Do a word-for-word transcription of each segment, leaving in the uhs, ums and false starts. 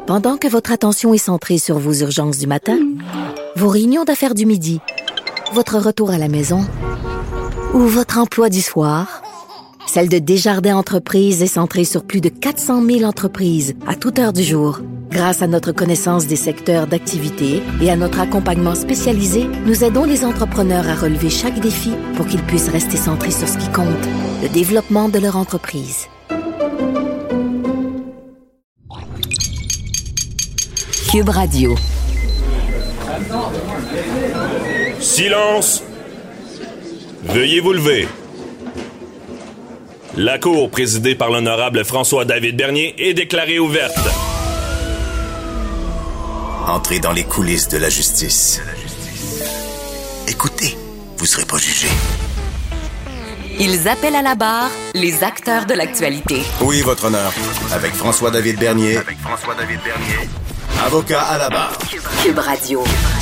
Pendant que votre attention est centrée sur vos urgences du matin, vos réunions d'affaires du midi, votre retour à la maison ou votre emploi du soir, celle de Desjardins Entreprises est centrée sur plus de quatre cent mille entreprises à toute heure du jour. Grâce à notre connaissance des secteurs d'activité et à notre accompagnement spécialisé, nous aidons les entrepreneurs à relever chaque défi pour qu'ils puissent rester centrés sur ce qui compte, le développement de leur entreprise. Cube Radio. Silence! Veuillez vous lever. La Cour, présidée par l'honorable François-David Bernier, est déclarée ouverte. Entrez dans les coulisses de la justice. Écoutez, vous serez pas jugé. Ils appellent à la barre les acteurs de l'actualité. Oui, votre honneur. Avec François-David Bernier. Avec François-David Bernier. Avocat à la barre. Cube Radio.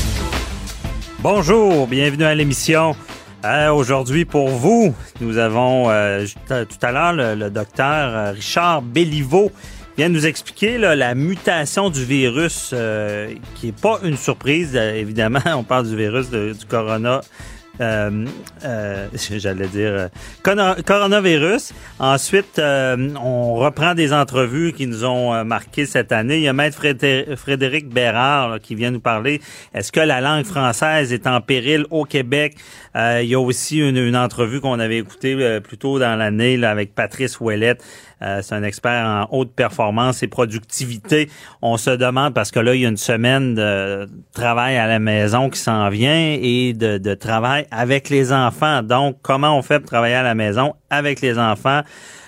Bonjour, bienvenue à l'émission. Euh, aujourd'hui, pour vous, nous avons euh, tout à l'heure le, le docteur Richard Béliveau vient nous expliquer là, la mutation du virus, euh, qui n'est pas une surprise. Euh, évidemment, on parle du virus de, du corona. Euh, euh, j'allais dire euh, coronavirus. Ensuite, euh, on reprend des entrevues qui nous ont euh, marqué cette année. Il y a Maître Frédé- Frédéric Bérard là, qui vient nous parler. Est-ce que la langue française est en péril au Québec? Euh, il y a aussi une, une entrevue qu'on avait écoutée euh, plus tôt dans l'année là, avec Patrice Ouellette. Euh, c'est un expert en haute performance et productivité. On se demande, parce que là, il y a une semaine de travail à la maison qui s'en vient et de, de travail avec les enfants. Donc, comment on fait pour travailler à la maison avec les enfants?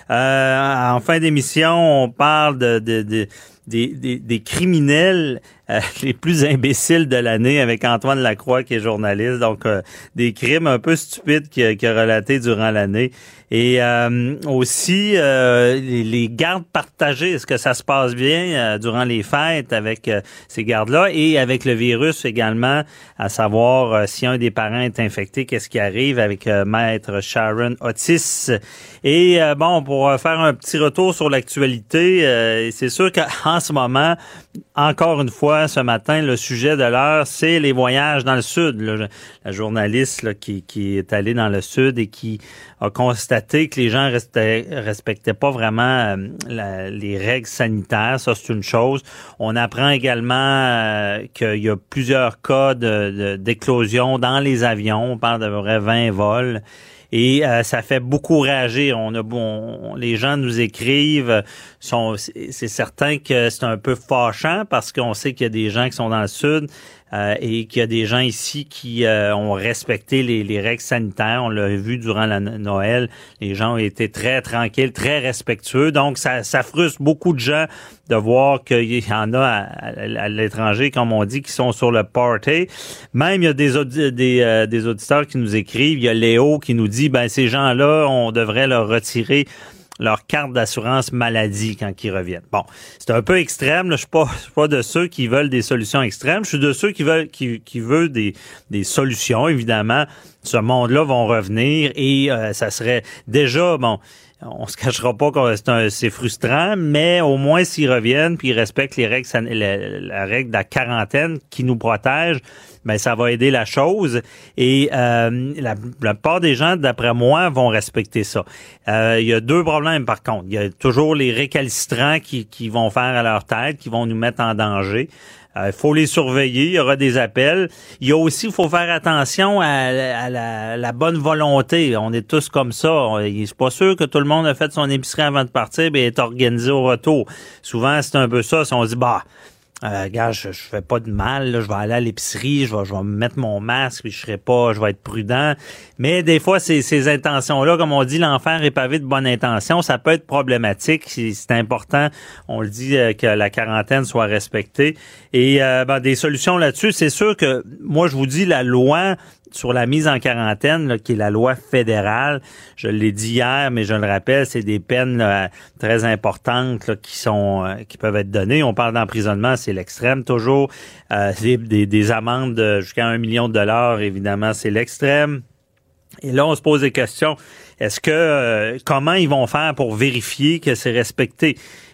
Euh, en fin d'émission, on parle de, de, de Des, des, des criminels euh, les plus imbéciles de l'année avec Antoine Lacroix qui est journaliste. Donc, euh, des crimes un peu stupides qu'il a, qu'il a relatés durant l'année. Et euh, aussi, euh, les, les gardes partagées. Est-ce que ça se passe bien euh, durant les fêtes avec euh, ces gardes-là et avec le virus également, à savoir euh, si un des parents est infecté, qu'est-ce qui arrive avec euh, Maître Sharon Otis. Et euh, bon, pour faire un petit retour sur l'actualité, euh, c'est sûr qu'en ce moment, encore une fois, ce matin, le sujet de l'heure, c'est les voyages dans le Sud. Là, la journaliste là, qui, qui est allée dans le Sud et qui a constaté que les gens restaient, respectaient pas vraiment euh, la, les règles sanitaires. Ça, c'est une chose. On apprend également euh, qu'il y a plusieurs cas de, de, d'éclosion dans les avions. On parle d'à peu près vingt vols. Et euh, ça fait beaucoup réagir. On a bon, les gens nous écrivent, sont, c'est certain que c'est un peu fâchant parce qu'on sait qu'il y a des gens qui sont dans le Sud euh, et qu'il y a des gens ici qui euh, ont respecté les, les règles sanitaires. On l'a vu durant la Noël, les gens ont été très tranquilles, très respectueux. Donc ça, ça frustre beaucoup de gens de voir qu'il y en a à, à, à l'étranger, comme on dit, qui sont sur le party. Même il y a des, audi- des, euh, des auditeurs qui nous écrivent. Il y a Léo qui nous dit, ben ces gens-là, on devrait leur retirer leur carte d'assurance maladie quand ils reviennent. Bon, c'est un peu extrême. Là. Je suis pas, je suis pas de ceux qui veulent des solutions extrêmes. Je suis de ceux qui veulent, qui, qui veulent des, des solutions. Évidemment, ce monde-là vont revenir et euh, ça serait déjà bon. On se cachera pas que c'est, un, c'est frustrant, mais au moins s'ils reviennent puis ils respectent les règles, la, la règle de la quarantaine qui nous protège, ben ça va aider la chose. Et euh, la, la plupart des gens, d'après moi, vont respecter ça. Euh, il y a deux problèmes par contre. Il y a toujours les récalcitrants qui, qui vont faire à leur tête, qui vont nous mettre en danger. Il euh, faut les surveiller, il y aura des appels. Il y a aussi, il faut faire attention à, à la, la bonne volonté. On est tous comme ça. C'est pas sûr que tout le monde a fait son épicerie avant de partir et est organisé au retour. Souvent, c'est un peu ça. Si on se dit, bah, euh, gars, je, je fais pas de mal, là, je vais aller à l'épicerie, je vais, je vais me mettre mon masque, puis je serai pas, je vais être prudent. Mais des fois, ces, ces intentions-là, comme on dit, l'enfer est pavé de bonnes intentions, ça peut être problématique. C'est, c'est important, on le dit, euh, que la quarantaine soit respectée. Et euh, ben, des solutions là-dessus, c'est sûr que moi, je vous dis, la loi sur la mise en quarantaine, là, qui est la loi fédérale, je l'ai dit hier, mais je le rappelle, c'est des peines là, très importantes là, qui sont euh, qui peuvent être données. On parle d'emprisonnement, c'est l'extrême toujours. Euh, c'est des, des amendes de jusqu'à un million de dollars, évidemment, c'est l'extrême. Et là, on se pose des questions. Est-ce que euh, comment ils vont faire pour vérifier que c'est respecté?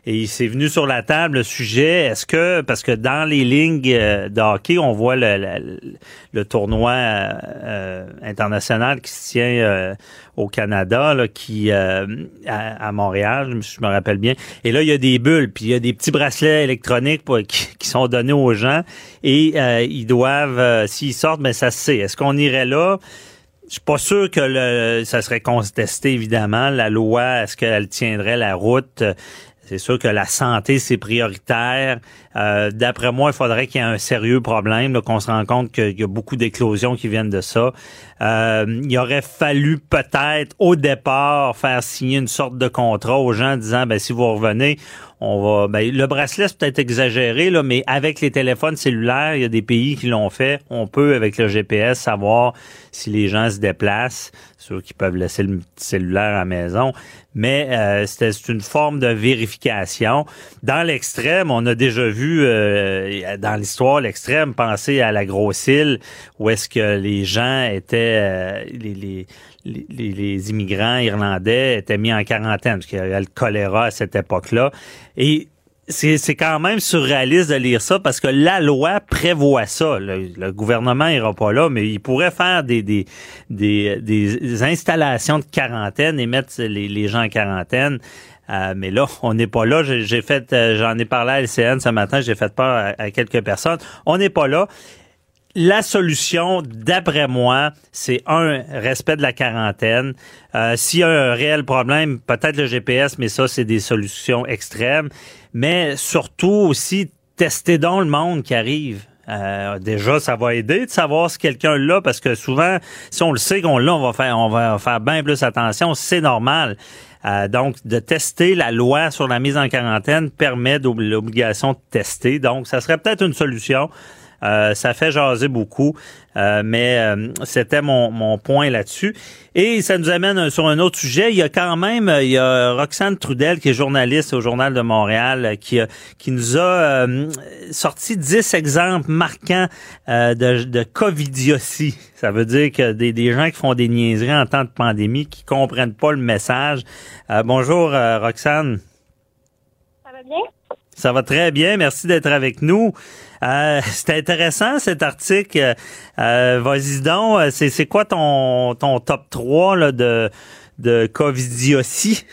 Et c'est venu sur la table le sujet, est-ce que, parce que dans les lignes de hockey, on voit le, le, le tournoi euh, international qui se tient euh, au Canada, là, qui euh, à, à Montréal, je me rappelle bien. Et là, il y a des bulles, puis il y a des petits bracelets électroniques pour, qui, qui sont donnés aux gens. Et euh, ils doivent, euh, s'ils sortent, ben ça se sait. Est-ce qu'on irait là? Je suis pas sûr que le, ça serait contesté, évidemment. La loi, est-ce qu'elle tiendrait la route? C'est sûr que la santé, c'est prioritaire. Euh, d'après moi, il faudrait qu'il y ait un sérieux problème, là, qu'on se rende compte qu'il y a beaucoup d'éclosions qui viennent de ça. Euh, il aurait fallu peut-être, au départ, faire signer une sorte de contrat aux gens disant, ben si vous revenez, on va... Ben, le bracelet, c'est peut-être exagéré, là, mais avec les téléphones cellulaires, il y a des pays qui l'ont fait. On peut, avec le G P S, savoir si les gens se déplacent. C'est sûr qu'ils peuvent laisser le cellulaire à la maison. Mais euh, c'était, c'est une forme de vérification. Dans l'extrême, on a déjà vu, euh, dans l'histoire, l'extrême, penser à la Grosse-Île, où est-ce que les gens étaient, euh, les, les, les, les immigrants irlandais étaient mis en quarantaine, parce qu'il y avait le choléra à cette époque-là. Et c'est, c'est quand même surréaliste de lire ça, parce que la loi prévoit ça. Le, le gouvernement ira pas là, mais il pourrait faire des, des, des, des installations de quarantaine et mettre les, les gens en quarantaine. Euh, mais là, on n'est pas là. J'ai, j'ai fait, euh, j'en ai parlé à L C N ce matin, j'ai fait peur à, à quelques personnes. On n'est pas là. La solution, d'après moi, c'est un, respect de la quarantaine. Euh, s'il y a un réel problème, peut-être le G P S, mais ça, c'est des solutions extrêmes. Mais surtout aussi, tester donc le monde qui arrive. Euh, déjà, ça va aider de savoir si quelqu'un l'a, parce que souvent, si on le sait qu'on l'a, on va faire, on va faire bien plus attention. C'est normal. Euh, donc, de tester, la loi sur la mise en quarantaine permet l'obligation de tester. Donc, ça serait peut-être une solution. Euh, ça fait jaser beaucoup, euh, mais euh, c'était mon, mon point là-dessus. Et ça nous amène sur un autre sujet. Il y a quand même, il y a Roxane Trudel, qui est journaliste au Journal de Montréal, qui, a, qui nous a euh, sorti dix exemples marquants euh, de, de covidiotie. Ça veut dire que des, des gens qui font des niaiseries en temps de pandémie, qui comprennent pas le message. Euh, bonjour, euh, Roxane. Ça va bien? Ça va très bien. Merci d'être avec nous. Euh, c'est intéressant cet article. Euh, vas-y donc. C'est, c'est quoi ton, ton top trois là, de, de covidiotie?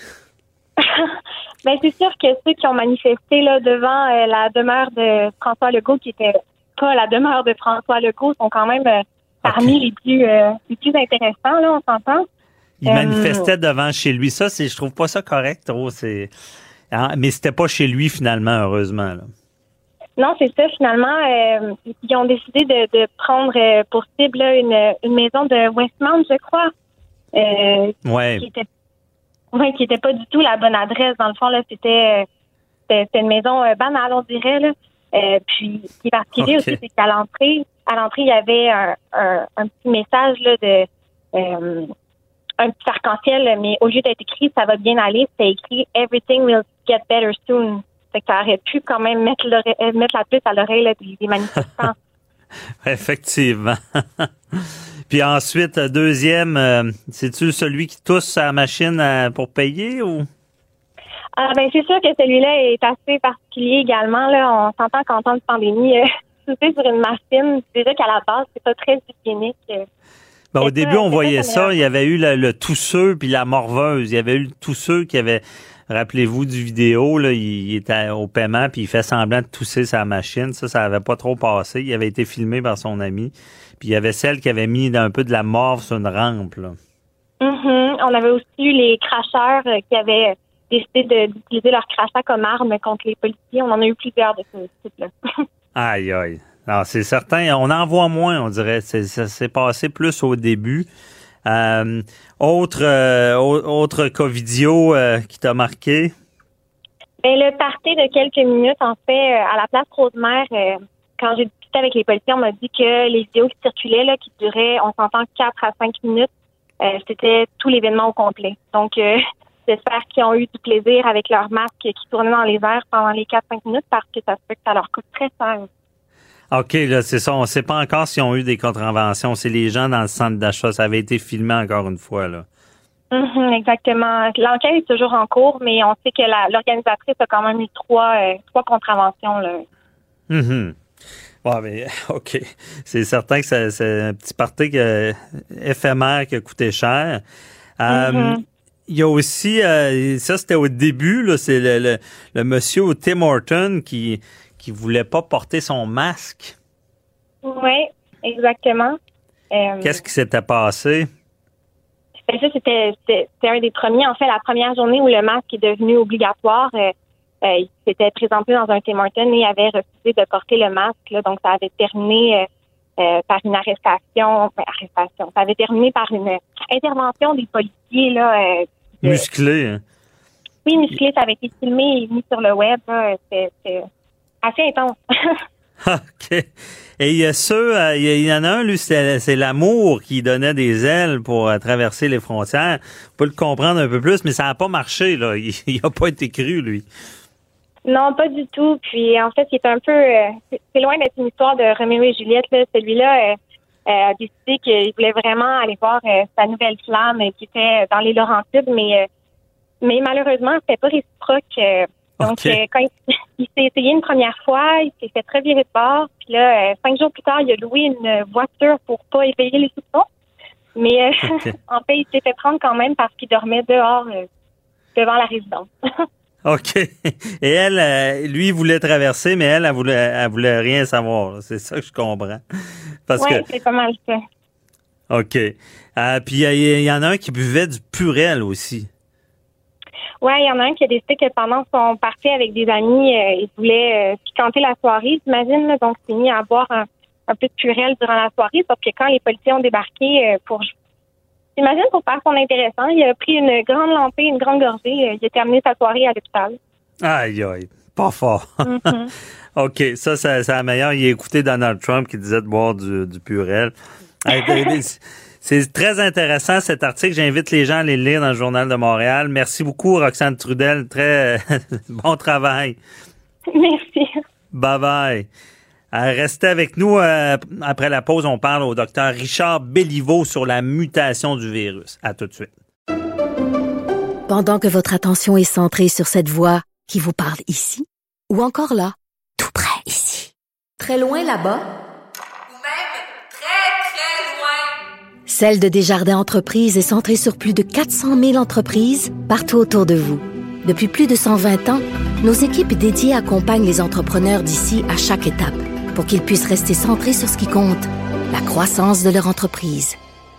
Ben, c'est sûr que ceux qui ont manifesté là, devant euh, la demeure de François Legault, qui était pas la demeure de François Legault, sont quand même euh, parmi okay. les plus euh, les plus intéressants, là, on s'entend. Il euh, manifestait devant chez lui. Ça, c'est, je trouve pas ça correct, trop. C'est... Hein? Mais c'était pas chez lui, finalement, heureusement. Là. Non, c'est ça. Finalement, euh, ils ont décidé de, de prendre euh, pour cible là, une, une maison de Westmount, je crois. Euh, ouais. Qui était, ouais, qui était pas du tout la bonne adresse. Dans le fond, là, c'était, c'était, c'était une maison euh, banale, on dirait. Là. Euh, puis, ce qui est particulier okay. aussi, c'est qu'à l'entrée, à l'entrée, il y avait un, un, un petit message là, de euh, un petit arc-en-ciel, mais au lieu d'être écrit, ça va bien aller, c'était écrit Everything will get better soon. Fait que ça aurait pu quand même mettre, mettre la puce à l'oreille là, des, des manifestants. Effectivement. Puis ensuite, deuxième, euh, c'est-tu celui qui tousse à la machine à, pour payer ou? Ah ben c'est sûr que celui-là est assez particulier également. Là. On s'entend qu'en temps de pandémie, euh, tousser sur une machine, déjà qu'à la base, c'est pas très hygiénique. Euh. Ben, au début, on voyait ça. Il y avait eu le, le tousseux puis la morveuse. Il y avait eu le tousseux qui avait... Rappelez-vous du vidéo, là, il était au paiement puis il fait semblant de tousser sa machine. Ça, ça avait pas trop passé. Il avait été filmé par son ami. Puis il y avait celle qui avait mis un peu de la morve sur une rampe. Là. Mm-hmm. On avait aussi eu les cracheurs euh, qui avaient décidé de, d'utiliser leur crachat comme arme contre les policiers. On en a eu plusieurs de ce type-là. Aïe, aïe. Alors, c'est certain. On en voit moins, on dirait. C'est, ça s'est passé plus au début. Euh, autre euh, autre covidio euh, qui t'a marqué? Ben, le party de quelques minutes, en fait, euh, à la place Rosemère, euh, quand j'ai discuté avec les policiers, on m'a dit que les vidéos qui circulaient, là, qui duraient, on s'entend, quatre à cinq minutes, euh, c'était tout l'événement au complet. Donc, euh, j'espère qu'ils ont eu du plaisir avec leur masque qui tournait dans les airs pendant les quatre à cinq minutes parce que ça se fait que ça leur coûte très cher. OK, là, c'est ça. On ne sait pas encore s'ils ont eu des contraventions. C'est les gens dans le centre d'achat. Ça avait été filmé encore une fois, là. Mm-hmm, exactement. L'enquête est toujours en cours, mais on sait que la, l'organisatrice a quand même eu trois, euh, trois contraventions. Là. Mm-hmm. Ouais, mais OK. C'est certain que c'est, c'est un petit party que, éphémère qui a coûté cher. Euh, Mm-hmm. Il y a aussi, euh, ça c'était au début, là, c'est le, le, le monsieur au Tim Hortons qui qui voulait pas porter son masque. Oui, exactement. Euh, Qu'est-ce qui s'était passé? Ben ça, c'était, c'était, c'était un des premiers. En fait, la première journée où le masque est devenu obligatoire, euh, euh, il s'était présenté dans un Tim Hortons et avait refusé de porter le masque. Là, donc, ça avait terminé euh, euh, par une arrestation. Ben, arrestation. Ça avait terminé par une intervention des policiers. Là, euh, de, Musclé, hein? Oui, musclé. Ça avait été filmé et mis sur le web. Là, c'était, c'était assez intense. OK. Et il y a ceux, euh, il y en a un, lui, c'est, c'est l'amour qui donnait des ailes pour euh, traverser les frontières. On peut le comprendre un peu plus, mais ça n'a pas marché, là. Il n'a pas été cru, lui. Non, pas du tout. Puis, en fait, c'est un peu... Euh, c'est, c'est loin d'être une histoire de Roméo et Juliette. Là. Celui-là euh, euh, a décidé qu'il voulait vraiment aller voir euh, sa nouvelle flamme euh, qui était dans les Laurentides, mais, euh, mais malheureusement, c'était pas réciproque. Euh, Donc, okay. euh, quand il, il s'est essayé une première fois, il s'est fait très virer de bord. Puis là, euh, cinq jours plus tard, il a loué une voiture pour pas éveiller les soupçons. Mais euh, okay. en fait, il s'est fait prendre quand même parce qu'il dormait dehors euh, devant la résidence. OK. Et elle, euh, lui, il voulait traverser, mais elle, elle voulait, elle voulait rien savoir. Là. C'est ça que je comprends. Oui, que... c'est pas mal ça. OK. Euh, puis il y, y en a un qui buvait du Purel aussi. Oui, il y en a un qui a décidé que pendant son party avec des amis, euh, il voulait euh, piquanter la soirée, j'imagine. Là, donc, il s'est mis à boire un, un peu de Purel durant la soirée. Sauf que quand les policiers ont débarqué euh, pour... J'imagine pour faire son intéressant, il a pris une grande lampée, une grande gorgée. Euh, il a terminé sa soirée à l'hôpital. Aïe, aïe. Pas fort. Mm-hmm. OK, ça, c'est, c'est la meilleure. Il a écouté Donald Trump qui disait de boire du, du Purel. C'est très intéressant cet article. J'invite les gens à aller le lire dans le Journal de Montréal. Merci beaucoup, Roxane Trudel. Très bon travail. Merci. Bye bye. Restez avec nous. Euh, après la pause, on parle au docteur Richard Béliveau sur la mutation du virus. À tout de suite. Pendant que votre attention est centrée sur cette voix qui vous parle ici, ou encore là, tout près ici, très loin là-bas, ou même très, très loin, celle de Desjardins Entreprises est centrée sur plus de quatre cent mille entreprises partout autour de vous. Depuis plus de cent vingt ans, nos équipes dédiées accompagnent les entrepreneurs d'ici à chaque étape pour qu'ils puissent rester centrés sur ce qui compte, la croissance de leur entreprise.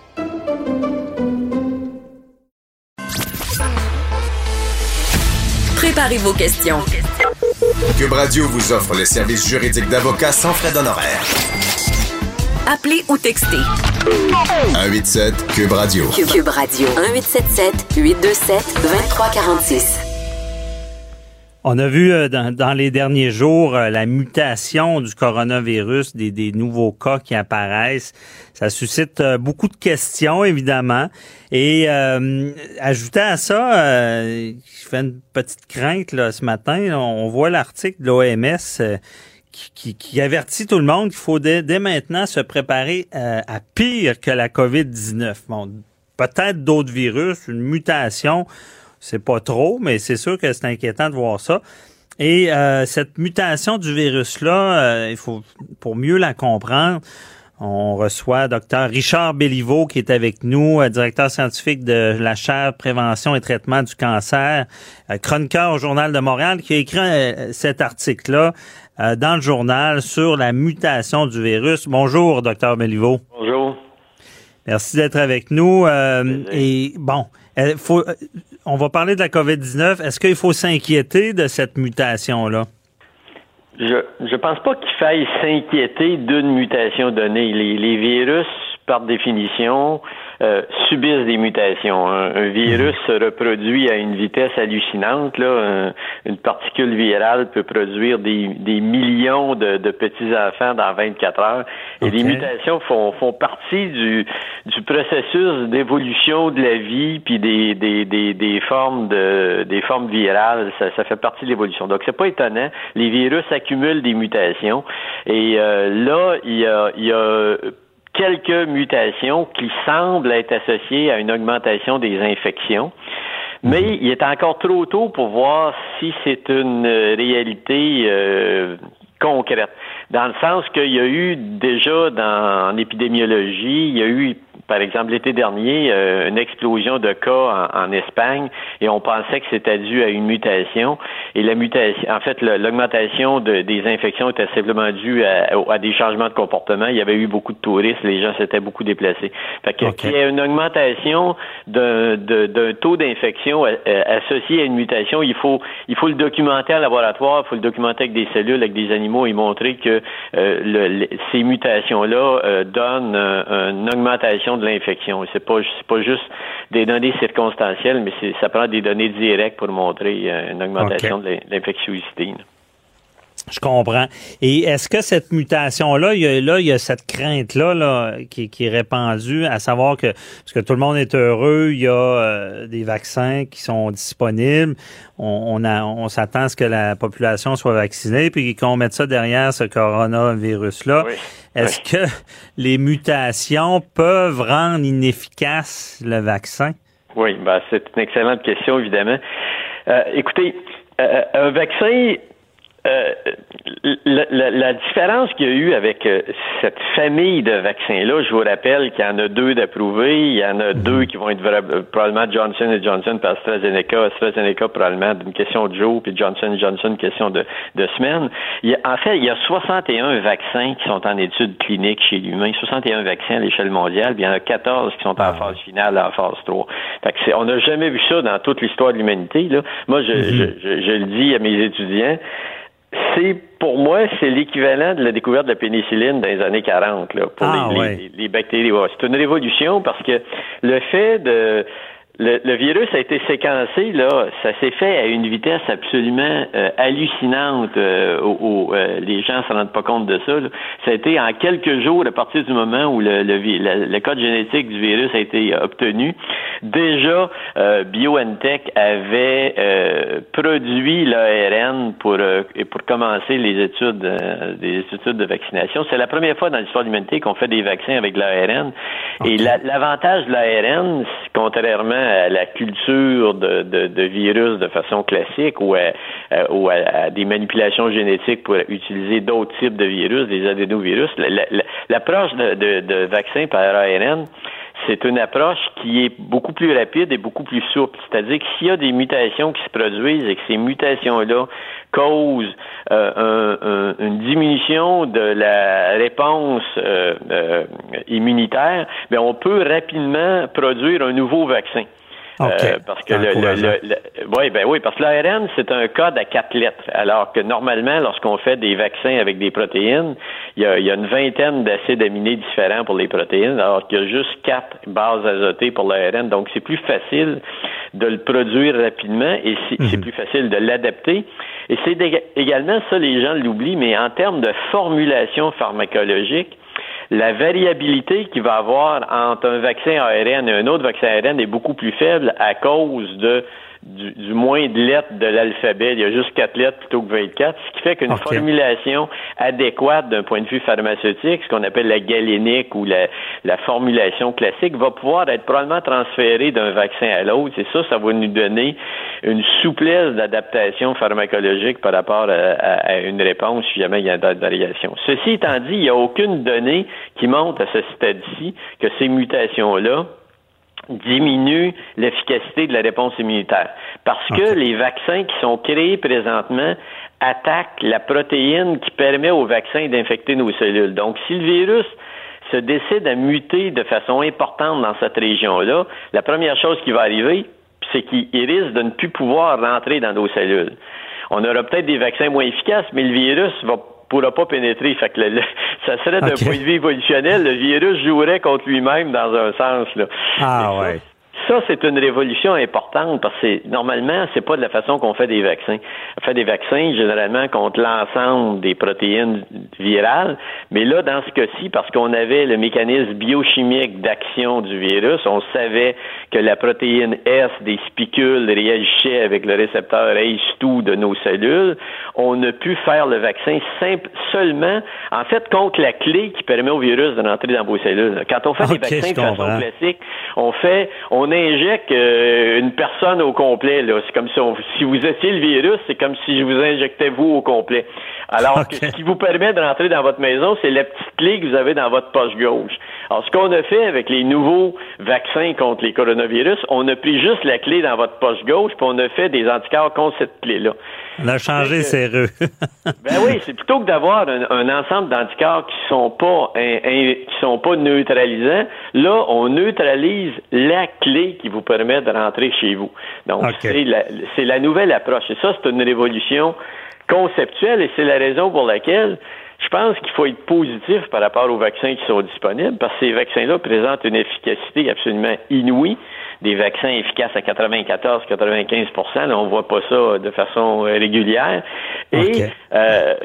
Préparez vos questions. Cube Radio vous offre les services juridiques d'avocats sans frais d'honoraires. Appelez ou textez. un huit sept Cube Radio. Cube, Cube Radio. un huit sept sept huit deux sept deux trois quatre six. On a vu euh, dans, dans les derniers jours euh, la mutation du coronavirus, des, des nouveaux cas qui apparaissent. Ça suscite euh, beaucoup de questions, évidemment. Et euh, ajouté à ça, euh, je fais une petite crainte là, ce matin. Là, on voit l'article de l'O M S euh, qui, qui, qui avertit tout le monde qu'il faut dès, dès maintenant se préparer euh, à pire que la covid dix-neuf. Bon, peut-être d'autres virus, une mutation. C'est pas trop, mais c'est sûr que c'est inquiétant de voir ça. Et euh, cette mutation du virus-là, euh, il faut, pour mieux la comprendre, on reçoit Dr Richard Béliveau qui est avec nous, euh, directeur scientifique de la chaire Prévention et Traitement du cancer, euh, chroniqueur au Journal de Montréal, qui a écrit euh, cet article-là euh, dans le journal sur la mutation du virus. Bonjour, Dr Béliveau. Bonjour. Merci d'être avec nous. Euh, et bon, il faut, on va parler de la covid dix-neuf. Est-ce qu'il faut s'inquiéter de cette mutation-là? Je je pense pas qu'il faille s'inquiéter d'une mutation donnée. Les, les virus, par définition, euh, subissent des mutations. Un, un virus mmh. se reproduit à une vitesse hallucinante. Là, un, une particule virale peut produire des, des millions de, de petits-enfants dans vingt-quatre heures. Et okay. les mutations font, font partie du, du processus d'évolution de la vie puis des, des, des, des formes de des formes virales. Ça, ça fait partie de l'évolution. Donc, c'est pas étonnant. Les virus accumulent des mutations. Et euh, là, il y a, il y a quelques mutations qui semblent être associées à une augmentation des infections. Mais il est encore trop tôt pour voir si c'est une réalité euh, concrète. Dans le sens qu'il y a eu déjà dans en épidémiologie, il y a eu par exemple, l'été dernier, euh, une explosion de cas en, en Espagne et on pensait que c'était dû à une mutation. Et la mutation, en fait, le, l'augmentation de, des infections était simplement due à, à des changements de comportement. Il y avait eu beaucoup de touristes, les gens s'étaient beaucoup déplacés. Fait que, okay. Qu'il y ait une augmentation d'un, de, d'un taux d'infection associé à une mutation, il faut, il faut le documenter en laboratoire, il faut le documenter avec des cellules, avec des animaux et montrer que euh, le, le, ces mutations-là euh, donnent euh, une augmentation de l'infection. C'est pas, c'est pas juste des données circonstancielles, mais c'est, ça prend des données directes pour montrer euh, une augmentation okay. de l'infectiosité. Là. Je comprends. Et est-ce que cette mutation-là, il y a, là, il y a cette crainte-là là, qui, qui est répandue, à savoir que, parce que tout le monde est heureux, il y a euh, des vaccins qui sont disponibles, on, on, a, on s'attend à ce que la population soit vaccinée, puis qu'on mette ça derrière ce coronavirus-là. Oui. Est-ce oui. que les mutations peuvent rendre inefficace le vaccin? Oui, ben, c'est une excellente question, évidemment. Euh, écoutez, euh, un vaccin... Euh, la, la, la différence qu'il y a eu avec euh, cette famille de vaccins-là, je vous rappelle qu'il y en a deux d'approuvés, il y en a mm-hmm. deux qui vont être vra- probablement Johnson et Johnson par AstraZeneca, AstraZeneca probablement d'une question de jours, puis Johnson et Johnson une question de, de semaines. Il y a, en fait, il y a soixante et un vaccins qui sont en études cliniques chez l'humain, soixante et un vaccins à l'échelle mondiale, puis il y en a quatorze qui sont en ah. phase finale, en phase trois. Fait que c'est, on n'a jamais vu ça dans toute l'histoire de l'humanité, là. Moi, je, mm-hmm. je, je, je le dis à mes étudiants, c'est, pour moi, c'est l'équivalent de la découverte de la pénicilline dans les années quarante, là, pour ah, les, ouais. les, les bactéries. Ouais, c'est une révolution parce que le fait de... Le, le virus a été séquencé, là, ça s'est fait à une vitesse absolument euh, hallucinante. Euh, où, où euh, les gens ne se rendent pas compte de ça. Là. Ça a été en quelques jours, à partir du moment où le, le, le, le code génétique du virus a été obtenu. Déjà, euh, BioNTech avait euh, produit l'A R N pour euh, pour commencer les études euh, des études de vaccination. C'est la première fois dans l'histoire de l'humanité qu'on fait des vaccins avec l'A R N. Okay. Et la, l'avantage de l'A R N, contrairement à la culture de, de, de virus de façon classique ou, à, à, ou à, à des manipulations génétiques pour utiliser d'autres types de virus, des adénovirus, la, la, l'approche de, de, de vaccin par A R N, c'est une approche qui est beaucoup plus rapide et beaucoup plus souple. C'est-à-dire que s'il y a des mutations qui se produisent et que ces mutations-là causent euh, un, un, une diminution de la réponse euh, euh, immunitaire, bien, on peut rapidement produire un nouveau vaccin. Okay. Euh, parce que le, le, le, le oui, ben oui, parce que l'A R N, c'est un code à quatre lettres, alors que normalement, lorsqu'on fait des vaccins avec des protéines, il y a, il y a une vingtaine d'acides aminés différents pour les protéines, alors qu'il y a juste quatre bases azotées pour l'A R N, donc c'est plus facile de le produire rapidement et c'est, mm-hmm. c'est plus facile de l'adapter. Et c'est dég- également ça, les gens l'oublient, mais en termes de formulation pharmacologique, la variabilité qu'il va avoir entre un vaccin A R N et un autre vaccin A R N est beaucoup plus faible à cause de du, du moins de lettres de l'alphabet. Il y a juste quatre lettres plutôt que vingt-quatre, ce qui fait qu'une okay. formulation adéquate d'un point de vue pharmaceutique, ce qu'on appelle la galénique ou la, la formulation classique, va pouvoir être probablement transférée d'un vaccin à l'autre. Et ça, ça va nous donner une souplesse d'adaptation pharmacologique par rapport à, à, à une réponse si jamais il y a d'autres variations. Ceci étant dit, il n'y a aucune donnée qui montre à ce stade-ci que ces mutations-là diminue l'efficacité de la réponse immunitaire. Parce que okay. les vaccins qui sont créés présentement attaquent la protéine qui permet aux vaccins d'infecter nos cellules. Donc, si le virus se décide à muter de façon importante dans cette région-là, la première chose qui va arriver, c'est qu'il risque de ne plus pouvoir rentrer dans nos cellules. On aura peut-être des vaccins moins efficaces, mais le virus va pourra pas pénétrer. Fait que le, le, ça serait d'un okay. point de vue évolutionnel, le virus jouerait contre lui-même dans un sens. Là. Ah ouais. ça, c'est une révolution importante parce que c'est, normalement, c'est pas de la façon qu'on fait des vaccins. On fait des vaccins généralement contre l'ensemble des protéines virales, mais là, dans ce cas-ci, parce qu'on avait le mécanisme biochimique d'action du virus, on savait que la protéine S des spicules réagissait avec le récepteur A C E deux de nos cellules, on a pu faire le vaccin simple seulement, en fait, contre la clé qui permet au virus de rentrer dans vos cellules. Quand on fait okay, des vaccins de façon classique, on fait, on injecte euh, une personne au complet, là. C'est comme si on, si vous étiez le virus, c'est comme si je vous injectais vous au complet. Alors okay. que ce qui vous permet de rentrer dans votre maison, c'est la petite clé que vous avez dans votre poche gauche. Alors, ce qu'on a fait avec les nouveaux vaccins contre les coronavirus, on a pris juste la clé dans votre poche gauche, puis on a fait des anticorps contre cette clé-là. On a changé ses rues. Ben oui, c'est plutôt que d'avoir un, un ensemble d'anticorps qui sont pas un, un, qui sont pas neutralisants, là, on neutralise la clé qui vous permet de rentrer chez vous. Donc, okay. c'est, la, c'est la nouvelle approche. Et ça, c'est une révolution conceptuelle et c'est la raison pour laquelle je pense qu'il faut être positif par rapport aux vaccins qui sont disponibles parce que ces vaccins-là présentent une efficacité absolument inouïe. Des vaccins efficaces à quatre-vingt-quatorze à quatre-vingt-quinze pour cent, là, on voit pas ça de façon régulière. Et okay. euh,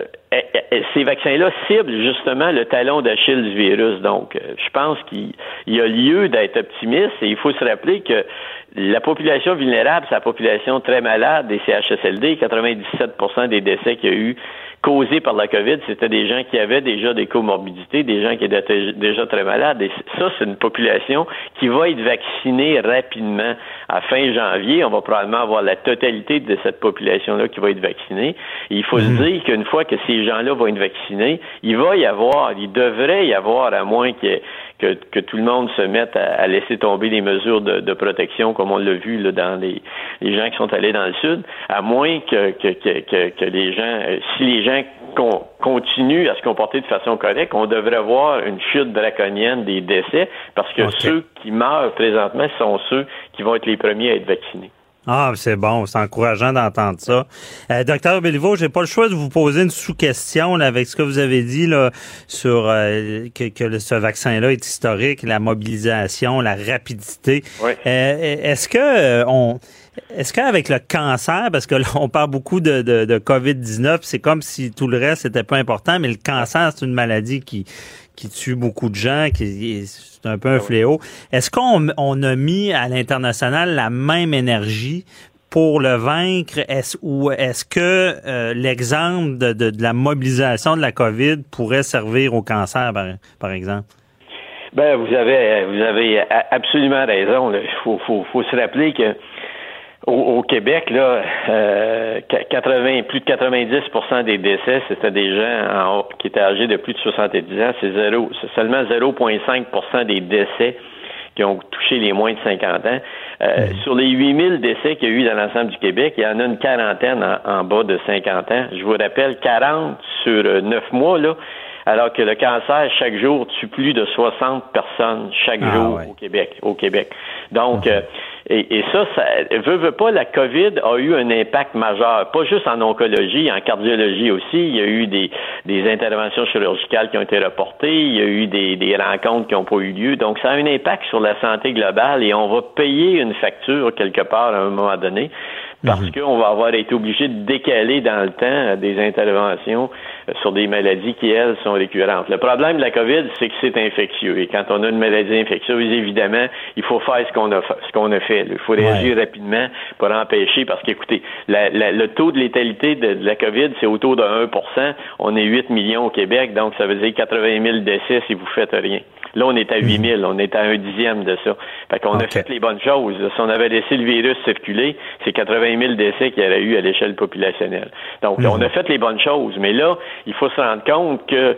ces vaccins-là ciblent justement le talon d'Achille du virus. Donc, je pense qu'il y a lieu d'être optimiste et il faut se rappeler que la population vulnérable, c'est la population très malade des C H S L D. quatre-vingt-dix-sept pour cent des décès qu'il y a eu causés par la COVID, c'était des gens qui avaient déjà des comorbidités, des gens qui étaient déjà très malades. Et ça, c'est une population qui va être vaccinée rapidement. À fin janvier, on va probablement avoir la totalité de cette population-là qui va être vaccinée. Et il faut mmh. se dire qu'une fois que ces gens-là vont être vaccinés, il va y avoir, il devrait y avoir, à moins qu'il y ait Que, que tout le monde se mette à, à laisser tomber les mesures de, de protection, comme on l'a vu là, dans les, les gens qui sont allés dans le sud, à moins que, que, que, que, que les gens, si les gens con, continuent à se comporter de façon correcte, on devrait voir une chute draconienne des décès, parce que okay. ceux qui meurent présentement sont ceux qui vont être les premiers à être vaccinés. Ah, c'est bon, c'est encourageant d'entendre ça. Euh, Docteur Béliveau, j'ai pas le choix de vous poser une sous-question là, avec ce que vous avez dit là sur euh, que, que le, ce vaccin-là est historique, la mobilisation, la rapidité. Oui. Euh, est-ce que euh, on Est-ce qu'avec le cancer, parce que là, on parle beaucoup de, de, de covid dix-neuf, c'est comme si tout le reste n'était pas important, mais le cancer, c'est une maladie qui qui tue beaucoup de gens, qui c'est un peu un fléau. Est-ce qu'on on a mis à l'international la même énergie pour le vaincre, est-ce, ou est-ce que euh, l'exemple de, de, de la mobilisation de la COVID pourrait servir au cancer, par, par exemple? Ben, vous avez vous avez absolument raison. Il faut, faut, faut se rappeler que Au, au Québec, là, euh, quatre-vingts, plus de quatre-vingt-dix pour cent des décès, c'était des gens en, qui étaient âgés de plus de soixante-dix ans. C'est, zéro, c'est seulement zéro virgule cinq pour cent des décès qui ont touché les moins de cinquante ans. Euh, mmh. Sur les huit mille décès qu'il y a eu dans l'ensemble du Québec, il y en a une quarantaine en, en bas de cinquante ans. Je vous rappelle, quarante sur neuf mois, là, alors que le cancer, chaque jour, tue plus de soixante personnes chaque ah, jour ouais. au Québec. Au Québec. Donc, mmh. euh, et, et ça, ça veut, veut pas, la COVID a eu un impact majeur, pas juste en oncologie, en cardiologie aussi. Il y a eu des, des interventions chirurgicales qui ont été reportées, il y a eu des, des rencontres qui n'ont pas eu lieu. Donc, ça a un impact sur la santé globale et on va payer une facture quelque part à un moment donné parce mmh. qu'on va avoir été obligé de décaler dans le temps des interventions sur des maladies qui, elles, sont récurrentes. Le problème de la COVID, c'est que c'est infectieux. Et quand on a une maladie infectieuse, évidemment, il faut faire ce qu'on a fait. Ce qu'on a fait. Il faut réagir ouais. rapidement pour empêcher, parce qu'écoutez, la, la, le taux de létalité de, de la COVID, c'est autour de un pour cent. On est huit millions au Québec, donc ça veut dire quatre-vingt mille décès si vous faites rien. Là, on est à huit mille, on est à un dixième de ça. Fait qu'on okay. a fait les bonnes choses. Si on avait laissé le virus circuler, c'est quatre-vingt mille décès qu'il y aurait eu à l'échelle populationnelle. Donc, mm-hmm. on a fait les bonnes choses. Mais là, il faut se rendre compte que,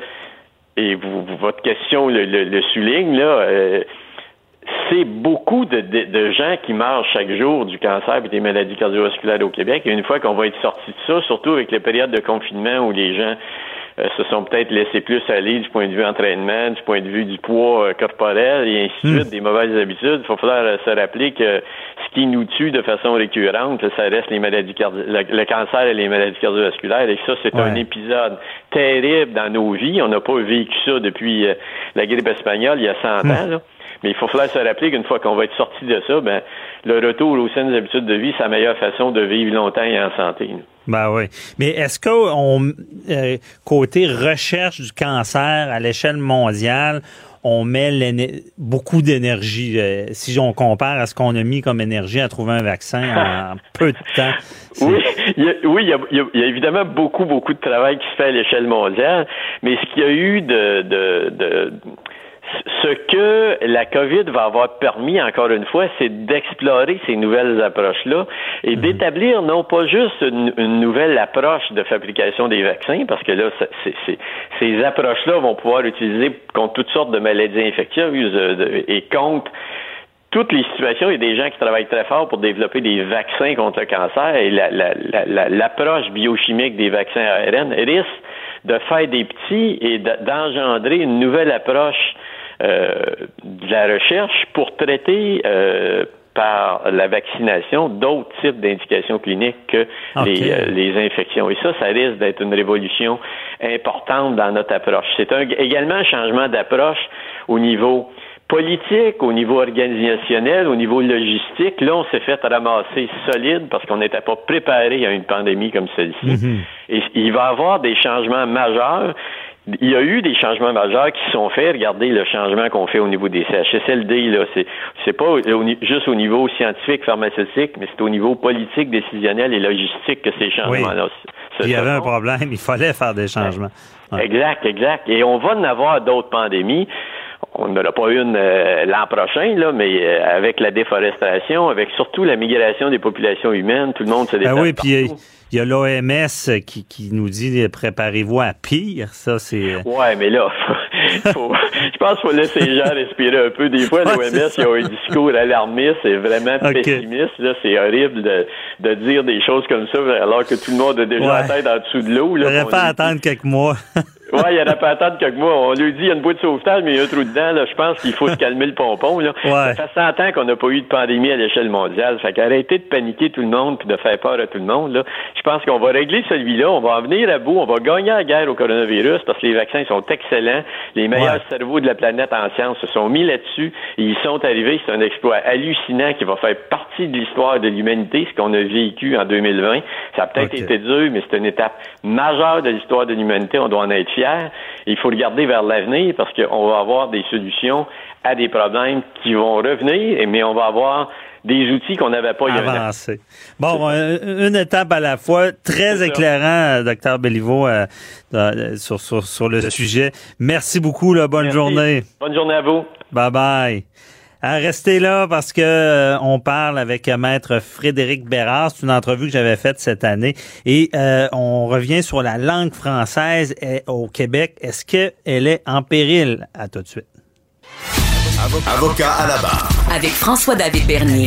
et vous, votre question le, le, le souligne, là, euh, c'est beaucoup de, de, de gens qui meurent chaque jour du cancer et des maladies cardiovasculaires au Québec. Et une fois qu'on va être sorti de ça, surtout avec les périodes de confinement où les gens euh, se sont peut-être laissés plus aller du point de vue entraînement, du point de vue du poids euh, corporel et ainsi de suite, mmh. des mauvaises habitudes. Il faut falloir euh, se rappeler que ce qui nous tue de façon récurrente, ça reste les maladies cardi- le, le cancer et les maladies cardiovasculaires. Et ça, c'est ouais. un épisode terrible dans nos vies. On n'a pas vécu ça depuis euh, la grippe espagnole il y a cent mmh. ans, là. Mais il faut falloir se rappeler qu'une fois qu'on va être sorti de ça, ben le retour aux saines habitudes de vie, c'est la meilleure façon de vivre longtemps et en santé. Nous. Ben oui. Mais est-ce qu'on, euh, côté recherche du cancer à l'échelle mondiale, on met beaucoup d'énergie, euh, si on compare à ce qu'on a mis comme énergie à trouver un vaccin en peu de temps? C'est... Oui, il y a, oui, il y a, il y a évidemment beaucoup, beaucoup de travail qui se fait à l'échelle mondiale, mais ce qu'il y a eu de... de, de Ce que la COVID va avoir permis, encore une fois, c'est d'explorer ces nouvelles approches-là et mmh. d'établir non pas juste une, une nouvelle approche de fabrication des vaccins, parce que là, c'est, c'est, ces approches-là vont pouvoir utiliser contre toutes sortes de maladies infectieuses de, et contre toutes les situations. Il y a des gens qui travaillent très fort pour développer des vaccins contre le cancer et la, la, la, la, l'approche biochimique des vaccins A R N risque de faire des petits et d'engendrer une nouvelle approche Euh, de la recherche pour traiter euh, par la vaccination d'autres types d'indications cliniques que okay. les, euh, les infections. Et ça, ça risque d'être une révolution importante dans notre approche. C'est un, également un changement d'approche au niveau politique, au niveau organisationnel, au niveau logistique. Là, on s'est fait ramasser solide parce qu'on n'était pas préparé à une pandémie comme celle-ci. Mm-hmm. Et il va y avoir des changements majeurs. Il y a eu des changements majeurs qui sont faits. Regardez le changement qu'on fait au niveau des C H S L D. Là, c'est, c'est pas au, juste au niveau scientifique, pharmaceutique, mais c'est au niveau politique, décisionnel et logistique que ces changements-là oui. se Il y avait un problème. Il fallait faire des changements. Ouais. Exact, exact. Et on va en avoir d'autres pandémies. On n'en aura pas une euh, l'an prochain, là, mais euh, avec la déforestation, avec surtout la migration des populations humaines, tout le monde se déplace. Ah oui, puis il y a l'O M S qui, qui nous dit préparez-vous à pire. Ça, c'est. Ouais, mais là, faut, je pense qu'il faut laisser les gens respirer un peu. Des fois, l'O M S, il y a un discours alarmiste, c'est vraiment okay. pessimiste. Là, c'est horrible de, de dire des choses comme ça, alors que tout le monde a déjà ouais. la tête en dessous de l'eau. Il n'aurait pas à attendre quelques mois. Ouais, il n'y aurait pas à attendre quelques mois. On lui dit, il y a une boîte de sauvetage, mais il y a un trou dedans. Là. Je pense qu'il faut se calmer le pompon. Là. Ouais. Ça fait cent ans qu'on n'a pas eu de pandémie à l'échelle mondiale. Fait qu'arrêtez de paniquer tout le monde puis de faire peur à tout le monde. Là. Je pense qu'on va régler celui-là. On va en venir à bout. On va gagner la guerre au coronavirus parce que les vaccins sont excellents. Les meilleurs ouais. cerveaux de la planète en sciences se sont mis là-dessus et ils sont arrivés. C'est un exploit hallucinant qui va faire partie de l'histoire de l'humanité, ce qu'on a vécu en deux mille vingt. Ça a peut-être okay. été dur, mais c'est une étape majeure de l'histoire de l'humanité. On doit en être fiers. Il faut regarder vers l'avenir parce qu'on va avoir des solutions à des problèmes qui vont revenir, mais on va avoir des outils qu'on n'avait pas il y a un an. Bon, une étape à la fois. Très C'est éclairant, docteur Béliveau, euh, sur, sur, sur le sujet. Merci beaucoup. Là, bonne Merci. journée. Bonne journée à vous. Bye bye. À rester là parce que euh, on parle avec Maître Frédéric Bérard. C'est une entrevue que j'avais faite cette année. Et euh, on revient sur la langue française au Québec. Est-ce qu'elle est en péril? À tout de suite. Avocat à la barre. Avec François-David Bernier.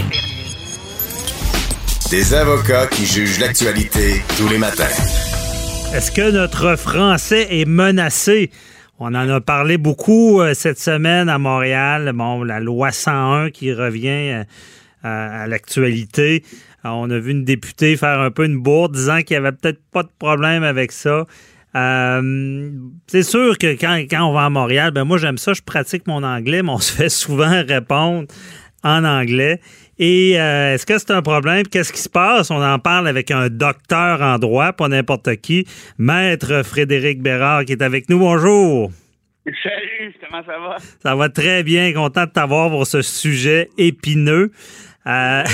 Des avocats qui jugent l'actualité tous les matins. Est-ce que notre français est menacé? On en a parlé beaucoup euh, cette semaine à Montréal. Bon, la loi cent un qui revient euh, à, à l'actualité. Alors, on a vu une députée faire un peu une bourde disant qu'il n'y avait peut-être pas de problème avec ça. Euh, c'est sûr que quand, quand on va à Montréal, ben moi j'aime ça, je pratique mon anglais, mais on se fait souvent répondre en anglais. Et euh, est-ce que c'est un problème? Qu'est-ce qui se passe? On en parle avec un docteur en droit, pas n'importe qui, Maître Frédéric Bérard, qui est avec nous. Bonjour! Salut, comment ça va? Ça va très bien, content de t'avoir pour ce sujet épineux. Euh,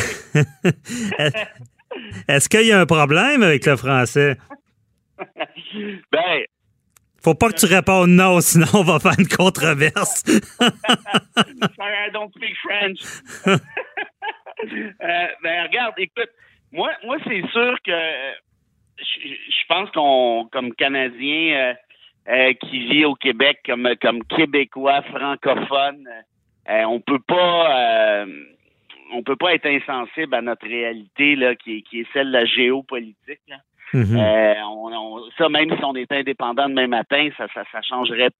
est-ce qu'il y a un problème avec le français? Ben... Faut pas que tu répondes non, sinon on va faire une controverse. Sorry, I don't speak French. euh, ben regarde, écoute, moi, moi c'est sûr que je, je pense qu'on, comme Canadien euh, euh, qui vit au Québec, comme comme Québécois francophone, euh, on peut pas, euh, on peut pas être insensible à notre réalité là, qui, qui est celle de la géopolitique. Là. Mm-hmm. Euh, on, on, ça, même si on était indépendant demain matin, ça, ça, ça changerait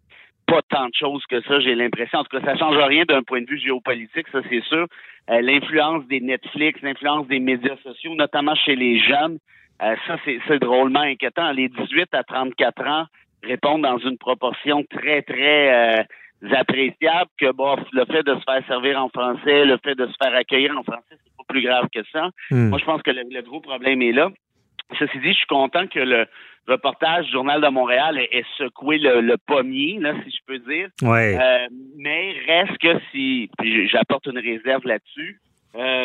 pas tant de choses que ça, j'ai l'impression. En tout cas, ça change rien d'un point de vue géopolitique, ça c'est sûr. Euh, l'influence des Netflix, l'influence des médias sociaux, notamment chez les jeunes, euh, ça c'est, c'est drôlement inquiétant. Les dix-huit à trente-quatre ans répondent dans une proportion très, très euh, appréciable que bon, le fait de se faire servir en français, le fait de se faire accueillir en français, c'est pas plus grave que ça. Mm. Moi, je pense que le, le gros problème est là. Ceci dit, je suis content que le reportage du Journal de Montréal ait, ait secoué le, le pommier, là, si je peux dire. Ouais. Euh, mais reste que si, puis j'apporte une réserve là-dessus, euh,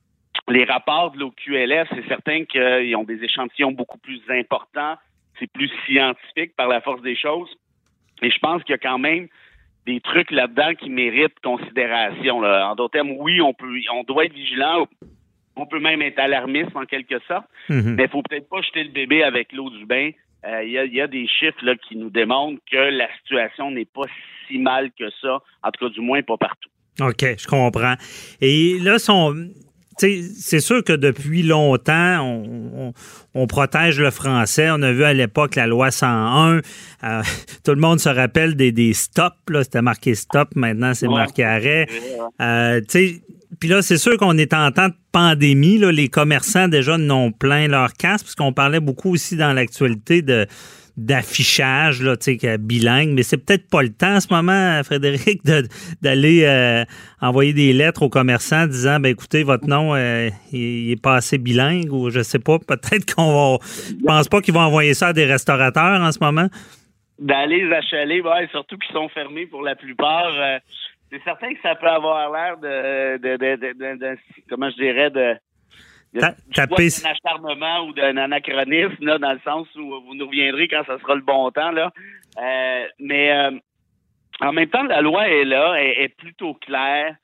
les rapports de l'O Q L F, c'est certain qu'ils ont des échantillons beaucoup plus importants, c'est plus scientifique par la force des choses. Et je pense qu'il y a quand même des trucs là-dedans qui méritent considération. Là. En d'autres termes, oui, on peut, on doit être vigilant. On peut même être alarmiste en quelque sorte, mm-hmm. mais il faut peut-être pas jeter le bébé avec l'eau du bain. Il euh, y, a, y a des chiffres là, qui nous démontrent que la situation n'est pas si mal que ça, en tout cas du moins pas partout. OK, je comprends. Et là, son... c'est sûr que depuis longtemps, on, on, on protège le français. On a vu à l'époque la loi cent un. Euh, tout le monde se rappelle des, des stops. Là, c'était marqué stop. Maintenant, c'est ouais. marqué arrêt. Euh, Puis là, c'est sûr qu'on est en temps de pandémie. Là, les commerçants déjà n'ont plein leur casque, parce qu'on parlait beaucoup aussi dans l'actualité de d'affichage là, tu sais, bilingue, mais c'est peut-être pas le temps en ce moment, Frédéric, de, d'aller euh, envoyer des lettres aux commerçants disant, ben écoutez, votre nom, euh, il, il est pas assez bilingue, ou je sais pas, peut-être qu'on va... Je pense pas qu'ils vont envoyer ça à des restaurateurs en ce moment. Dans les achalés, ouais, surtout qu'ils sont fermés pour la plupart, euh, c'est certain que ça peut avoir l'air de, de, de, de, de, de comment je dirais, de Ta, taper... d'un acharnement ou d'un anachronisme, là, dans le sens où vous nous reviendrez quand ça sera le bon temps, là. Euh, mais euh, en même temps, la loi est là, est, est plutôt claire.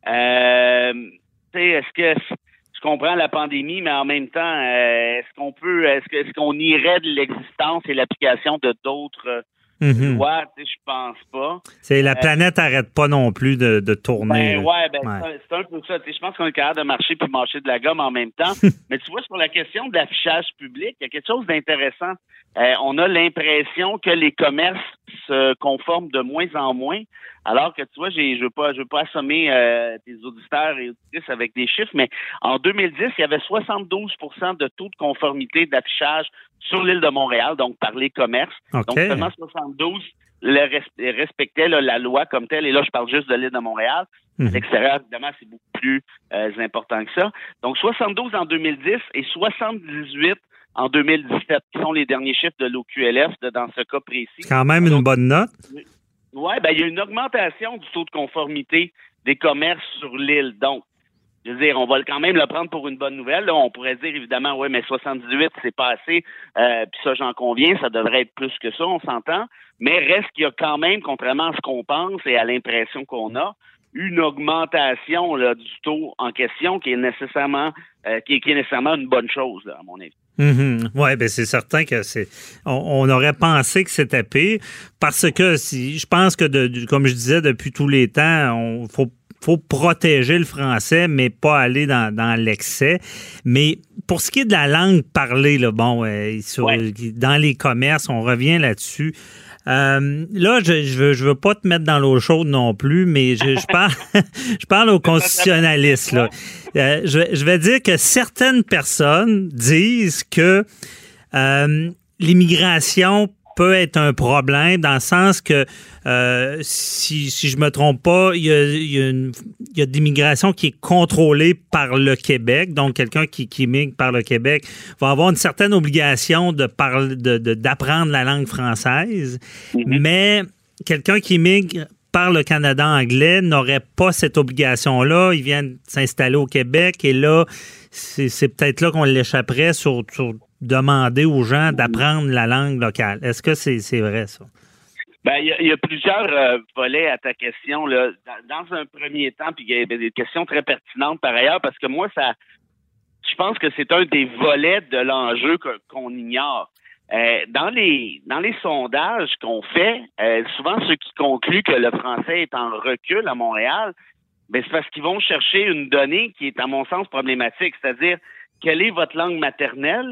Euh, tu sais, est-ce que je comprends la pandémie, mais en même temps, euh, est-ce qu'on peut, est-ce que, est-ce qu'on irait de l'existence et l'application de d'autres Mm-hmm. lois? Tu sais, je pense pas. C'est la planète n'arrête euh, pas non plus de, de tourner. Ben, ouais, ben, ouais. C'est, un, c'est un peu ça. Tu sais, je pense qu'on est capable de marcher puis mâcher de la gomme en même temps. Mais tu vois, sur la question de l'affichage public, il y a quelque chose d'intéressant. Euh, on a l'impression que les commerces se conforment de moins en moins. Alors que tu vois, j'ai, je veux pas, je veux pas assommer euh, tes auditeurs et auditrices avec des chiffres, mais en deux mille dix, il y avait soixante-douze pour cent de taux de conformité d'affichage sur l'île de Montréal, donc par les commerces. Okay. Donc seulement soixante-douze le res- respectaient là, la loi comme telle. Et là, je parle juste de l'île de Montréal. Mmh. À l'extérieur, évidemment, c'est beaucoup plus euh, important que ça. Donc soixante-douze en deux mille dix et soixante-dix-huit en deux mille dix-sept, qui sont les derniers chiffres de l'O Q L F de, dans ce cas précis. C'est quand même donc, une bonne note. Oui, ben il y a une augmentation du taux de conformité des commerces sur l'île. Donc, je veux dire, on va quand même le prendre pour une bonne nouvelle. Là, on pourrait dire, évidemment, oui, mais soixante-dix-huit, c'est pas assez. Euh, puis ça, j'en conviens, ça devrait être plus que ça, on s'entend. Mais reste qu'il y a quand même, contrairement à ce qu'on pense et à l'impression qu'on a, une augmentation là, du taux en question qui est nécessairement euh, qui, est, qui est nécessairement une bonne chose, là, à mon avis. Mm-hmm. Oui, ben c'est certain que c'est. On, on aurait pensé que c'était pire, parce que si je pense que de, comme je disais depuis tous les temps, on faut faut protéger le français, mais pas aller dans, dans l'excès. Mais pour ce qui est de la langue parlée, là, bon, euh, sur, ouais. dans les commerces, on revient là-dessus. Euh, là, je, je veux, je veux pas te mettre dans l'eau chaude non plus, mais je, je parle, je parle aux constitutionnalistes, là. Euh, je, je vais dire que certaines personnes disent que euh, l'immigration peut être un problème dans le sens que, euh, si, si je me trompe pas, il y a, il y a, une, il y a de l'immigration qui est contrôlée par le Québec. Donc, quelqu'un qui, qui immigre par le Québec va avoir une certaine obligation de parler, de, de, d'apprendre la langue française. Mm-hmm. Mais quelqu'un qui immigre par le Canada anglais n'aurait pas cette obligation-là. Ils viennent s'installer au Québec et là, c'est, c'est peut-être là qu'on l'échapperait sur, sur demander aux gens d'apprendre la langue locale. Est-ce que c'est, c'est vrai, ça? Ben, il y, y a plusieurs euh, volets à ta question, là. Dans, dans un premier temps, puis il y a des questions très pertinentes par ailleurs, parce que moi, ça, je pense que c'est un des volets de l'enjeu que, qu'on ignore. Euh, dans les dans les sondages qu'on fait, euh, souvent ceux qui concluent que le français est en recul à Montréal, ben c'est parce qu'ils vont chercher une donnée qui est, à mon sens, problématique, c'est-à-dire quelle est votre langue maternelle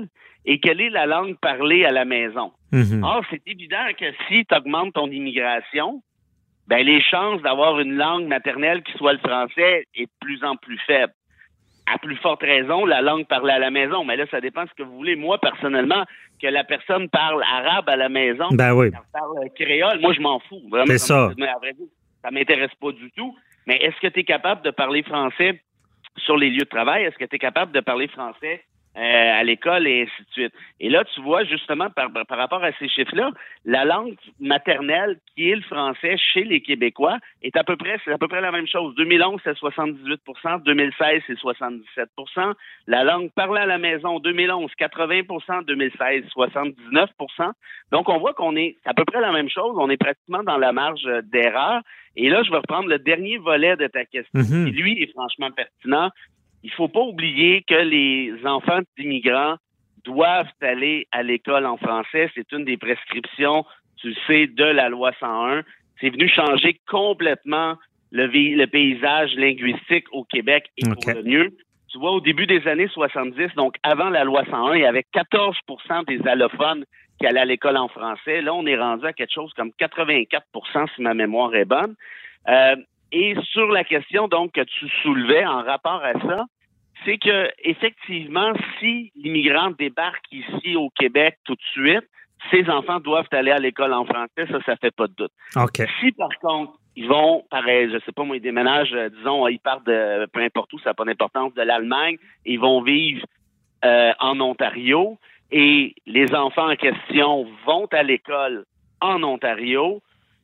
et quelle est la langue parlée à la maison. Mm-hmm. Or, c'est évident que si tu augmentes ton immigration, ben les chances d'avoir une langue maternelle qui soit le français est de plus en plus faible. À plus forte raison, la langue parlée à la maison. Mais là, ça dépend de ce que vous voulez. Moi, personnellement, que la personne parle arabe à la maison, ben oui. qu'elle parle créole, moi, je m'en fous. Vraiment, c'est ça. À vrai dire, ça m'intéresse pas du tout. Mais est-ce que tu es capable de parler français sur les lieux de travail? Est-ce que tu es capable de parler français euh, à l'école et ainsi de suite? Et là, tu vois, justement, par, par rapport à ces chiffres-là, la langue maternelle, qui est le français chez les Québécois, est à peu près, c'est à peu près la même chose. deux mille onze, c'est soixante-dix-huit pour cent. deux mille seize, c'est soixante-dix-sept pour cent. La langue parlée à la maison, deux mille onze, quatre-vingts pour cent. deux mille seize, soixante-dix-neuf pour cent. Donc, on voit qu'on est à peu près la même chose. On est pratiquement dans la marge d'erreur. Et là, je vais reprendre le dernier volet de ta question, mm-hmm. qui, lui, est franchement pertinent. Il faut pas oublier que les enfants d'immigrants doivent aller à l'école en français. C'est une des prescriptions, tu le sais, de la loi cent un. C'est venu changer complètement le, le paysage linguistique au Québec et okay. pour le mieux. Tu vois, au début des années soixante-dix, donc avant la loi cent un, il y avait quatorze pour cent des allophones qui allaient à l'école en français. Là, on est rendu à quelque chose comme quatre-vingt-quatre pour cent si ma mémoire est bonne. Euh, Et sur la question donc que tu soulevais en rapport à ça, c'est que effectivement, si l'immigrant débarque ici au Québec tout de suite, ses enfants doivent aller à l'école en français, ça, ça fait pas de doute. Okay. Si par contre, ils vont, pareil, je sais pas moi, ils déménagent, euh, disons, ils partent de peu importe où, ça n'a pas d'importance, de l'Allemagne, ils vont vivre euh, en Ontario et les enfants en question vont à l'école en Ontario.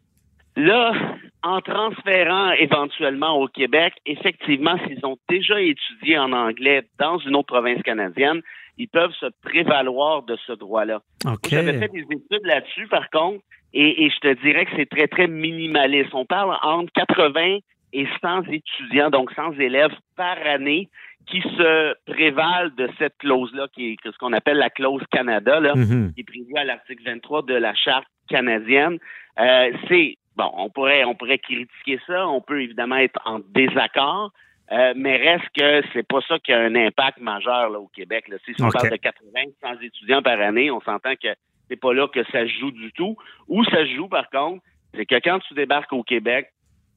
Là, en transférant éventuellement au Québec, effectivement, s'ils ont déjà étudié en anglais dans une autre province canadienne, ils peuvent se prévaloir de ce droit-là. Okay. J'avais fait des études là-dessus, par contre, et, et je te dirais que c'est très, très minimaliste. On parle entre quatre-vingts et cent étudiants, donc cent élèves par année, qui se prévalent de cette clause-là, qui est ce qu'on appelle la clause Canada, là, mm-hmm. qui est prévue à l'article vingt-trois de la Charte canadienne. Euh, c'est Bon, on pourrait, on pourrait critiquer ça, on peut évidemment être en désaccord, euh, mais reste que c'est pas ça qui a un impact majeur là, au Québec. Là. Si on okay. parle de quatre-vingts, cent étudiants par année, on s'entend que c'est pas là que ça se joue du tout. Où ça se joue, par contre, c'est que quand tu débarques au Québec,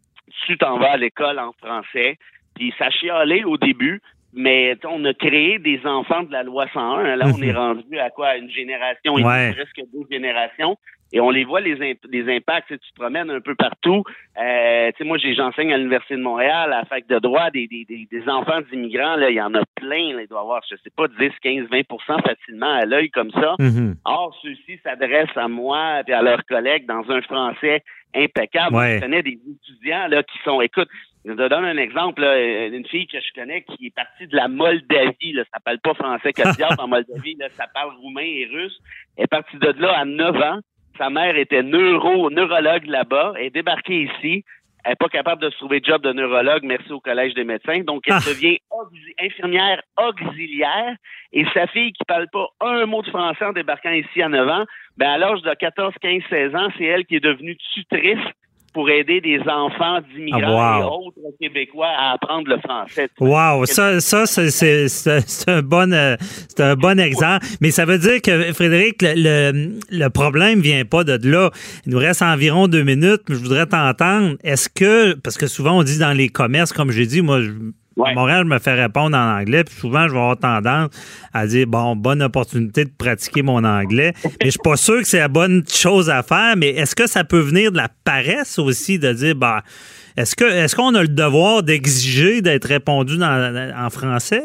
tu t'en vas à l'école en français, puis ça chialait au début, mais on a créé des enfants de la loi cent un. Là, on est rendu à quoi? Une génération, ouais. presque deux générations. Et on les voit, les, imp- les impacts. Tu te promènes un peu partout. Euh, tu sais, moi, j'ai, j'enseigne à l'Université de Montréal, à la fac de droit, des, des, des, des enfants d'immigrants, là, il y en a plein. Là, il doit y avoir, je sais pas, dix, quinze, vingt pour cent facilement à l'œil comme ça. Mm-hmm. Or, ceux-ci s'adressent à moi et à leurs collègues dans un français impeccable. Ouais. Je connais des étudiants là qui sont, écoute, je te donne un exemple, là, une fille que je connais qui est partie de la Moldavie, là, ça parle pas français que diable en Moldavie, là, ça parle roumain et russe. Elle est partie de là à neuf ans. Sa mère était neuro, neurologue là-bas. Elle est débarquée ici. Elle n'est pas capable de se trouver job de neurologue, merci au Collège des médecins. Donc, elle ah. devient auxi- infirmière auxiliaire. Et sa fille qui parle pas un mot de français en débarquant ici à neuf ans, ben à l'âge de quatorze, quinze, seize ans, c'est elle qui est devenue tutrice pour aider des enfants d'immigrants ah, wow. et autres Québécois à apprendre le français. Wow, ça, ça c'est, c'est, c'est, c'est, un bon, euh, c'est un bon exemple. Mais ça veut dire que, Frédéric, le, le, le problème vient pas de là. Il nous reste environ deux minutes, mais je voudrais t'entendre. Est-ce que, parce que souvent on dit dans les commerces, comme j'ai dit, moi, je, ouais. à Montréal, je me fais répondre en anglais, puis souvent, je vais avoir tendance à dire, bon, bonne opportunité de pratiquer mon anglais. Mais je suis pas sûr que c'est la bonne chose à faire, mais est-ce que ça peut venir de la paresse aussi, de dire, bah, est-ce que est-ce qu'on a le devoir d'exiger d'être répondu dans, en français?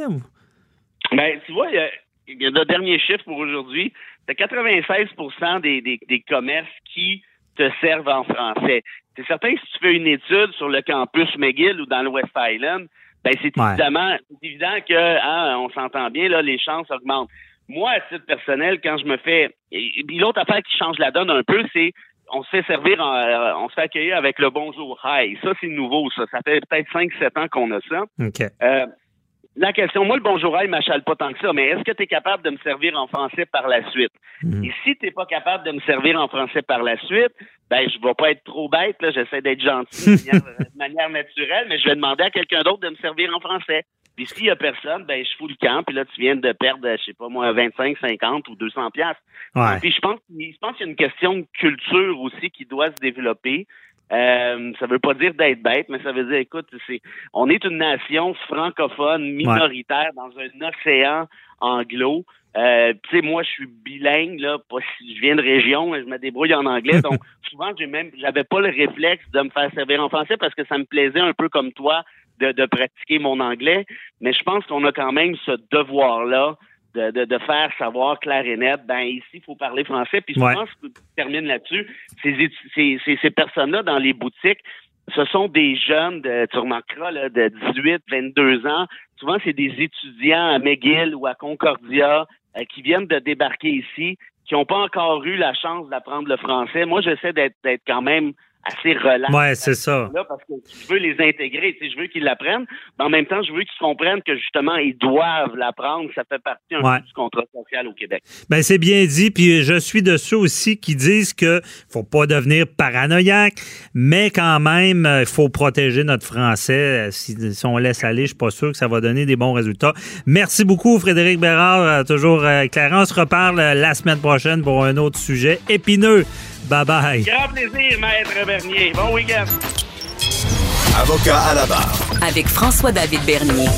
Ben, tu vois, il y a, il y a le dernier chiffre pour aujourd'hui. C'est quatre-vingt-seize pour cent des, des, des commerces qui te servent en français. C'est certain que si tu fais une étude sur le campus McGill ou dans le West Island, ben c'est ouais. évidemment, c'est évident que, hein, on s'entend bien, là, les chances augmentent. Moi, à titre personnel, quand je me fais, et, et l'autre affaire qui change la donne un peu, c'est on se fait servir, en, euh, on se fait accueillir avec le bonjour, hi. Ça, c'est nouveau, ça. Ça fait peut-être cinq sept ans qu'on a ça. Okay. Euh, la question, moi, le bonjour, hi m'achale pas tant que ça, mais est-ce que tu es capable de me servir en français par la suite? Mm. Et si tu n'es pas capable de me servir en français par la suite, ben, je vais pas être trop bête, là. J'essaie d'être gentil de manière, de manière naturelle, mais je vais demander à quelqu'un d'autre de me servir en français. Puis s'il y a personne, ben je fous le camp, puis là, tu viens de perdre, je sais pas moi, vingt-cinq, cinquante ou deux cents piastres. Ouais. Puis je pense, je pense qu'il y a une question de culture aussi qui doit se développer. Euh, ça veut pas dire d'être bête, mais ça veut dire, écoute, c'est, on est une nation francophone minoritaire ouais. dans un océan anglo. Euh, tu sais, moi, je suis bilingue, là, pas si je viens de région, je me débrouille en anglais, donc souvent, j'ai même, j'avais pas le réflexe de me faire servir en français parce que ça me plaisait un peu comme toi de, de pratiquer mon anglais, mais je pense qu'on a quand même ce devoir-là de, de, de faire savoir clair et net, ben ici, il faut parler français, puis souvent, ouais. je termine là-dessus, ces, ces, ces, ces personnes-là dans les boutiques, ce sont des jeunes, de, tu remarqueras, là, de dix-huit, vingt-deux ans, souvent, c'est des étudiants à McGill ou à Concordia, qui viennent de débarquer ici, qui n'ont pas encore eu la chance d'apprendre le français. Moi, j'essaie d'être, d'être quand même assez relax. Ouais, c'est ça. Là, parce que je veux les intégrer, tu sais, je veux qu'ils l'apprennent, mais en même temps, je veux qu'ils comprennent que justement, ils doivent l'apprendre. Ça fait partie un ouais. peu du contrat social au Québec. Ben c'est bien dit, puis je suis de ceux aussi qui disent que faut pas devenir paranoïaque, mais quand même, il faut protéger notre français. Si, si on laisse aller, je suis pas sûr que ça va donner des bons résultats. Merci beaucoup, Frédéric Bérard, toujours éclairant. On se reparle la semaine prochaine pour un autre sujet épineux. Bye-bye. Grand plaisir, Maître Bernier. Bon week-end. Avocat à la barre. Avec François-David Bernier.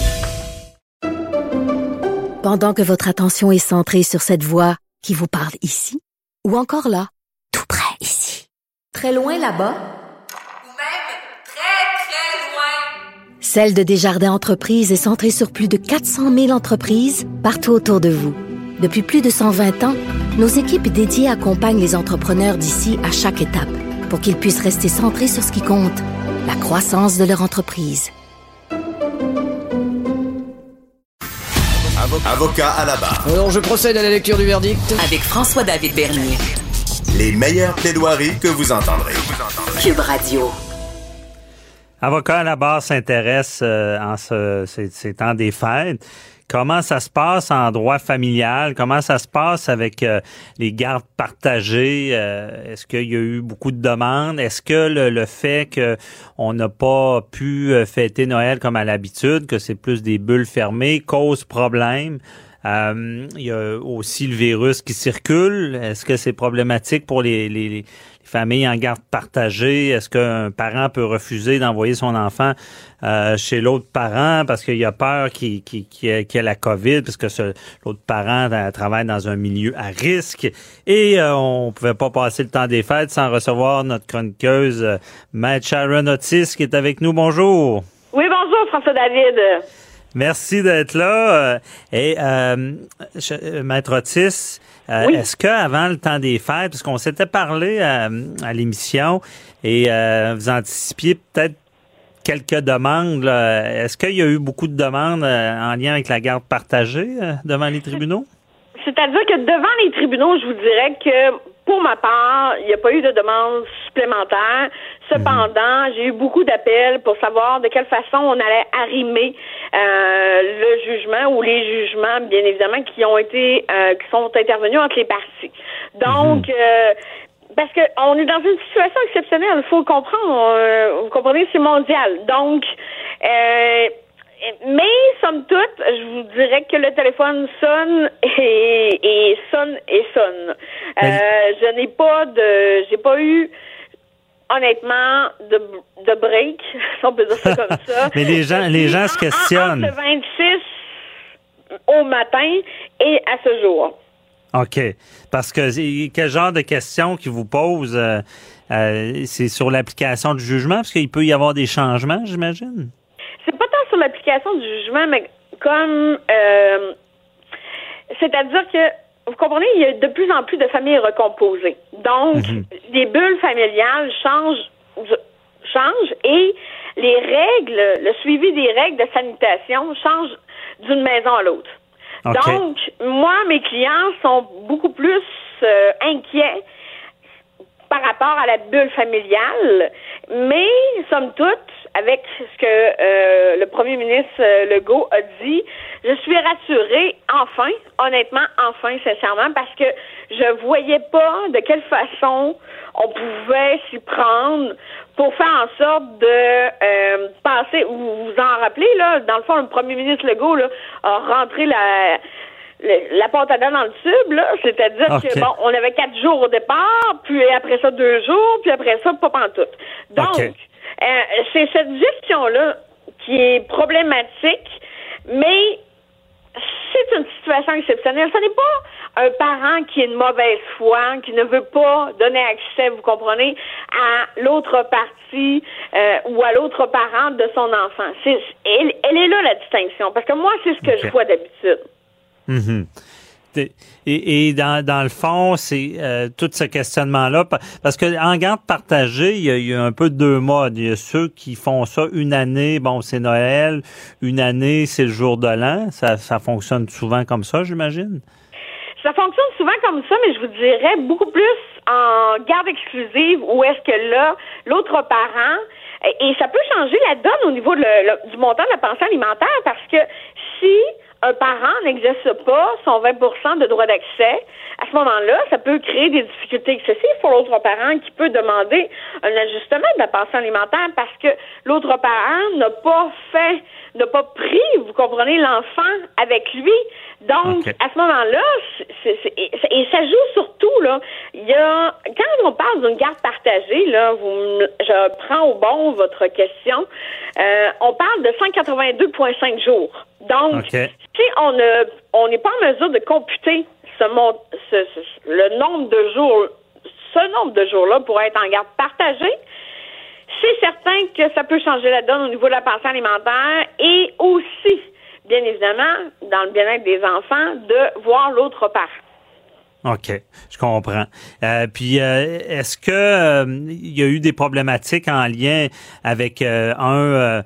Pendant que votre attention est centrée sur cette voix qui vous parle ici, ou encore là, tout près ici, très loin là-bas, ou même très, très loin, celle de Desjardins Entreprises est centrée sur plus de quatre cent mille entreprises partout autour de vous. Depuis plus de cent vingt ans, nos équipes dédiées accompagnent les entrepreneurs d'ici à chaque étape pour qu'ils puissent rester centrés sur ce qui compte, la croissance de leur entreprise. Avocat à la barre. Alors, je procède à la lecture du verdict. Avec François-David Bernier. Les meilleures plaidoiries que vous entendrez. Cube Radio. Avocat à la barre s'intéresse euh, en ce, ces, ces temps des fêtes. Comment ça se passe en droit familial? Comment ça se passe avec euh, les gardes partagées? Euh, est-ce qu'il y a eu beaucoup de demandes? Est-ce que le, le fait qu'on n'a pas pu fêter Noël comme à l'habitude, que c'est plus des bulles fermées, cause problème? Euh, il y a aussi le virus qui circule. Est-ce que c'est problématique pour les, les, les familles en garde partagée? Est-ce qu'un parent peut refuser d'envoyer son enfant euh, chez l'autre parent parce qu'il a peur qu'il, qu'il, qu'il, ait, qu'il ait la COVID, parce que ce, l'autre parent euh, travaille dans un milieu à risque? Et euh, on pouvait pas passer le temps des fêtes sans recevoir notre chroniqueuse euh, Maître Sharon Otis qui est avec nous. Bonjour. Oui, bonjour François-David. Merci d'être là. Et euh, Maître Otis, euh, oui. Est-ce qu'avant le temps des fêtes, parce qu'on s'était parlé à, à l'émission et euh, vous anticipiez peut-être quelques demandes, là. Est-ce qu'il y a eu beaucoup de demandes euh, en lien avec la garde partagée euh, devant les tribunaux? C'est-à-dire que devant les tribunaux, je vous dirais que pour ma part, il n'y a pas eu de demande supplémentaire. Cependant, mmh. j'ai eu beaucoup d'appels pour savoir de quelle façon on allait arrimer euh, le jugement ou les jugements, bien évidemment, qui ont été, euh, qui sont intervenus entre les parties. Donc, mmh. euh, parce que on est dans une situation exceptionnelle, il faut le comprendre. Euh, vous comprenez, c'est mondial. Donc, euh, mais, somme toute, je vous dirais que le téléphone sonne et, et sonne et sonne. Euh, je n'ai pas de, j'ai pas eu, honnêtement, de, de break, si on peut dire ça comme ça. Mais les gens, les gens se questionnent. Entre vingt-six au matin et à ce jour. OK. Parce que quel genre de questions qu'ils vous posent, euh, euh, c'est sur l'application du jugement, parce qu'il peut y avoir des changements, j'imagine? C'est pas tant sur l'application du jugement, mais comme euh, c'est-à-dire que vous comprenez, il y a de plus en plus de familles recomposées. Donc, mm-hmm. les bulles familiales changent changent et les règles, le suivi des règles de sanitation change d'une maison à l'autre. Okay. Donc, moi, mes clients sont beaucoup plus euh, inquiets par rapport à la bulle familiale, mais, somme toute, avec ce que euh, le premier ministre euh, Legault a dit, je suis rassurée, enfin, honnêtement, enfin, sincèrement, parce que je voyais pas de quelle façon on pouvait s'y prendre pour faire en sorte de euh, passer, vous vous en rappelez, là, dans le fond, le premier ministre Legault là, a rentré la... Le, la pâte à dents dans le tube, là, c'est-à-dire okay. que, bon, on avait quatre jours au départ, puis après ça, deux jours, puis après ça, pas pantoute. Donc, okay. euh, c'est cette gestion-là qui est problématique, mais c'est une situation exceptionnelle. Ce n'est pas un parent qui est de mauvaise foi, qui ne veut pas donner accès, vous comprenez, à l'autre partie euh, ou à l'autre parent de son enfant. C'est, elle, elle est là, la distinction, parce que moi, c'est ce que okay. je vois d'habitude. Mm-hmm. Et, et dans, dans le fond, c'est euh, tout ce questionnement-là, parce que en garde partagée, il y, a, il y a un peu deux modes. Il y a ceux qui font ça une année, bon, c'est Noël, une année, c'est le jour de l'an. Ça, ça fonctionne souvent comme ça, j'imagine? Ça fonctionne souvent comme ça, mais je vous dirais beaucoup plus en garde exclusive, où est-ce que là, l'autre parent, et, et ça peut changer la donne au niveau de le, le, du montant de la pension alimentaire, parce que si un parent n'exerce pas son vingt pour cent de droit d'accès, à ce moment-là, ça peut créer des difficultés excessives pour l'autre parent qui peut demander un ajustement de la pension alimentaire parce que l'autre parent n'a pas fait, n'a pas pris, vous comprenez, l'enfant avec lui. Donc, okay. à ce moment-là, c'est, c'est, et, et ça joue surtout, là, il y a, quand on parle d'une garde partagée, là, vous, je prends au bon votre question, euh, on parle de cent quatre-vingt-deux virgule cinq jours. Donc, okay. si on ne, on n'est pas en mesure de computer ce, ce, ce, le nombre de jours, ce nombre de jours-là pour être en garde partagée, c'est certain que ça peut changer la donne au niveau de la pension alimentaire et aussi, bien évidemment, dans le bien-être des enfants, de voir l'autre parent. OK, je comprends. Euh, puis, euh, est-ce que euh, il y a eu des problématiques en lien avec euh, un euh,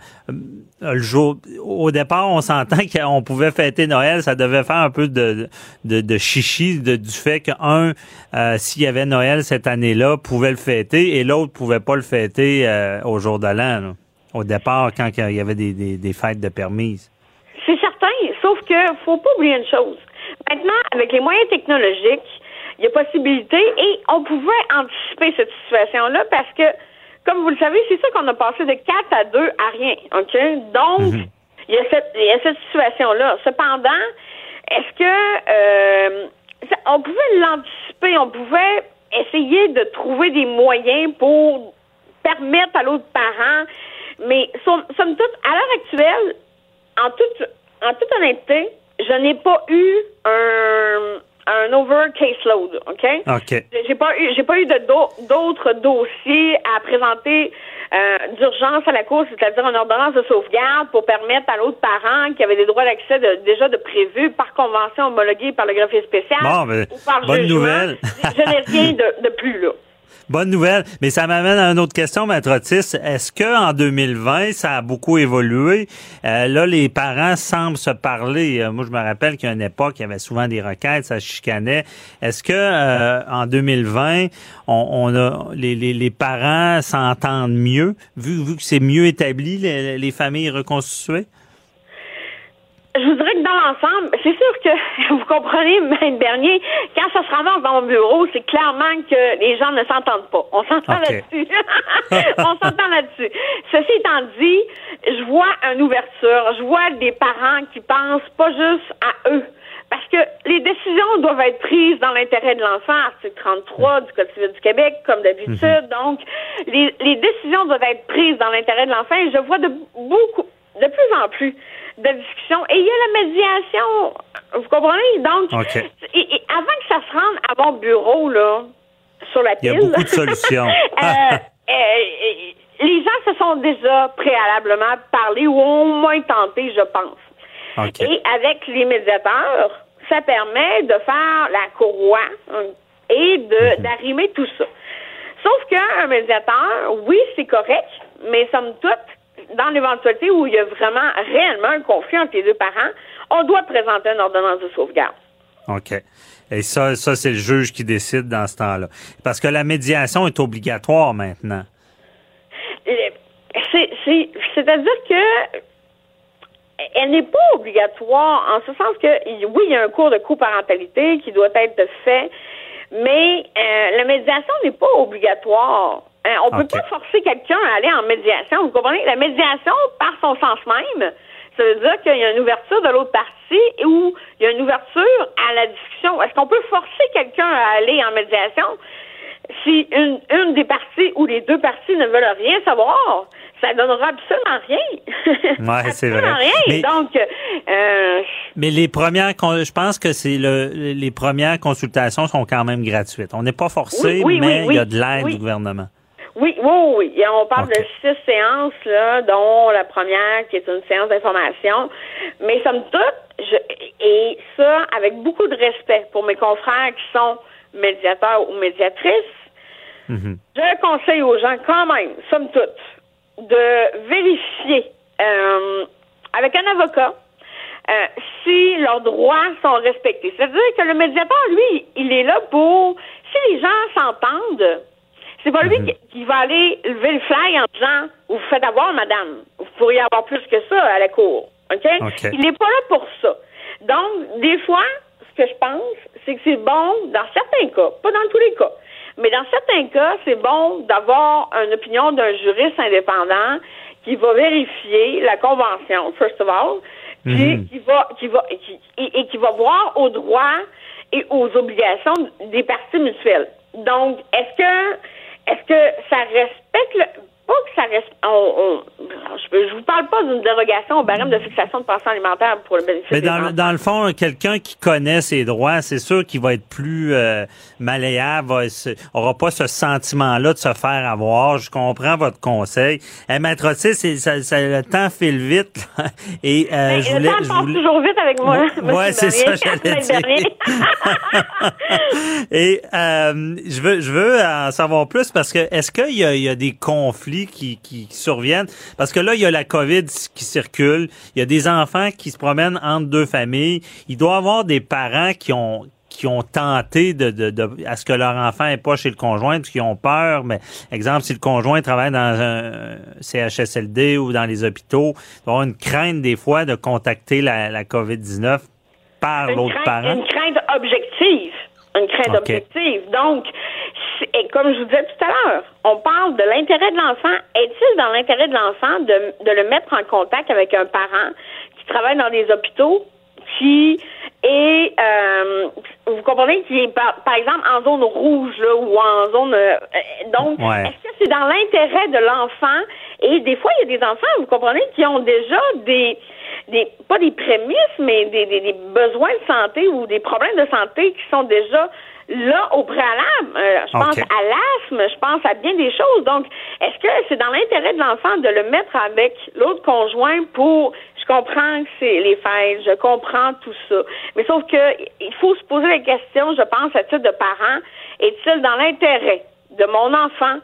le jour au départ, on s'entend qu'on pouvait fêter Noël, ça devait faire un peu de de, de chichi de, du fait qu'un euh, s'il y avait Noël cette année-là, pouvait le fêter et l'autre pouvait pas le fêter euh, au jour de l'an. Là, au départ, quand il y avait des, des, des fêtes de permises. C'est certain, sauf que faut pas oublier une chose. Maintenant, avec les moyens technologiques, il y a possibilité et on pouvait anticiper cette situation-là parce que, comme vous le savez, c'est ça qu'on a passé de quatre à deux à rien, OK? Donc, mm-hmm. il y a cette, il y a cette situation-là. Cependant, est-ce que euh, ça, on pouvait l'anticiper, on pouvait essayer de trouver des moyens pour permettre à l'autre parent, mais somme, somme toute, à l'heure actuelle, en toute, en toute honnêteté, je n'ai pas eu un, un over caseload, OK? OK. J'ai pas eu, j'ai pas eu de do, d'autres dossiers à présenter euh, d'urgence à la Cour, c'est-à-dire une ordonnance de sauvegarde pour permettre à l'autre parent qui avait des droits d'accès de, déjà de prévus par convention homologuée par le greffier spécial bon, ben, ou par bonne jugement. Nouvelle. Je n'ai rien de, de plus là. Bonne nouvelle, mais ça m'amène à une autre question, Maître Otis. Est-ce que en deux mille vingt, ça a beaucoup évolué? Euh, là, les parents semblent se parler. Euh, moi, je me rappelle qu'à une époque, il y avait souvent des requêtes, ça chicanait. Est-ce que euh, en deux mille vingt, on, on a les, les, les parents s'entendent mieux, vu, vu que c'est mieux établi, les, les familles reconstituées? Je vous dirais que dans l'ensemble, c'est sûr que, vous comprenez, M. Bernier, quand ça se ramasse dans mon bureau, c'est clairement que les gens ne s'entendent pas. On s'entend okay. là-dessus. On s'entend là-dessus. Ceci étant dit, je vois une ouverture. Je vois des parents qui pensent pas juste à eux. Parce que les décisions doivent être prises dans l'intérêt de l'enfant, article trente-trois du Code civil du Québec, comme d'habitude. Mm-hmm. Donc, les, les décisions doivent être prises dans l'intérêt de l'enfant et je vois de beaucoup, de plus en plus de discussion. Et il y a la médiation. Vous comprenez? Donc, okay. et, et avant que ça se rende à mon bureau, là, sur la pile... Il y a beaucoup de solutions. euh, euh, les gens se sont déjà préalablement parlé ou au moins tenté, je pense. Okay. Et avec les médiateurs, ça permet de faire la courroie hein, et de, mm-hmm. d'arrimer tout ça. Sauf qu'un médiateur, oui, c'est correct, mais somme toute, dans l'éventualité où il y a vraiment réellement un conflit entre les deux parents, on doit présenter une ordonnance de sauvegarde. OK. Et ça, ça c'est le juge qui décide dans ce temps-là. Parce que la médiation est obligatoire maintenant. C'est, c'est, c'est-à-dire que elle n'est pas obligatoire en ce sens que, oui, il y a un cours de coparentalité qui doit être fait, Mais euh, la médiation n'est pas obligatoire. Hein, on peut okay. pas forcer quelqu'un à aller en médiation. Vous comprenez? La médiation, par son sens même, ça veut dire qu'il y a une ouverture de l'autre partie ou il y a une ouverture à la discussion. Est-ce qu'on peut forcer quelqu'un à aller en médiation si une, une des parties ou les deux parties ne veulent rien savoir? Ça donnera absolument rien. Ouais, c'est vrai. Rien. Mais, Donc, euh, mais les premières, je pense que c'est le, les premières consultations sont quand même gratuites. On n'est pas forcé, oui, oui, mais oui, il y a oui, de l'aide oui. du gouvernement. Oui, oui, oui. Et on parle okay. de six séances, là, dont la première qui est une séance d'information. Mais somme toute, je, et ça, avec beaucoup de respect pour mes confrères qui sont médiateurs ou médiatrices, mm-hmm. je conseille aux gens quand même, somme toute, de vérifier euh, avec un avocat euh, si leurs droits sont respectés. C'est-à-dire que le médiateur, lui, il est là pour, si les gens s'entendent, c'est pas lui mm-hmm. qui, qui va aller lever le flag en disant « Vous faites avoir, madame. Vous pourriez avoir plus que ça à la cour. Okay? » Okay. Il n'est pas là pour ça. Donc, des fois, ce que je pense, c'est que c'est bon, dans certains cas, pas dans tous les cas, mais dans certains cas, c'est bon d'avoir une opinion d'un juriste indépendant qui va vérifier la convention, first of all, puis mm-hmm. qui va, qui va, qui, et, et qui va voir aux droits et aux obligations des parties mutuelles. Donc, est-ce que, est-ce que ça respecte le, pas que ça respecte, on, on, je, je vous parle pas d'une dérogation au barème de fixation de pension alimentaire pour le bénéfice. Mais des dans, enfants. le, dans le fond, quelqu'un qui connaît ses droits, c'est sûr qu'il va être plus euh, malléable, va, aura pas ce sentiment-là de se faire avoir. Je comprends votre conseil. Eh, Maître Otis, c'est, ça, ça, le temps file vite. Là. Et euh, Mais je le voulais, temps je passe voulais... toujours vite avec moi. Ouais, c'est ça, j'allais dire. Et euh, je veux, je veux en savoir plus parce que est-ce qu'il y a, il y a des conflits qui, qui surviennent? Parce que là, il y a la COVID qui circule. Il y a des enfants qui se promènent entre deux familles. Il doit y avoir des parents qui ont qui ont tenté de, de, de à ce que leur enfant n'est pas chez le conjoint parce qu'ils ont peur. Mais exemple, si le conjoint travaille dans un C H S L D ou dans les hôpitaux, il doit y avoir une crainte des fois de contacter la, la COVID dix-neuf par une l'autre crainte, parent. Une crainte objective. Une crainte okay. objective. Donc, et comme je vous disais tout à l'heure, on parle de l'intérêt de l'enfant. Est-il dans l'intérêt de l'enfant de, de le mettre en contact avec un parent qui travaille dans des hôpitaux, qui est, euh, vous comprenez, qui est par, par exemple en zone rouge là, ou en zone... Euh, donc, ouais. Est-ce que c'est dans l'intérêt de l'enfant? Et des fois, il y a des enfants, vous comprenez, qui ont déjà des... des pas des prémices, mais des, des, des besoins de santé ou des problèmes de santé qui sont déjà là au préalable. Euh, je pense okay. à l'asthme, je pense à bien des choses. Donc, est-ce que c'est dans l'intérêt de l'enfant de le mettre avec l'autre conjoint pour... Je comprends que c'est les fêtes, je comprends tout ça. Mais sauf que il faut se poser la question, je pense, à titre de parent, est-il dans l'intérêt de mon enfant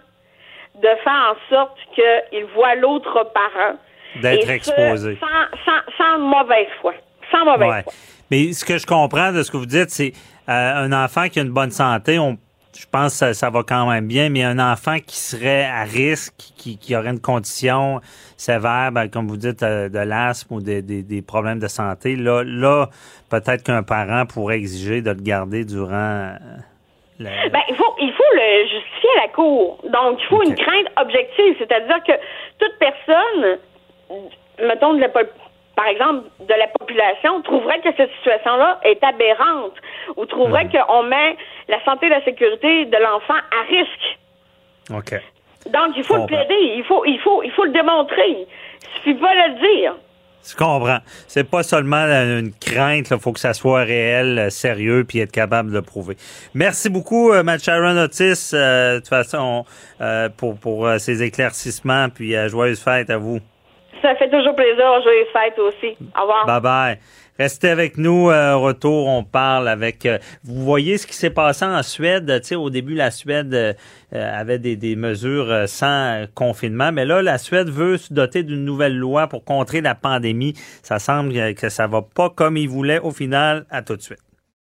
de faire en sorte qu'il voit l'autre parent d'être exposé. Sans, sans, sans mauvaise foi. Sans mauvaise ouais. foi. Mais ce que je comprends de ce que vous dites, c'est euh, un enfant qui a une bonne santé, on, je pense que ça, ça va quand même bien, mais un enfant qui serait à risque, qui, qui aurait une condition sévère, ben, comme vous dites, euh, de l'asthme ou des, des, des problèmes de santé, là, là peut-être qu'un parent pourrait exiger de le garder durant... Euh, la... Ben, il faut, il faut le justifier à la cour. Donc, il faut okay. une crainte objective, c'est-à-dire que toute personne... mettons, de la, par exemple, de la population, trouverait que cette situation-là est aberrante ou trouverait mmh. qu'on met la santé et la sécurité de l'enfant à risque. OK. Donc, il faut le plaider, il faut, il faut, il faut le démontrer. Il suffit pas de le dire. Je comprends. C'est pas seulement une crainte, il faut que ça soit réel, sérieux, puis être capable de le prouver. Merci beaucoup, euh, Matt Sharon Otis, euh, de toute façon, euh, pour, pour euh, ces éclaircissements, puis euh, joyeuses fêtes à vous. Ça fait toujours plaisir. Joyeuses fêtes aussi. Au revoir. Bye bye. Restez avec nous. Euh, retour, on parle avec... Euh, vous voyez ce qui s'est passé en Suède. Tu sais, au début, la Suède euh, avait des, des mesures euh, sans confinement. Mais là, la Suède veut se doter d'une nouvelle loi pour contrer la pandémie. Ça semble que ça va pas comme ils voulaient au final. À tout de suite.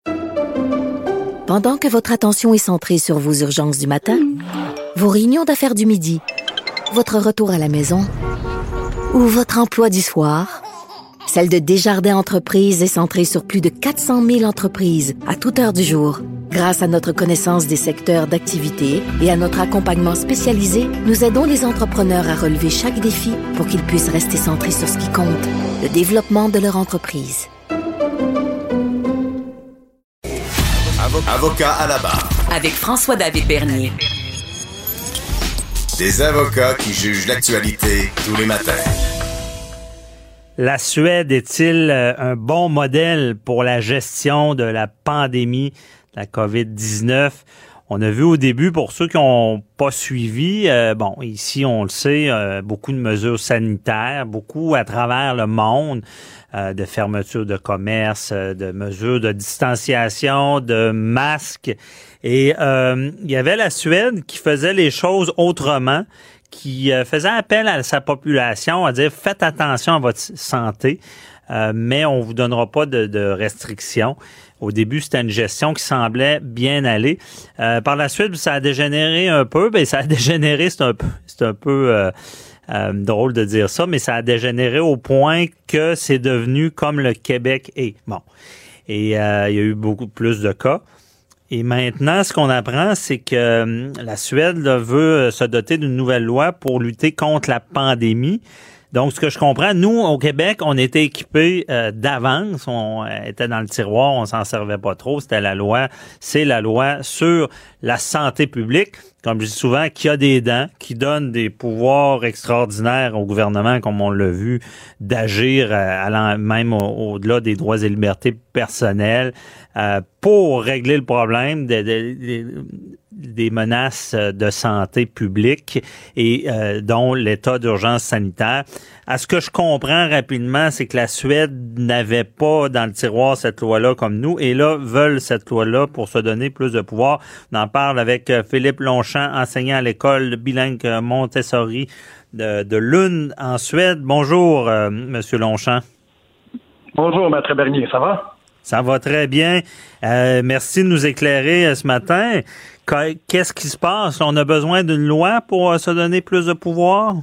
Pendant que votre attention est centrée sur vos urgences du matin, vos réunions d'affaires du midi, votre retour à la maison... ou votre emploi du soir, celle de Desjardins Entreprises est centrée sur plus de quatre cent mille entreprises à toute heure du jour. Grâce à notre connaissance des secteurs d'activité et à notre accompagnement spécialisé, nous aidons les entrepreneurs à relever chaque défi pour qu'ils puissent rester centrés sur ce qui compte, le développement de leur entreprise. Avocat à la barre. Avec François-David Bernier. Des avocats qui jugent l'actualité tous les matins. La Suède est-il un bon modèle pour la gestion de la pandémie de la covid dix-neuf? On a vu au début, pour ceux qui n'ont pas suivi, euh, bon, ici, on le sait, euh, beaucoup de mesures sanitaires, beaucoup à travers le monde, euh, de fermeture de commerce, euh, de mesures de distanciation, de masques. Et euh, il y avait la Suède qui faisait les choses autrement, qui euh, faisait appel à sa population à dire « Faites attention à votre santé, euh, mais on vous donnera pas de, de restrictions ». Au début, c'était une gestion qui semblait bien aller. Euh, par la suite, ça a dégénéré un peu. Ben, ça a dégénéré, c'est un peu, c'est un peu euh, euh, drôle de dire ça, mais ça a dégénéré au point que c'est devenu comme le Québec est. Bon, et euh, il y a eu beaucoup plus de cas. Et maintenant, ce qu'on apprend, c'est que euh, la Suède là, veut se doter d'une nouvelle loi pour lutter contre la pandémie. Donc, ce que je comprends, nous, au Québec, on était équipés euh, d'avance. On euh, était dans le tiroir, on s'en servait pas trop. C'était la loi, c'est la loi sur la santé publique, comme je dis souvent, qui a des dents, qui donne des pouvoirs extraordinaires au gouvernement, comme on l'a vu, d'agir euh, allant même au- au-delà des droits et libertés personnelles euh, pour régler le problème de, de, de des menaces de santé publique et euh, dont l'état d'urgence sanitaire. À ce que je comprends rapidement, c'est que la Suède n'avait pas dans le tiroir cette loi-là comme nous et là, veulent cette loi-là pour se donner plus de pouvoir. On en parle avec Philippe Longchamp, enseignant à l'école bilingue Montessori de, de Lund en Suède. Bonjour, euh, Monsieur Longchamp. Bonjour, Maître Bernier, ça va? Ça va très bien. Euh, merci de nous éclairer euh, ce matin. Qu'est-ce qui se passe? On a besoin d'une loi pour euh, se donner plus de pouvoir?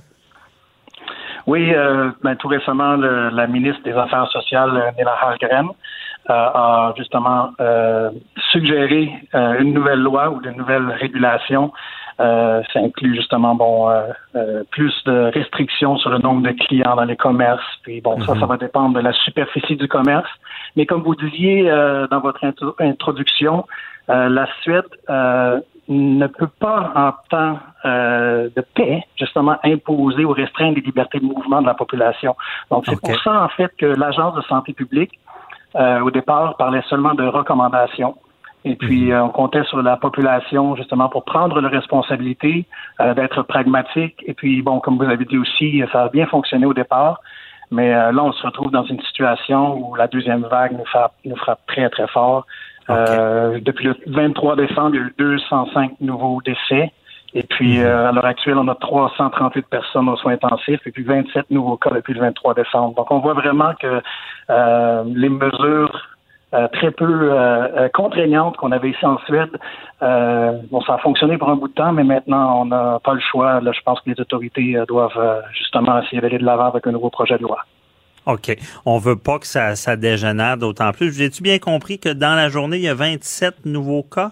Oui, euh, ben, tout récemment, le, la ministre des Affaires sociales, Nela Hallgren, euh, a justement euh, suggéré euh, une nouvelle loi ou de nouvelles régulations. Euh, ça inclut justement bon euh, euh, plus de restrictions sur le nombre de clients dans les commerces. Puis bon, mm-hmm. ça, ça va dépendre de la superficie du commerce. Mais comme vous disiez euh, dans votre intro- introduction, euh, la Suède euh, ne peut pas, en temps euh, de paix, justement, imposer ou restreindre les libertés de mouvement de la population. Donc, c'est okay. pour ça, en fait, que l'Agence de santé publique, euh, au départ, parlait seulement de recommandations. Et puis, euh, on comptait sur la population, justement, pour prendre la responsabilité, euh, d'être pragmatique. Et puis, bon, comme vous avez dit aussi, ça a bien fonctionné au départ. Mais euh, là, on se retrouve dans une situation où la deuxième vague nous frappe, nous frappe très, très fort. Okay. Euh, depuis le vingt-trois décembre, il y a eu deux cent cinq nouveaux décès. Et puis, mm-hmm. euh, à l'heure actuelle, on a trois cent trente-huit personnes aux soins intensifs et puis vingt-sept nouveaux cas depuis le vingt-trois décembre. Donc, on voit vraiment que euh, les mesures euh, très peu euh, contraignantes qu'on avait ici en Suède, euh, bon, ça a fonctionné pour un bout de temps, mais maintenant, on n'a pas le choix. Là, je pense que les autorités euh, doivent euh, justement essayer d'aller de l'avant avec un nouveau projet de loi. OK. On veut pas que ça, ça dégénère d'autant plus. J'ai-tu bien compris que dans la journée, il y a vingt-sept nouveaux cas?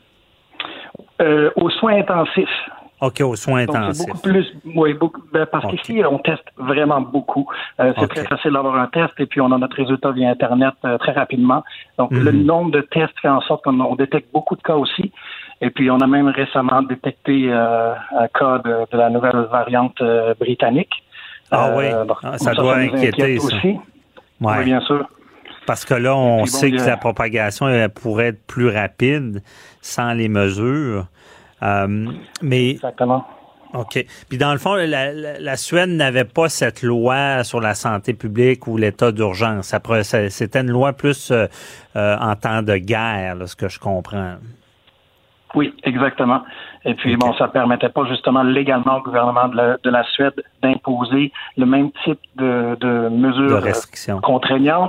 Euh, aux soins intensifs. OK, aux soins Donc, intensifs. C'est beaucoup plus, oui, beaucoup, ben parce okay. qu'ici, on teste vraiment beaucoup. Euh, c'est okay. très facile d'avoir un test et puis on a notre résultat via Internet euh, très rapidement. Donc, mm-hmm. le nombre de tests fait en sorte qu'on on détecte beaucoup de cas aussi. Et puis, on a même récemment détecté euh, un cas de, de la nouvelle variante euh, britannique. Ah oui, euh, bon, ah, ça, ça doit ça inquiéter, ça. Aussi. Ouais. Oui, bien sûr. Parce que là, on puis, sait bon, que a... la propagation elle, pourrait être plus rapide sans les mesures. Euh, mais Exactement. OK. Puis dans le fond, la, la, la Suède n'avait pas cette loi sur la santé publique ou l'état d'urgence. Après, c'était une loi plus euh, euh, en temps de guerre, là, ce que je comprends. Oui, exactement. Et puis, okay. bon, ça permettait pas justement légalement au gouvernement de la, de la Suède d'imposer le même type de, de mesures de restrictions contraignantes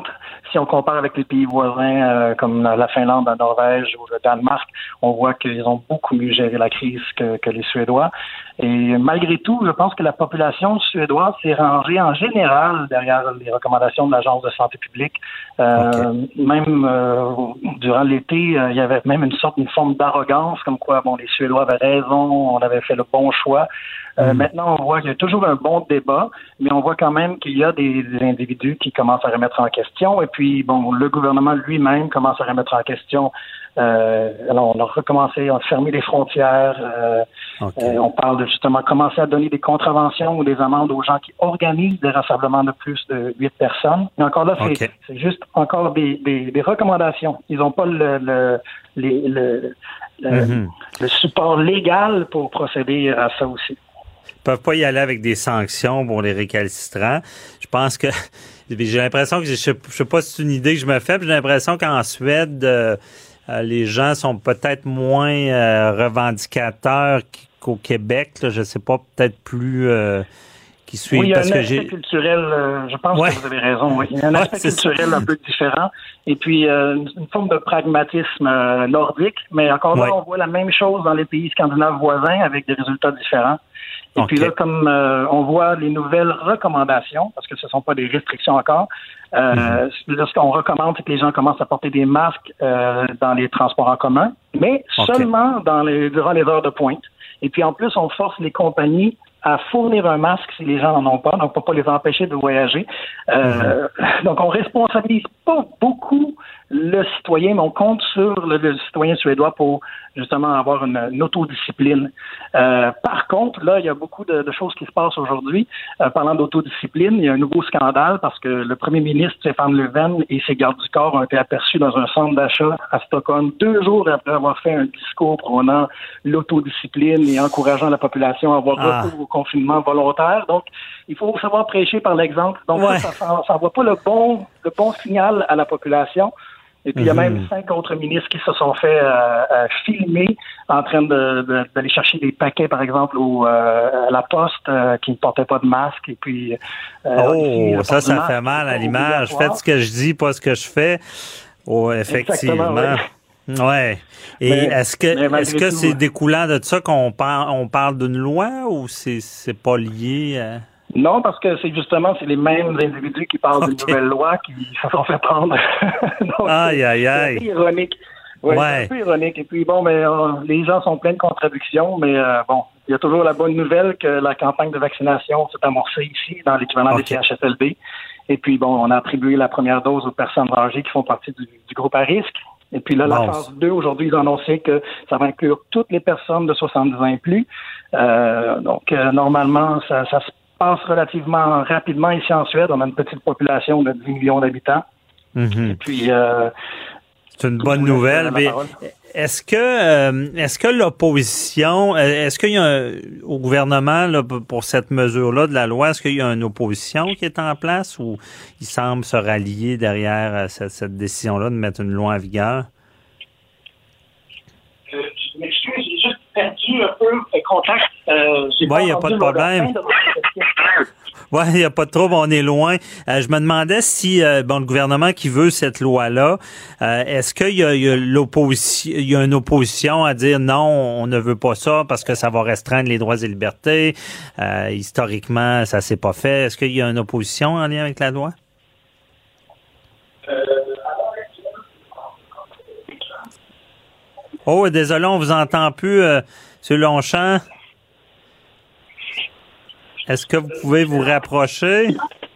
si on compare avec les pays voisins euh, comme la Finlande, la Norvège ou le Danemark, on voit qu'ils ont beaucoup mieux géré la crise que, que les Suédois. Et malgré tout, je pense que la population suédoise s'est rangée en général derrière les recommandations de l'Agence de santé publique. Euh, okay. Même euh, durant l'été, euh, il y avait même une sorte, une forme d'arrogance, comme quoi, bon, les Suédois avaient raison, on avait fait le bon choix. Euh, mmh. Maintenant, on voit qu'il y a toujours un bon débat, mais on voit quand même qu'il y a des, des individus qui commencent à remettre en question. Et puis, bon, le gouvernement lui-même commence à remettre en question. Euh, alors, on a recommencé à fermer les frontières. Euh, okay. euh, on parle de justement commencer à donner des contraventions ou des amendes aux gens qui organisent des rassemblements de plus de huit personnes. Mais encore là, c'est, okay. c'est juste encore des, des, des recommandations. Ils n'ont pas le, le, les, le, le, mmh. le support légal pour procéder à ça aussi. Ils peuvent pas y aller avec des sanctions pour les récalcitrants. Je pense que j'ai l'impression que je sais, je sais pas si c'est une idée que je me fais, mais j'ai l'impression qu'en Suède, euh, les gens sont peut-être moins euh, revendicateurs qu'au Québec. Là, je sais pas, peut-être plus euh, qui suivent. Oui, il y a parce un que aspect j'ai... culturel. Euh, je pense ouais. que vous avez raison. Oui. Il y a un aspect ouais, culturel ça. un peu différent. Et puis euh, une, une forme de pragmatisme euh, nordique. Mais encore là, ouais. on voit la même chose dans les pays scandinaves voisins avec des résultats différents. Et okay. puis là, comme euh, on voit les nouvelles recommandations, parce que ce ne sont pas des restrictions encore, euh, mm-hmm. là, ce qu'on recommande, c'est que les gens commencent à porter des masques euh, dans les transports en commun, mais okay. seulement dans les, durant les heures de pointe. Et puis en plus, on force les compagnies à fournir un masque si les gens n'en ont pas, donc pour pas les empêcher de voyager. Euh, mm-hmm. Donc on responsabilise pas beaucoup le citoyen, mais on compte sur le, le citoyen suédois pour justement avoir une, une autodiscipline. Euh, par contre, là, il y a beaucoup de, de choses qui se passent aujourd'hui. Euh, parlant d'autodiscipline, il y a un nouveau scandale parce que le premier ministre Stefan Löfven et ses gardes du corps ont été aperçus dans un centre d'achat à Stockholm deux jours après avoir fait un discours prônant l'autodiscipline et encourageant la population à avoir ah. recours au confinement volontaire. Donc, il faut savoir prêcher par l'exemple. Donc, ouais. ça, ça n'envoie pas le bon, le bon signal à la population. Et puis, il y a même cinq autres ministres qui se sont fait euh, euh, filmer en train de, de, d'aller chercher des paquets, par exemple, au, euh, à la poste euh, qui ne portaient pas de masque. Et puis, euh, oh, ici, ça, ça fait mal à l'image. Faites ce que je dis, pas ce que je fais. Oh, effectivement. Oui. Ouais. Et mais, est-ce que est-ce que tout, c'est ouais. découlant de ça qu'on parle, on parle d'une loi ou c'est, c'est pas lié à... Non, parce que c'est justement c'est les mêmes individus qui parlent okay. d'une nouvelle loi qui se sont fait prendre. Donc, aïe, aïe, aïe. C'est un peu ironique. Ouais, ouais. C'est un peu ironique. Et puis bon, mais euh, les gens sont pleins de contradictions, mais euh, bon, il y a toujours la bonne nouvelle que la campagne de vaccination s'est amorcée ici dans l'équivalent okay. des C H S L B. Et puis bon, on a attribué la première dose aux personnes âgées qui font partie du, du groupe à risque. Et puis là, bon. la phase deux, aujourd'hui, ils ont annoncé que ça va inclure toutes les personnes de soixante-dix ans et plus. Euh, donc, euh, normalement, ça, ça se passe relativement rapidement ici en Suède. On a une petite population de dix millions d'habitants. Mm-hmm. Et puis, euh, c'est une bonne nouvelle. Mais est-ce que euh, est-ce que l'opposition, est-ce qu'il y a un, au gouvernement là, pour cette mesure-là de la loi, est-ce qu'il y a une opposition qui est en place ou il semble se rallier derrière cette, cette décision-là de mettre une loi en vigueur? Euh, je m'excuse, j'ai juste perdu un peu le contact. Euh, j'ai oui, il n'y a pas de problème. Oui, il n'y a pas de trouble, on est loin. Euh, je me demandais si, euh, bon, le gouvernement qui veut cette loi-là, euh, est-ce qu'il y a, il y a l'opposition, il y a une opposition à dire non, on ne veut pas ça parce que ça va restreindre les droits et libertés. Euh, historiquement, ça s'est pas fait. Est-ce qu'il y a une opposition en lien avec la loi? Euh, oh, désolé, on vous entend plus, euh, M. Longchamp. Est-ce que vous pouvez vous rapprocher?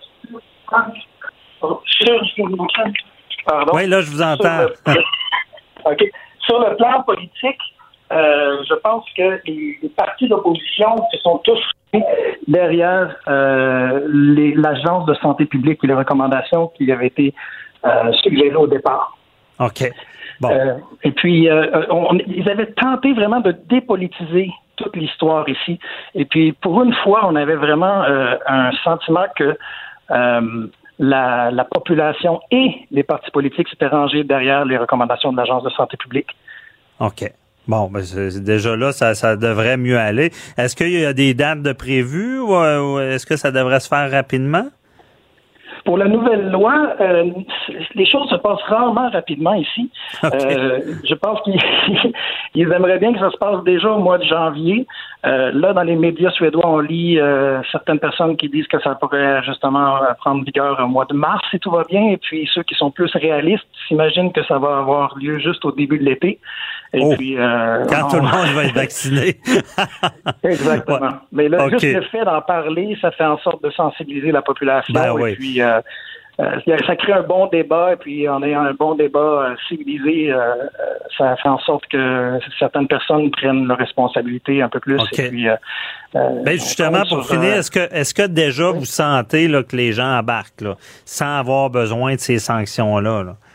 Pardon? Oui, là, je vous entends. Sur le, okay. Sur le plan politique, euh, je pense que les, les partis d'opposition se sont tous derrière euh, les, l'Agence de santé publique et les recommandations qui avaient été euh, suggérées au départ. OK. Bon. Euh, et puis, euh, on, ils avaient tenté vraiment de dépolitiser toute l'histoire ici. Et puis, pour une fois, on avait vraiment euh, un sentiment que euh, la, la population et les partis politiques s'étaient rangés derrière les recommandations de l'Agence de santé publique. OK. Bon, ben c'est, déjà là, ça, ça devrait mieux aller. Est-ce qu'il y a des dates de prévues ou, ou est-ce que ça devrait se faire rapidement? Pour la nouvelle loi, euh, les choses se passent rarement rapidement ici. Okay. Euh, je pense qu'ils ils aimeraient bien que ça se passe déjà au mois de janvier. Euh, là, dans les médias suédois, on lit euh, certaines personnes qui disent que ça pourrait justement prendre vigueur au mois de mars si tout va bien. Et puis ceux qui sont plus réalistes s'imaginent que ça va avoir lieu juste au début de l'été. Et oh, puis, euh, quand on... tout le monde va être vacciné. Exactement. Ouais. Mais là, okay. juste le fait d'en parler, ça fait en sorte de sensibiliser la population. Ben, et oui. puis, euh, euh, ça crée un bon débat. Et puis, en ayant un bon débat euh, civilisé, euh, ça fait en sorte que certaines personnes prennent leurs responsabilités un peu plus. Okay. Et puis, euh, ben justement, pour sur, finir, euh, est-ce que, est-ce que déjà oui. vous sentez là, que les gens embarquent là, sans avoir besoin de ces sanctions-là? Là?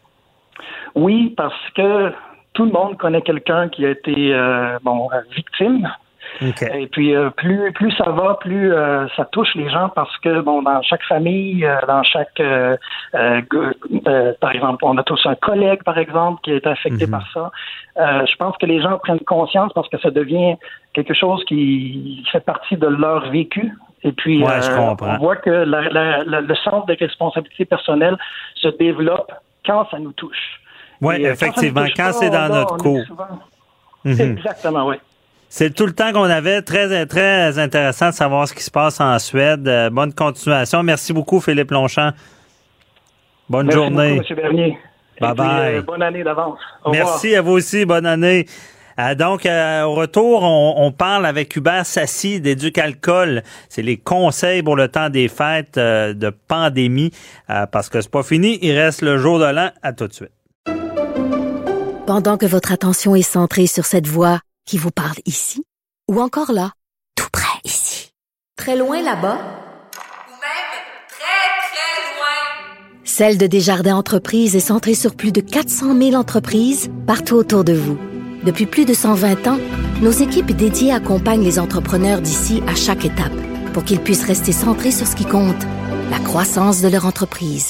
Oui, parce que tout le monde connaît quelqu'un qui a été euh, bon victime. Okay. Et puis euh, plus plus ça va, plus euh, ça touche les gens parce que bon dans chaque famille, euh, dans chaque euh, euh, euh, par exemple, on a tous un collègue par exemple qui est affecté mm-hmm. par ça. Euh, je pense que les gens prennent conscience parce que ça devient quelque chose qui fait partie de leur vécu. Et puis ouais, euh, on voit que la, la, la, le sens de responsabilité personnelle se développe quand ça nous touche. Oui, effectivement, quand, quand c'est dans notre cours. Souvent... Mm-hmm. Exactement, oui. C'est tout le temps qu'on avait. Très, très intéressant de savoir ce qui se passe en Suède. Euh, bonne continuation. Merci beaucoup, Philippe Longchamp. Bonne Merci journée. Merci beaucoup, M. Bernier. Bye Et puis, bye. Euh, bonne année d'avance. Au Merci revoir. à vous aussi. Bonne année. Euh, donc, euh, au retour, on, on parle avec Hubert Sassi d'Éducalcool. C'est les conseils pour le temps des fêtes euh, de pandémie. Euh, parce que c'est pas fini. Il reste le jour de l'an. À tout de suite. Pendant que votre attention est centrée sur cette voix qui vous parle ici, ou encore là, tout près ici, très loin là-bas, ou même très, très loin, celle de Desjardins Entreprises est centrée sur plus de quatre cent mille entreprises partout autour de vous. Depuis plus de cent vingt ans, nos équipes dédiées accompagnent les entrepreneurs d'ici à chaque étape pour qu'ils puissent rester centrés sur ce qui compte, la croissance de leur entreprise.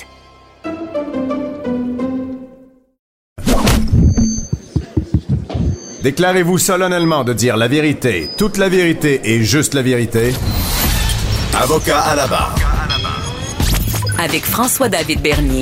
Déclarez-vous solennellement de dire la vérité, toute la vérité et juste la vérité. Avocat à la barre. Avec François-David Bernier.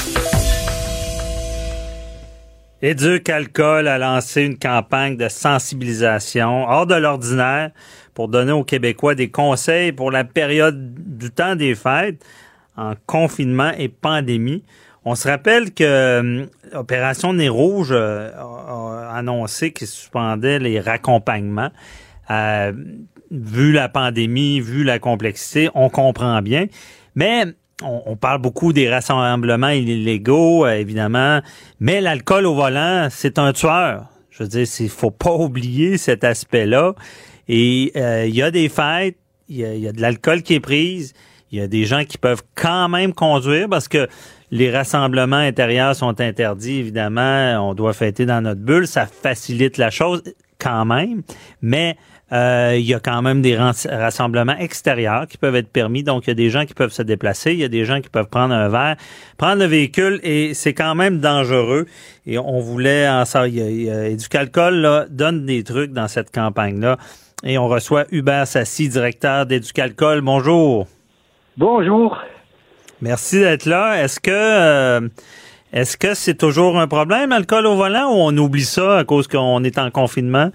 Éducalcool a lancé une campagne de sensibilisation hors de l'ordinaire pour donner aux Québécois des conseils pour la période du temps des fêtes, en confinement et pandémie. On se rappelle que euh, Opération Nez Rouge euh, a annoncé qu'il suspendait les raccompagnements. Euh, vu la pandémie, vu la complexité, on comprend bien. Mais on, on parle beaucoup des rassemblements illégaux, euh, évidemment. Mais l'alcool au volant, c'est un tueur. Je veux dire, il faut pas oublier cet aspect-là. Et il euh, y a des fêtes, il y, y a de l'alcool qui est prise. Il y a des gens qui peuvent quand même conduire parce que les rassemblements intérieurs sont interdits, évidemment. On doit fêter dans notre bulle. Ça facilite la chose quand même. Mais euh, il y a quand même des rassemblements extérieurs qui peuvent être permis. Donc, il y a des gens qui peuvent se déplacer. Il y a des gens qui peuvent prendre un verre, prendre le véhicule. Et c'est quand même dangereux. Et on voulait en ça. Éducalcool là, donne des trucs dans cette campagne-là. Et on reçoit Hubert Sassi, directeur d'Éducalcool. Bonjour. Bonjour. Merci d'être là. Est-ce que euh, est-ce que c'est toujours un problème, l'alcool au volant, ou on oublie ça à cause qu'on est en confinement?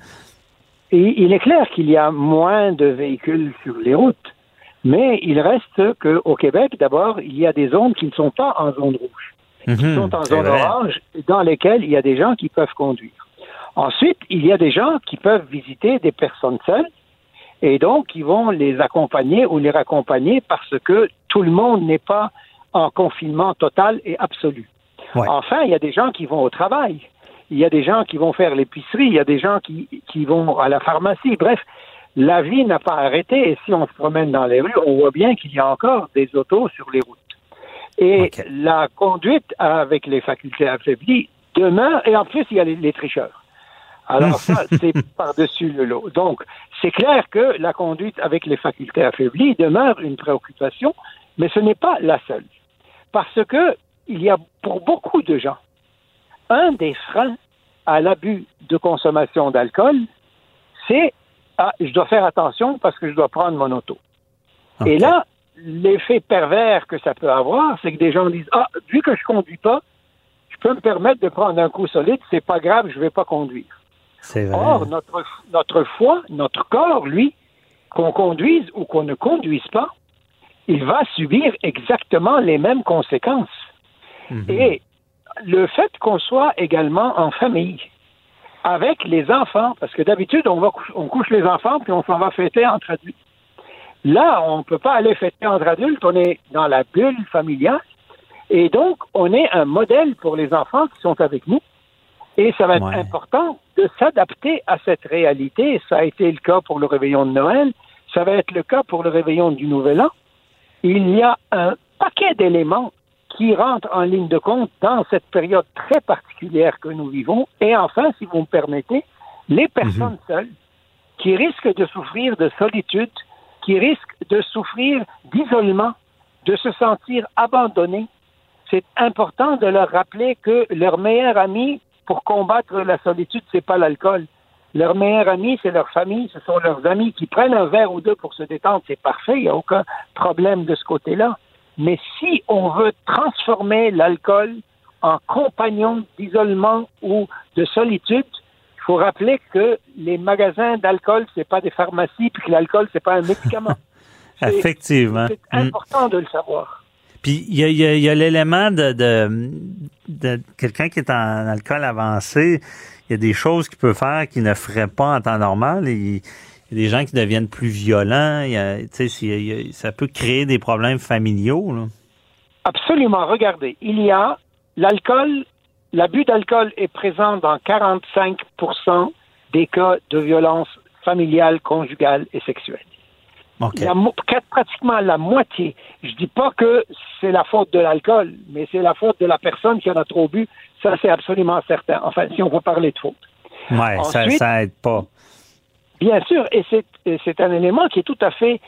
Et il est clair qu'il y a moins de véhicules sur les routes, mais il reste qu'au Québec, d'abord, il y a des zones qui ne sont pas en zone rouge, qui mmh, sont en zone vrai. orange, dans lesquelles il y a des gens qui peuvent conduire. Ensuite, il y a des gens qui peuvent visiter des personnes seules, et donc, ils vont les accompagner ou les raccompagner parce que tout le monde n'est pas en confinement total et absolu. Ouais. Enfin, il y a des gens qui vont au travail. Il y a des gens qui vont faire l'épicerie. Il y a des gens qui, qui vont à la pharmacie. Bref, la vie n'a pas arrêté. Et si on se promène dans les rues, on voit bien qu'il y a encore des autos sur les routes. Et okay. la conduite avec les facultés affaiblies demeure. Et en plus, il y a les, les tricheurs. Alors ça, c'est par-dessus le lot. Donc, c'est clair que la conduite avec les facultés affaiblies demeure une préoccupation, mais ce n'est pas la seule. Parce que il y a pour beaucoup de gens, un des freins à l'abus de consommation d'alcool, c'est « Ah, je dois faire attention parce que je dois prendre mon auto. Okay. » Et là, l'effet pervers que ça peut avoir, c'est que des gens disent, ah, vu que je conduis pas, je peux me permettre de prendre un coup solide, c'est pas grave, je vais pas conduire. C'est vrai. Or, notre, notre foie, notre corps, lui, qu'on conduise ou qu'on ne conduise pas, il va subir exactement les mêmes conséquences. Mm-hmm. Et le fait qu'on soit également en famille, avec les enfants, parce que d'habitude, on va on couche les enfants, puis on s'en va fêter entre adultes. Là, on ne peut pas aller fêter entre adultes, on est dans la bulle familiale, et donc, on est un modèle pour les enfants qui sont avec nous, et ça va être ouais. important de s'adapter à cette réalité. Ça a été le cas pour le réveillon de Noël, ça va être le cas pour le réveillon du Nouvel An. Il y a un paquet d'éléments qui rentrent en ligne de compte dans cette période très particulière que nous vivons. Et enfin, si vous me permettez, les personnes mm-hmm. seules qui risquent de souffrir de solitude, qui risquent de souffrir d'isolement, de se sentir abandonnées, c'est important de leur rappeler que leur meilleur ami pour combattre la solitude, c'est pas l'alcool. Leur meilleur ami, c'est leur famille, ce sont leurs amis qui prennent un verre ou deux pour se détendre, c'est parfait, il n'y a aucun problème de ce côté-là. Mais si on veut transformer l'alcool en compagnon d'isolement ou de solitude, il faut rappeler que les magasins d'alcool, c'est pas des pharmacies, puis que l'alcool, c'est pas un médicament. c'est, Effectivement. C'est important mm. de le savoir. Puis il y a, y a, y a l'élément de, de, de quelqu'un qui est en alcool avancé. Il y a des choses qu'il peut faire qu'il ne ferait pas en temps normal. Il y a des gens qui deviennent plus violents. Il y a, tu sais, ça peut créer des problèmes familiaux, là. Absolument. Regardez, il y a l'alcool, l'abus d'alcool est présent dans quarante-cinq pour cent des cas de violence familiale, conjugale et sexuelle. Okay. La, pratiquement la moitié. Je dis pas que c'est la faute de l'alcool, mais c'est la faute de la personne qui en a trop bu. Ça, c'est absolument certain. Enfin, si on veut parler de faute. Ouais, Ensuite, ça, ça aide pas. Bien sûr, et c'est, et c'est un élément qui est tout à fait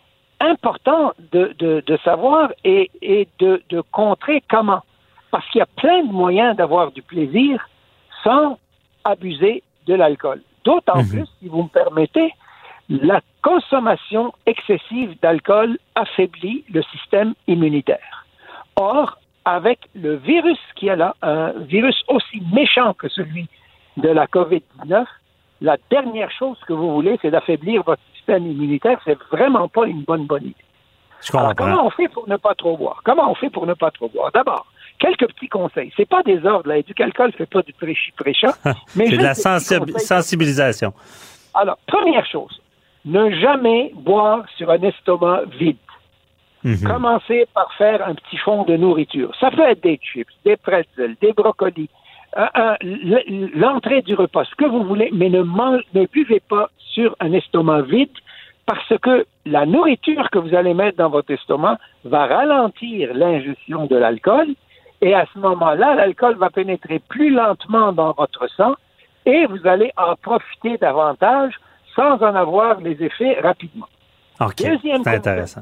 important de, de, de savoir et, et de, de contrer comment. Parce qu'il y a plein de moyens d'avoir du plaisir sans abuser de l'alcool. D'autant mm-hmm. plus, si vous me permettez, la consommation excessive d'alcool affaiblit le système immunitaire. Or, avec le virus qui est là, un virus aussi méchant que celui de la covid dix-neuf, la dernière chose que vous voulez, c'est d'affaiblir votre système immunitaire. C'est vraiment pas une bonne bonne idée. Alors, comment on fait pour ne pas trop boire? Comment on fait pour ne pas trop boire? D'abord, quelques petits conseils. C'est pas des ordres, là. Du alcool fait pas du prêchi-prêcha. mais c'est de la sensi- sensibilisation. Alors, première chose, ne jamais boire sur un estomac vide. Mm-hmm. Commencez par faire un petit fond de nourriture. Ça peut être des chips, des pretzels, des brocolis, euh, euh, l'entrée du repas, ce que vous voulez, mais ne, mange, ne buvez pas sur un estomac vide parce que la nourriture que vous allez mettre dans votre estomac va ralentir l'ingestion de l'alcool et à ce moment-là, l'alcool va pénétrer plus lentement dans votre sang et vous allez en profiter davantage sans en avoir les effets rapidement. OK, Deuxième c'est intéressant.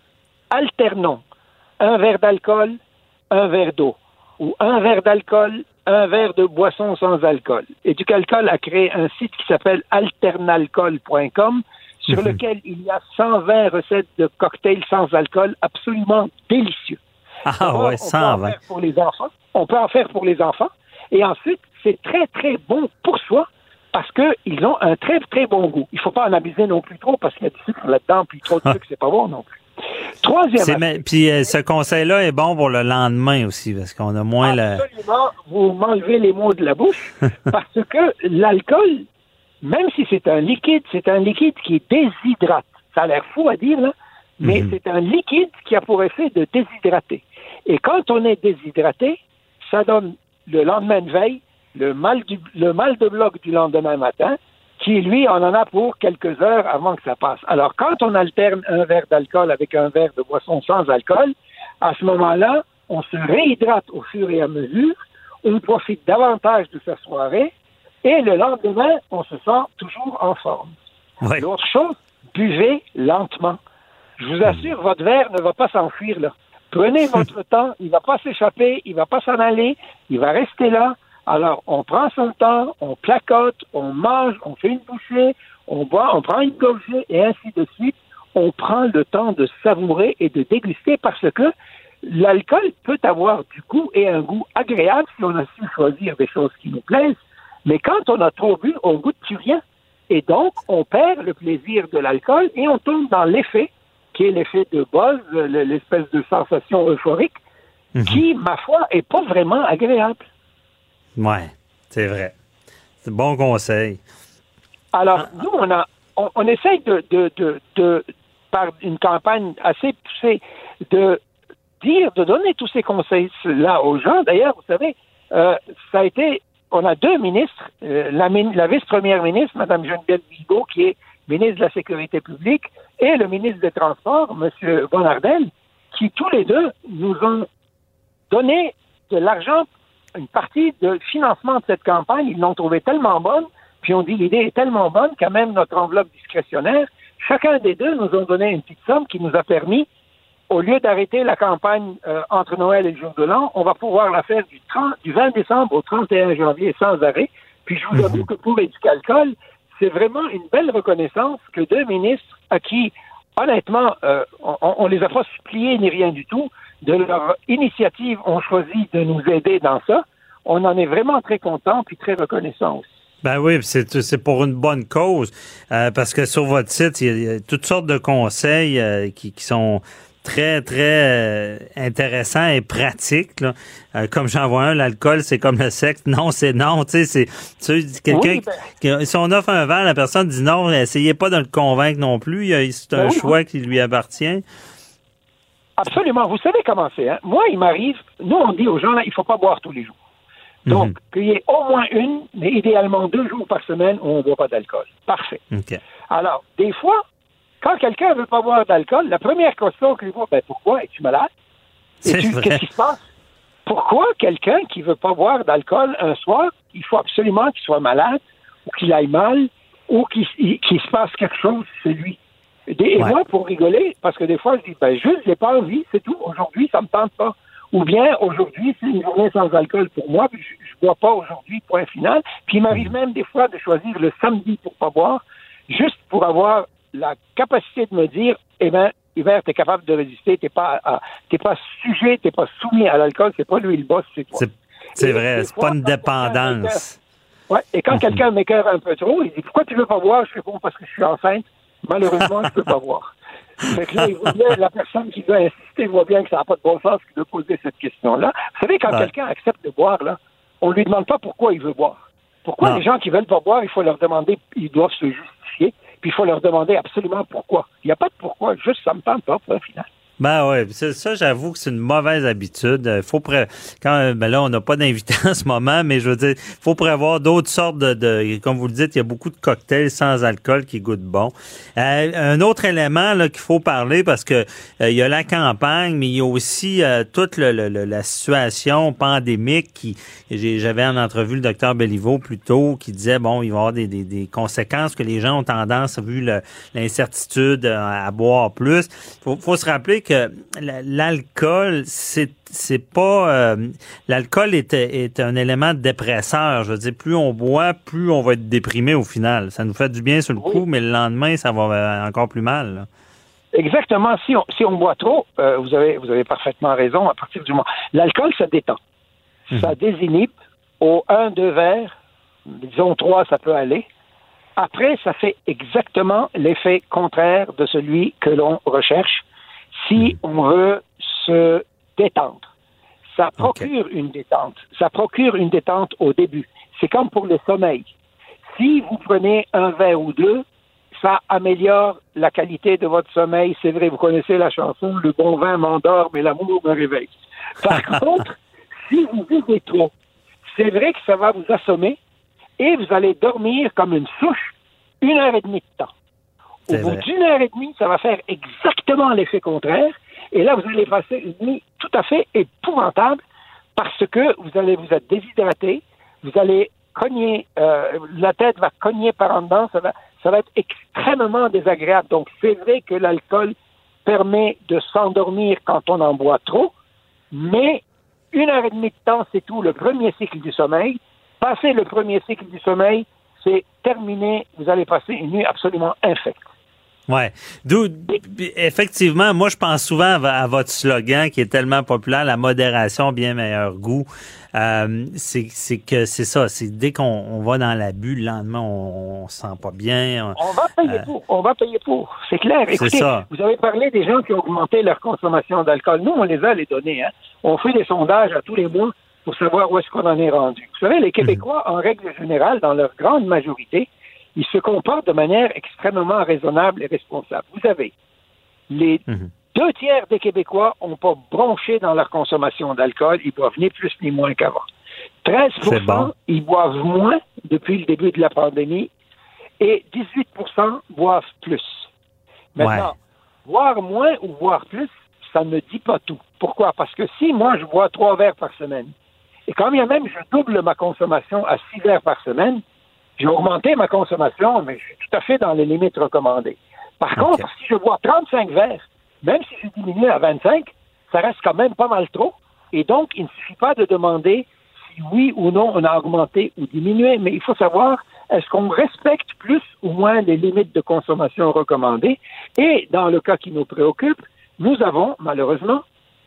Alternons un verre d'alcool, un verre d'eau, ou un verre d'alcool, un verre de boisson sans alcool. Éducalcool a créé un site qui s'appelle alternalcool point com sur mm-hmm. lequel il y a cent vingt recettes de cocktails sans alcool absolument délicieux. Ah Alors, ouais, cent vingt. On peut en faire pour les enfants. On peut en faire pour les enfants. Et ensuite, c'est très, très bon pour soi parce qu'ils ont un très, très bon goût. Il ne faut pas en abuser non plus trop parce qu'il y a du sucre là-dedans, puis trop de sucre, c'est pas bon non plus. Troisième c'est, Puis euh, ce conseil-là est bon pour le lendemain aussi, parce qu'on a moins Absolument, la... Absolument, vous m'enlevez les mots de la bouche, parce que l'alcool, même si c'est un liquide, c'est un liquide qui déshydrate. Ça a l'air fou à dire, là, mais mm-hmm. c'est un liquide qui a pour effet de déshydrater. Et quand on est déshydraté, ça donne le lendemain de veille, le mal, du, le mal de bloc du lendemain matin, qui, lui, on en a pour quelques heures avant que ça passe. Alors, quand on alterne un verre d'alcool avec un verre de boisson sans alcool, à ce moment-là, on se réhydrate au fur et à mesure, on profite davantage de sa soirée, et le lendemain, on se sent toujours en forme. Oui. L'autre chose, buvez lentement. Je vous assure, votre verre ne va pas s'enfuir, là. Prenez votre temps, il ne va pas s'échapper, il ne va pas s'en aller, il va rester là. Alors, on prend son temps, on placote, on mange, on fait une bouchée, on boit, on prend une gorgée, et ainsi de suite. on prend le temps de savourer et de déguster parce que l'alcool peut avoir du goût et un goût agréable si on a su choisir des choses qui nous plaisent, mais quand on a trop bu, on goûte plus rien. Et donc, on perd le plaisir de l'alcool et on tombe dans l'effet, qui est l'effet de buzz, l'espèce de sensation euphorique, mm-hmm. qui, ma foi, est pas vraiment agréable. Ouais, c'est vrai. C'est bon conseil. Alors, nous, on a, on, on essaye de, de, de, de, par une campagne assez poussée, de dire, de donner tous ces conseils-là aux gens. D'ailleurs, vous savez, euh, ça a été, on a deux ministres, euh, la, la vice-première ministre, Mme Geneviève Guilbeault, qui est ministre de la Sécurité publique, et le ministre des Transports, M. Bonnardel, qui tous les deux nous ont donné de l'argent, une partie de financement de cette campagne. Ils l'ont trouvé tellement bonne, puis on dit l'idée est tellement bonne qu'à même notre enveloppe discrétionnaire, chacun des deux nous ont donné une petite somme qui nous a permis, au lieu d'arrêter la campagne euh, entre Noël et le jour de l'an, on va pouvoir la faire du, trente, du vingt décembre au trente et un janvier sans arrêt. Puis je vous avoue que pour Éducalcool, c'est vraiment une belle reconnaissance que deux ministres à qui, honnêtement, euh, on ne les a pas suppliés ni rien du tout, de leur initiative ont choisi de nous aider dans ça. On en est vraiment très contents puis très reconnaissants aussi. Ben oui, c'est, c'est pour une bonne cause, euh, parce que sur votre site, il y a, il y a toutes sortes de conseils euh, qui, qui sont très, très euh, intéressants et pratiques. Là. Euh, comme j'en vois un, l'alcool, c'est comme le sexe. Non, c'est non. Tu sais, c'est tu sais, quelqu'un oui, ben... qui, si on offre un verre, la personne dit non, essayez pas de le convaincre non plus. C'est un ben oui, choix oui. qui lui appartient. Absolument. Vous savez comment c'est. Hein? Moi, il m'arrive, nous, on dit aux gens, là, il faut pas boire tous les jours. Donc, mm-hmm. qu'il y ait au moins une, mais idéalement deux jours par semaine où on ne boit pas d'alcool. Parfait. Okay. Alors, des fois, quand quelqu'un ne veut pas boire d'alcool, la première question qu'il voit, ben pourquoi? Es-tu malade? Es-tu, qu'est-ce qui se passe? Pourquoi quelqu'un qui ne veut pas boire d'alcool un soir, il faut absolument qu'il soit malade, ou qu'il aille mal, ou qu'il, qu'il se passe quelque chose chez lui? Et ouais. moi, pour rigoler, parce que des fois, je dis, ben juste, j'ai pas envie, c'est tout. Aujourd'hui, ça me tente pas. Ou bien, aujourd'hui, c'est une journée sans alcool pour moi, puis je, je bois pas aujourd'hui, point final. Puis il m'arrive même des fois de choisir le samedi pour pas boire, juste pour avoir la capacité de me dire, eh ben, Hubert, t'es capable de résister, t'es pas, à, t'es pas sujet, t'es pas soumis à l'alcool, c'est pas lui le boss, c'est toi. C'est, c'est et vrai, c'est fois, pas une dépendance. Ouais, et quand mm-hmm. quelqu'un m'écoeure un peu trop, il dit, pourquoi tu veux pas boire? Je réponds, parce que je suis enceinte. Malheureusement, je peux pas boire. Fait que là, il voit bien, la personne qui doit insister voit bien que ça n'a pas de bon sens de poser cette question-là. Vous savez, quand ouais. quelqu'un accepte de boire, là, on ne lui demande pas pourquoi il veut boire. Pourquoi non. les gens qui veulent pas boire, il faut leur demander, ils doivent se justifier, puis il faut leur demander absolument pourquoi. Il n'y a pas de pourquoi, juste ça me tente pas, pour le final. Ben oui, ça, ça, j'avoue que c'est une mauvaise habitude. Faut pré... quand ben là on n'a pas d'invité en ce moment, mais je veux dire, faut prévoir d'autres sortes de, de, comme vous le dites, il y a beaucoup de cocktails sans alcool qui goûtent bon. Euh, un autre élément là qu'il faut parler parce que euh, il y a la campagne, mais il y a aussi euh, toute le, le, la situation pandémique qui. J'ai, j'avais en entrevue le docteur Béliveau plus tôt qui disait bon, il va y avoir des, des, des conséquences que les gens ont tendance, vu le, l'incertitude, à, à boire plus. Faut, faut se rappeler que que l'alcool, c'est c'est pas euh, l'alcool est, est un élément dépresseur. Je veux dire, plus on boit, plus on va être déprimé au final. Ça nous fait du bien sur le oui. coup, mais le lendemain, ça va encore plus mal. Là. Exactement. Si on si on boit trop, euh, vous avez vous avez parfaitement raison. À partir du moment, l'alcool, ça détend, mmh. ça désinhibe. Au un, deux verres, disons trois, ça peut aller. Après, ça fait exactement l'effet contraire de celui que l'on recherche. Si on veut se détendre, ça procure okay. une détente. Ça procure une détente au début. C'est comme pour le sommeil. Si vous prenez un verre ou deux, ça améliore la qualité de votre sommeil. C'est vrai, vous connaissez la chanson « Le bon vin m'endort, mais l'amour me réveille ». Par contre, si vous buvez trop, c'est vrai que ça va vous assommer et vous allez dormir comme une souche une heure et demie de temps. Au bout d'une heure et demie, ça va faire exactement l'effet contraire. Et là, vous allez passer une nuit tout à fait épouvantable parce que vous allez vous être déshydraté, vous allez cogner, euh, la tête va cogner par en dedans, ça va, ça va être extrêmement désagréable. Donc, c'est vrai que l'alcool permet de s'endormir quand on en boit trop, mais une heure et demie de temps, c'est tout, le premier cycle du sommeil. Passer le premier cycle du sommeil, c'est terminé, vous allez passer une nuit absolument infecte. Ouais. D'où, effectivement, moi, je pense souvent à, à votre slogan qui est tellement populaire, la modération, bien meilleur goût. Euh, c'est, c'est que c'est ça. C'est dès qu'on on va dans l'abus, le lendemain, on, on se sent pas bien. On, on va payer euh, pour. On va payer pour. C'est clair. Écoutez, c'est ça. Vous avez parlé des gens qui ont augmenté leur consommation d'alcool. Nous, on les a les données. Hein. On fait des sondages à tous les mois pour savoir où est-ce qu'on en est rendu. Vous savez, les Québécois, mmh. en règle générale, dans leur grande majorité, ils se comportent de manière extrêmement raisonnable et responsable. Vous savez, les mmh. deux tiers des Québécois n'ont pas bronché dans leur consommation d'alcool. Ils boivent ni plus ni moins qu'avant. treize pour cent, bon. Ils boivent moins depuis le début de la pandémie et dix-huit pour cent boivent plus. Maintenant, ouais. boire moins ou boire plus, ça ne dit pas tout. Pourquoi? Parce que si moi, je bois trois verres par semaine, et quand bien même je double ma consommation à six verres par semaine, j'ai augmenté ma consommation, mais je suis tout à fait dans les limites recommandées. Par okay. contre, si je bois trente-cinq verres, même si je diminue à vingt-cinq, ça reste quand même pas mal trop. Et donc, il ne suffit pas de demander si oui ou non on a augmenté ou diminué, mais il faut savoir est-ce qu'on respecte plus ou moins les limites de consommation recommandées. Et dans le cas qui nous préoccupe, nous avons malheureusement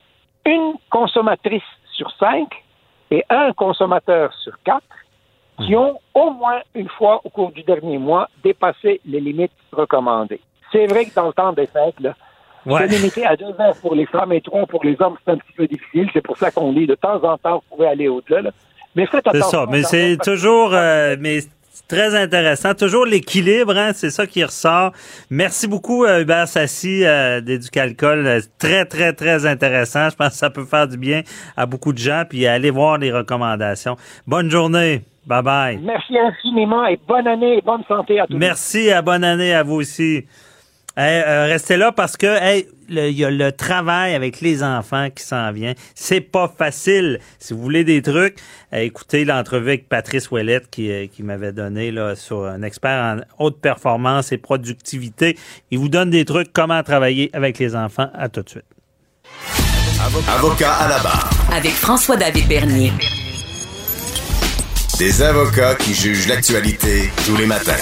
une consommatrice sur cinq et un consommateur sur quatre qui ont au moins une fois au cours du dernier mois dépassé les limites recommandées. C'est vrai que dans le temps des fêtes, là, ouais. c'est limité à deux verres pour les femmes et trois pour les hommes, c'est un petit peu difficile. C'est pour ça qu'on dit de temps en temps, vous pouvez aller au-delà. Là. Mais faites attention. C'est ça, mais c'est toujours... Euh, mais c'est très intéressant. Toujours l'équilibre, hein, c'est ça qui ressort. Merci beaucoup, euh, Hubert Sassi euh, d'Éducalcool. Très, très, très intéressant. Je pense que ça peut faire du bien à beaucoup de gens. Puis allez voir les recommandations. Bonne journée. Bye bye. Merci infiniment et bonne année et bonne santé à tous. Merci à bonne année à vous aussi. Hey, euh, restez là parce que hey, il y a le travail avec les enfants qui s'en vient. C'est pas facile. Si vous voulez des trucs, euh, écoutez l'entrevue avec Patrice Ouellette qui, euh, qui m'avait donné là sur un expert en haute performance et productivité. Il vous donne des trucs comment travailler avec les enfants. À tout de suite. Avocat à la barre. Avec François-David Bernier. Des avocats qui jugent l'actualité tous les matins.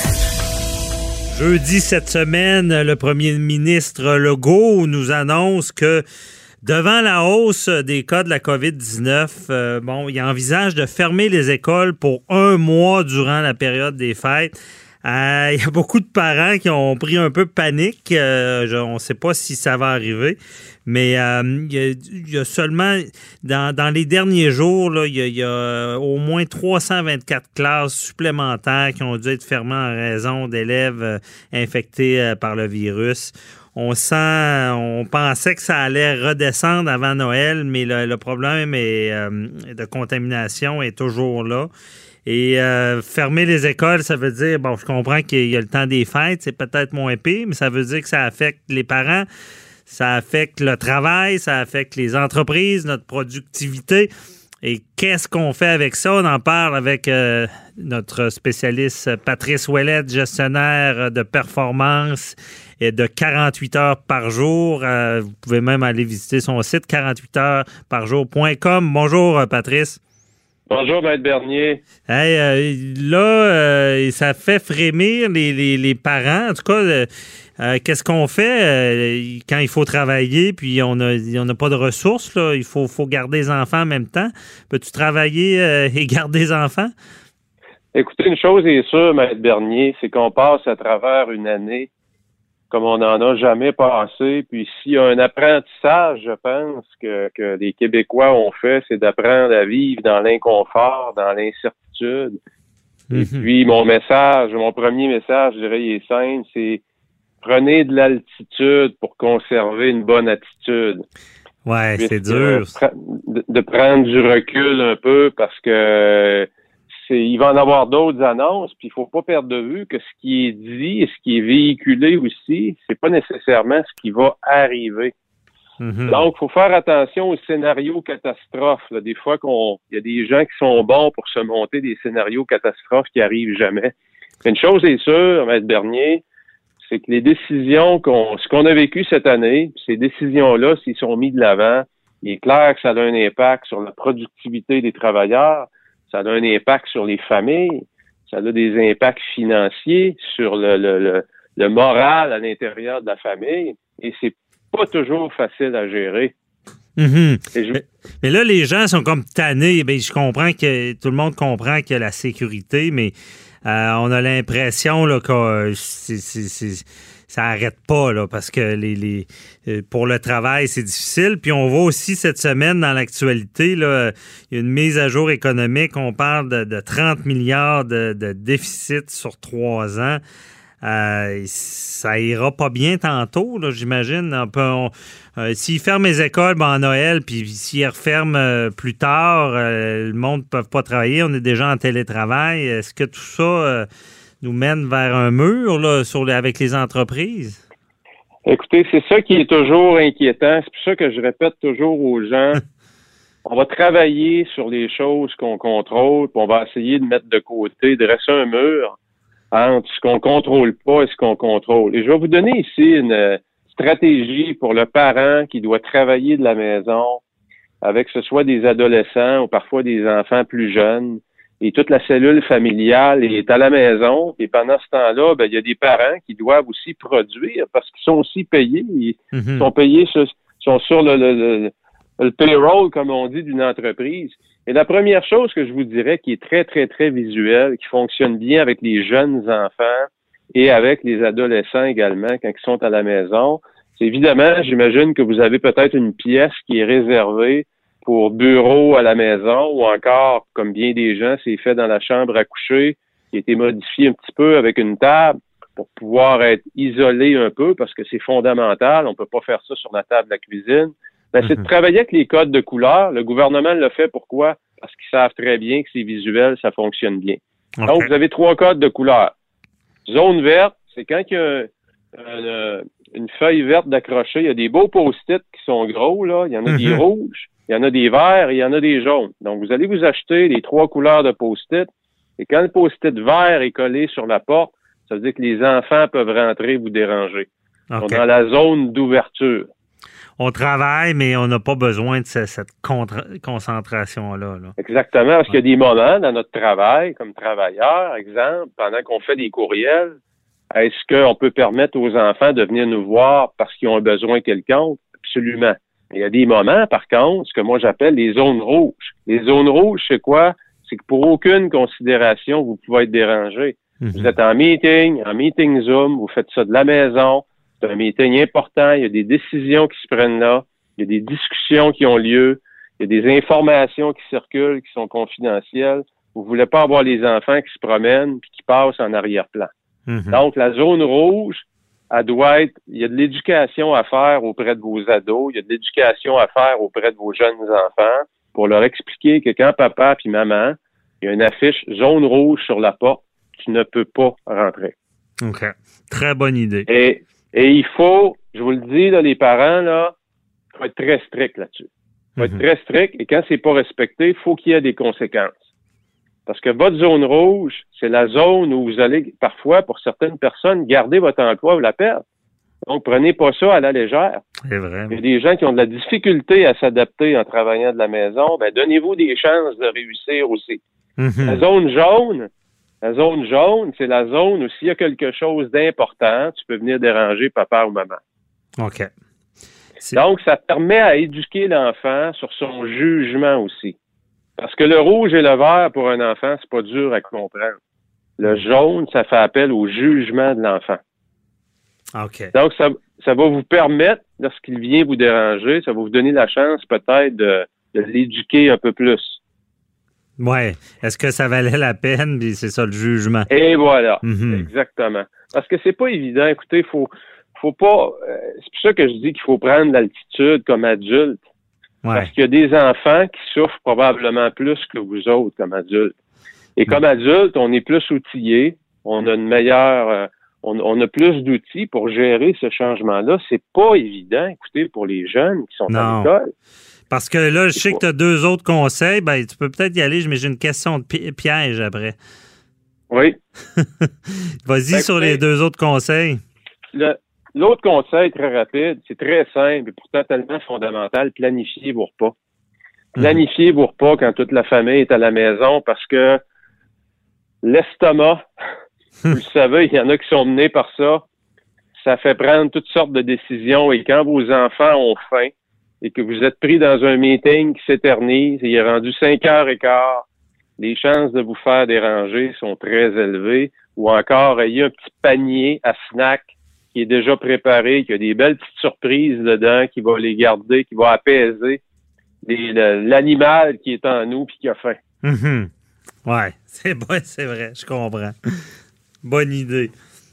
Jeudi cette semaine, le premier ministre Legault nous annonce que devant la hausse des cas de la covid dix-neuf, euh, bon, il envisage de fermer les écoles pour un mois durant la période des fêtes. Euh, il y a beaucoup de parents qui ont pris un peu panique. Euh, je, on ne sait pas si ça va arriver. Mais euh, il, y a, il y a seulement, dans, dans les derniers jours, là, il, y a, il y a au moins trois cent vingt-quatre classes supplémentaires qui ont dû être fermées en raison d'élèves euh, infectés euh, par le virus. On sent, on pensait que ça allait redescendre avant Noël, mais le, le problème est, euh, de contamination est toujours là. Et euh, fermer les écoles, ça veut dire, bon, je comprends qu'il y a le temps des fêtes, c'est peut-être moins pire, mais ça veut dire que ça affecte les parents, ça affecte le travail, ça affecte les entreprises, notre productivité. Et qu'est-ce qu'on fait avec ça? On en parle avec euh, notre spécialiste Patrice Ouellette, gestionnaire de performance et de quarante-huit heures par jour. Euh, vous pouvez même aller visiter son site quarante-huit heures par jour point com. Bonjour, Patrice. Bonjour, Maître Bernier. Hey, euh, là, euh, ça fait frémir les, les, les parents. En tout cas, euh, euh, qu'est-ce qu'on fait euh, quand il faut travailler puis on a on n'a pas de ressources, là, il faut, faut garder les enfants en même temps. Peux-tu travailler euh, et garder les enfants? Écoutez, une chose est sûre, Maître Bernier, c'est qu'on passe à travers une année comme on n'en a jamais passé. Puis s'il y a un apprentissage, je pense, que, que les Québécois ont fait, c'est d'apprendre à vivre dans l'inconfort, dans l'incertitude. Mm-hmm. Et puis mon message, mon premier message, je dirais, il est simple, c'est prenez de l'altitude pour conserver une bonne attitude. Ouais, puis, c'est dur. Euh, de, de prendre du recul un peu parce que c'est, il va en avoir d'autres annonces, puis il faut pas perdre de vue que ce qui est dit et ce qui est véhiculé aussi, c'est pas nécessairement ce qui va arriver. Mm-hmm. Donc, il faut faire attention aux scénarios catastrophes. Là. Des fois, qu'on, il y a des gens qui sont bons pour se monter des scénarios catastrophes qui arrivent jamais. Une chose est sûre, Maître Bernier, c'est que les décisions qu'on, ce qu'on a vécu cette année, ces décisions-là, s'ils sont mis de l'avant, il est clair que ça a un impact sur la productivité des travailleurs. Ça a un impact sur les familles, ça a des impacts financiers sur le, le, le le moral à l'intérieur de la famille, et c'est pas toujours facile à gérer. Mm-hmm. Je... Mais, mais là, les gens sont comme tannés. Bien, je comprends que tout le monde comprend qu'il y a la sécurité, mais euh, on a l'impression là, que euh, c'est, c'est, c'est, ça n'arrête pas là, parce que les, les, euh, pour le travail, c'est difficile. Puis on voit aussi cette semaine dans l'actualité, là, il y a une mise à jour économique. On parle de, de trente milliards de, de déficit sur trois ans. Euh, ça ira pas bien tantôt, là, j'imagine. On peut, on, euh, s'ils ferment les écoles ben, en Noël, puis s'ils referment euh, plus tard, euh, le monde ne peut pas travailler, on est déjà en télétravail. Est-ce que tout ça euh, nous mène vers un mur là, sur les, avec les entreprises? Écoutez, c'est ça qui est toujours inquiétant. C'est pour ça que je répète toujours aux gens, on va travailler sur les choses qu'on contrôle, puis on va essayer de mettre de côté, de dresser un mur entre ce qu'on contrôle pas et ce qu'on contrôle. Et je vais vous donner ici une stratégie pour le parent qui doit travailler de la maison avec que ce soit des adolescents ou parfois des enfants plus jeunes. Et toute la cellule familiale est à la maison. Et pendant ce temps-là, ben, il y a des parents qui doivent aussi produire parce qu'ils sont aussi payés. Ils mm-hmm. sont payés, sur, sont sur le, le, le, le payroll, comme on dit, d'une entreprise. Et la première chose que je vous dirais qui est très, très, très visuelle, qui fonctionne bien avec les jeunes enfants et avec les adolescents également quand ils sont à la maison, c'est évidemment, j'imagine que vous avez peut-être une pièce qui est réservée pour bureau à la maison ou encore, comme bien des gens, c'est fait dans la chambre à coucher, qui a été modifié un petit peu avec une table pour pouvoir être isolé un peu parce que c'est fondamental. On peut pas faire ça sur la table de la cuisine. Ben, c'est de travailler avec les codes de couleurs. Le gouvernement le fait. Pourquoi? Parce qu'ils savent très bien que c'est visuel, ça fonctionne bien. Okay. Donc, vous avez trois codes de couleurs. Zone verte, c'est quand il y a une, une feuille verte d'accrocher. Il y a des beaux post-it qui sont gros, là. Il y en a mm-hmm. des rouges, il y en a des verts et il y en a des jaunes. Donc, vous allez vous acheter les trois couleurs de post-it. Et quand le post-it vert est collé sur la porte, ça veut dire que les enfants peuvent rentrer et vous déranger. Okay. Ils sont dans la zone d'ouverture. On travaille, mais on n'a pas besoin de ce, cette contra- concentration-là. Là. Exactement, parce qu'il y a des moments dans notre travail, comme travailleur, exemple, pendant qu'on fait des courriels, est-ce qu'on peut permettre aux enfants de venir nous voir parce qu'ils ont un besoin quelconque? Absolument. Il y a des moments, par contre, ce que moi j'appelle les zones rouges. Les zones rouges, c'est quoi? C'est que pour aucune considération, vous pouvez être dérangé. Mm-hmm. Vous êtes en meeting, en meeting Zoom, vous faites ça de la maison. C'est un meeting important, il y a des décisions qui se prennent là, il y a des discussions qui ont lieu, il y a des informations qui circulent, qui sont confidentielles. Vous voulez pas avoir les enfants qui se promènent puis qui passent en arrière-plan. Mm-hmm. Donc, la zone rouge, elle doit être, il y a de l'éducation à faire auprès de vos ados, il y a de l'éducation à faire auprès de vos jeunes enfants pour leur expliquer que quand papa puis maman, il y a une affiche zone rouge sur la porte, tu ne peux pas rentrer. OK. Très bonne idée. Et Et il faut, je vous le dis, là, les parents, là, il faut être très strict là-dessus. Il faut mm-hmm. être très strict et quand c'est pas respecté, il faut qu'il y ait des conséquences. Parce que votre zone rouge, c'est la zone où vous allez, parfois, pour certaines personnes, garder votre emploi ou la perdre. Donc, prenez pas ça à la légère. C'est vrai. Il y a des gens qui ont de la difficulté à s'adapter en travaillant de la maison. Ben, donnez-vous des chances de réussir aussi. Mm-hmm. La zone jaune, La zone jaune, c'est la zone où s'il y a quelque chose d'important, tu peux venir déranger papa ou maman. OK. C'est... Donc, ça permet à éduquer l'enfant sur son jugement aussi. Parce que le rouge et le vert, pour un enfant, c'est pas dur à comprendre. Le jaune, ça fait appel au jugement de l'enfant. OK. Donc, ça, ça va vous permettre, lorsqu'il vient vous déranger, ça va vous donner la chance peut-être de, de l'éduquer un peu plus. Ouais. Est-ce que ça valait la peine? Puis c'est ça le jugement. Et voilà. Mm-hmm. Exactement. Parce que c'est pas évident. Écoutez, il faut, faut pas. Euh, c'est pour ça que je dis qu'il faut prendre l'altitude comme adulte. Ouais. Parce qu'il y a des enfants qui souffrent probablement plus que vous autres comme adultes. Et comme adulte, on est plus outillés. On a une meilleure. Euh, on, on a plus d'outils pour gérer ce changement-là. C'est pas évident, écoutez, pour les jeunes qui sont non. à l'école. Parce que là, je sais que tu as deux autres conseils. Ben, tu peux peut-être y aller, mais j'ai une question de pi- piège après. Oui. Vas-y ben, sur les deux autres conseils. Le, l'autre conseil, très rapide, c'est très simple et pourtant tellement fondamental. Planifiez vos repas. Planifiez mmh. vos repas quand toute la famille est à la maison parce que l'estomac, vous le savez, il y en a qui sont menés par ça. ça fait prendre toutes sortes de décisions. Et quand vos enfants ont faim et que vous êtes pris dans un meeting qui s'éternise et il est rendu cinq heures et quart, les chances de vous faire déranger sont très élevées. Ou encore, il y a un petit panier à snack qui est déjà préparé, qui a des belles petites surprises dedans, qui va les garder, qui va apaiser les, le, l'animal qui est en nous puis qui a faim. Mm-hmm. Ouais, c'est bon, c'est vrai, je comprends. Bonne idée.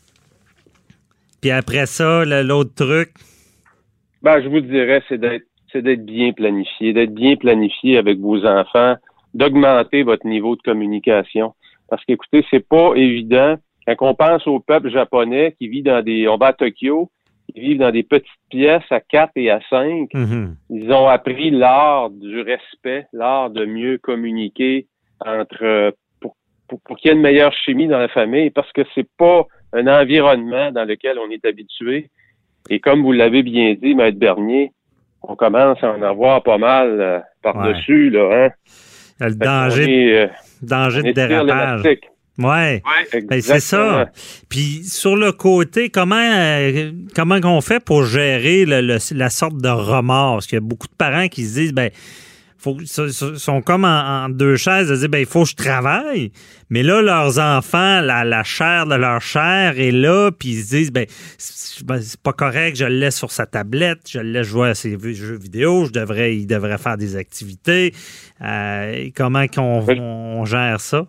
Puis après ça, le, l'autre truc? Ben, je vous dirais, c'est d'être, c'est d'être bien planifié, d'être bien planifié avec vos enfants, d'augmenter votre niveau de communication. Parce qu'écoutez, c'est pas évident. Quand on pense au peuple japonais qui vit dans des, on va à Tokyo, ils vivent dans des petites pièces à quatre et à cinq. Mm-hmm. Ils ont appris l'art du respect, l'art de mieux communiquer entre, pour, pour, pour qu'il y ait une meilleure chimie dans la famille, parce que c'est pas un environnement dans lequel on est habitué. Et comme vous l'avez bien dit, Maître Bernier, on commence à en avoir pas mal euh, par-dessus, ouais. là, hein. Il y a le danger, est, euh, danger de dérapage. Ouais, ouais ben, c'est ça. Puis sur le côté, comment euh, comment on fait pour gérer le, le, la sorte de remords? Parce qu'il y a beaucoup de parents qui se disent, ben, faut, sont comme en, en deux chaises, de dire, ben, il faut que je travaille. Mais là, leurs enfants, la, la chair de leur chair est là, puis ils se disent, ben, c'est, ben, c'est pas correct, je le laisse sur sa tablette, je le laisse jouer à ses jeux vidéo, je devrais, il devrait faire des activités. Euh, comment qu'on on gère ça?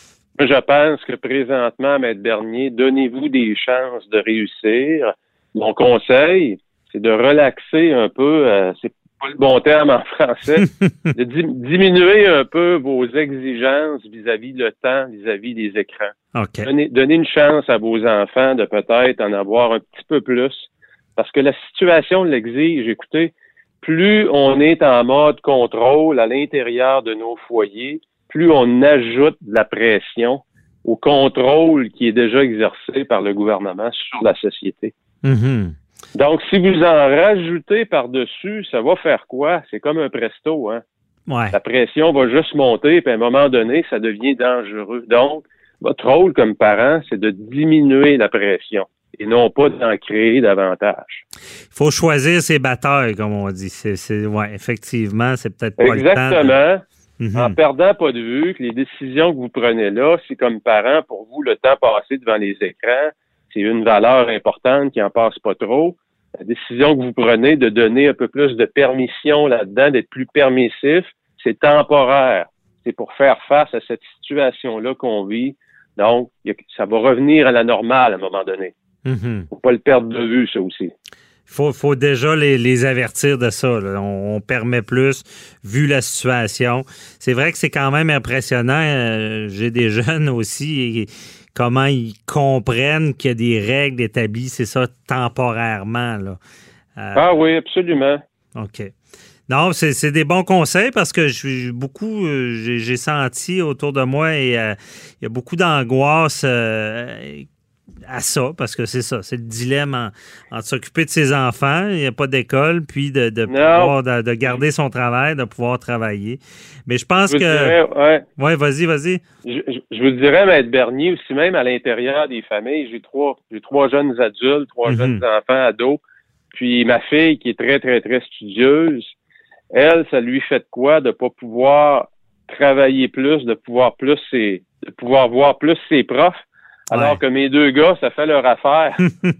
Je pense que présentement, Maître Bernier, donnez-vous des chances de réussir. Mon conseil, c'est de relaxer un peu, euh, c'est pas le bon terme en français, de di- diminuer un peu vos exigences vis-à-vis le temps, vis-à-vis des écrans. Okay. Donnez, donnez une chance à vos enfants de peut-être en avoir un petit peu plus, parce que la situation l'exige. Écoutez, plus on est en mode contrôle à l'intérieur de nos foyers, plus on ajoute de la pression au contrôle qui est déjà exercé par le gouvernement sur la société. Mm-hmm. Donc, si vous en rajoutez par-dessus, ça va faire quoi? C'est comme un presto, hein? Ouais. La pression va juste monter, puis à un moment donné, ça devient dangereux. Donc, votre rôle comme parent, c'est de diminuer la pression et non pas d'en créer davantage. Il faut choisir ses batailles, comme on dit. C'est, c'est, ouais, effectivement, c'est peut-être pas Exactement. le temps. Exactement. De... Mm-hmm. En perdant pas de vue que les décisions que vous prenez là, c'est comme parent, pour vous, le temps passé devant les écrans, c'est une valeur importante qui en passe pas trop. La décision que vous prenez de donner un peu plus de permission là-dedans, d'être plus permissif, c'est temporaire. C'est pour faire face à cette situation-là qu'on vit. Donc, ça va revenir à la normale à un moment donné. Mm-hmm. Faut pas le perdre de vue, ça aussi. Il faut, faut déjà les, les avertir de ça. Là. On, on permet plus, vu la situation. C'est vrai que c'est quand même impressionnant. Euh, j'ai des jeunes aussi, et comment ils comprennent qu'il y a des règles établies, c'est ça, temporairement. Là. Euh, ah oui, absolument. OK. Non, c'est, c'est des bons conseils parce que je suis beaucoup, euh, j'ai, j'ai senti autour de moi et euh, il y a beaucoup d'angoisse euh, à ça, parce que c'est ça, c'est le dilemme en, en s'occuper de ses enfants, il n'y a pas d'école, puis de, de pouvoir de, de garder son travail, de pouvoir travailler. Mais je pense je que... Dirais, ouais. ouais, vas-y, vas-y. Je, je, je vous dirais, Maître Bernier, aussi même à l'intérieur des familles, j'ai trois, j'ai trois jeunes adultes, trois mm-hmm. jeunes enfants, ados, puis ma fille qui est très, très, très studieuse, elle, ça lui fait de quoi de pas pouvoir travailler plus, de pouvoir plus ses, de pouvoir voir plus ses profs, alors ouais. que mes deux gars, ça fait leur affaire.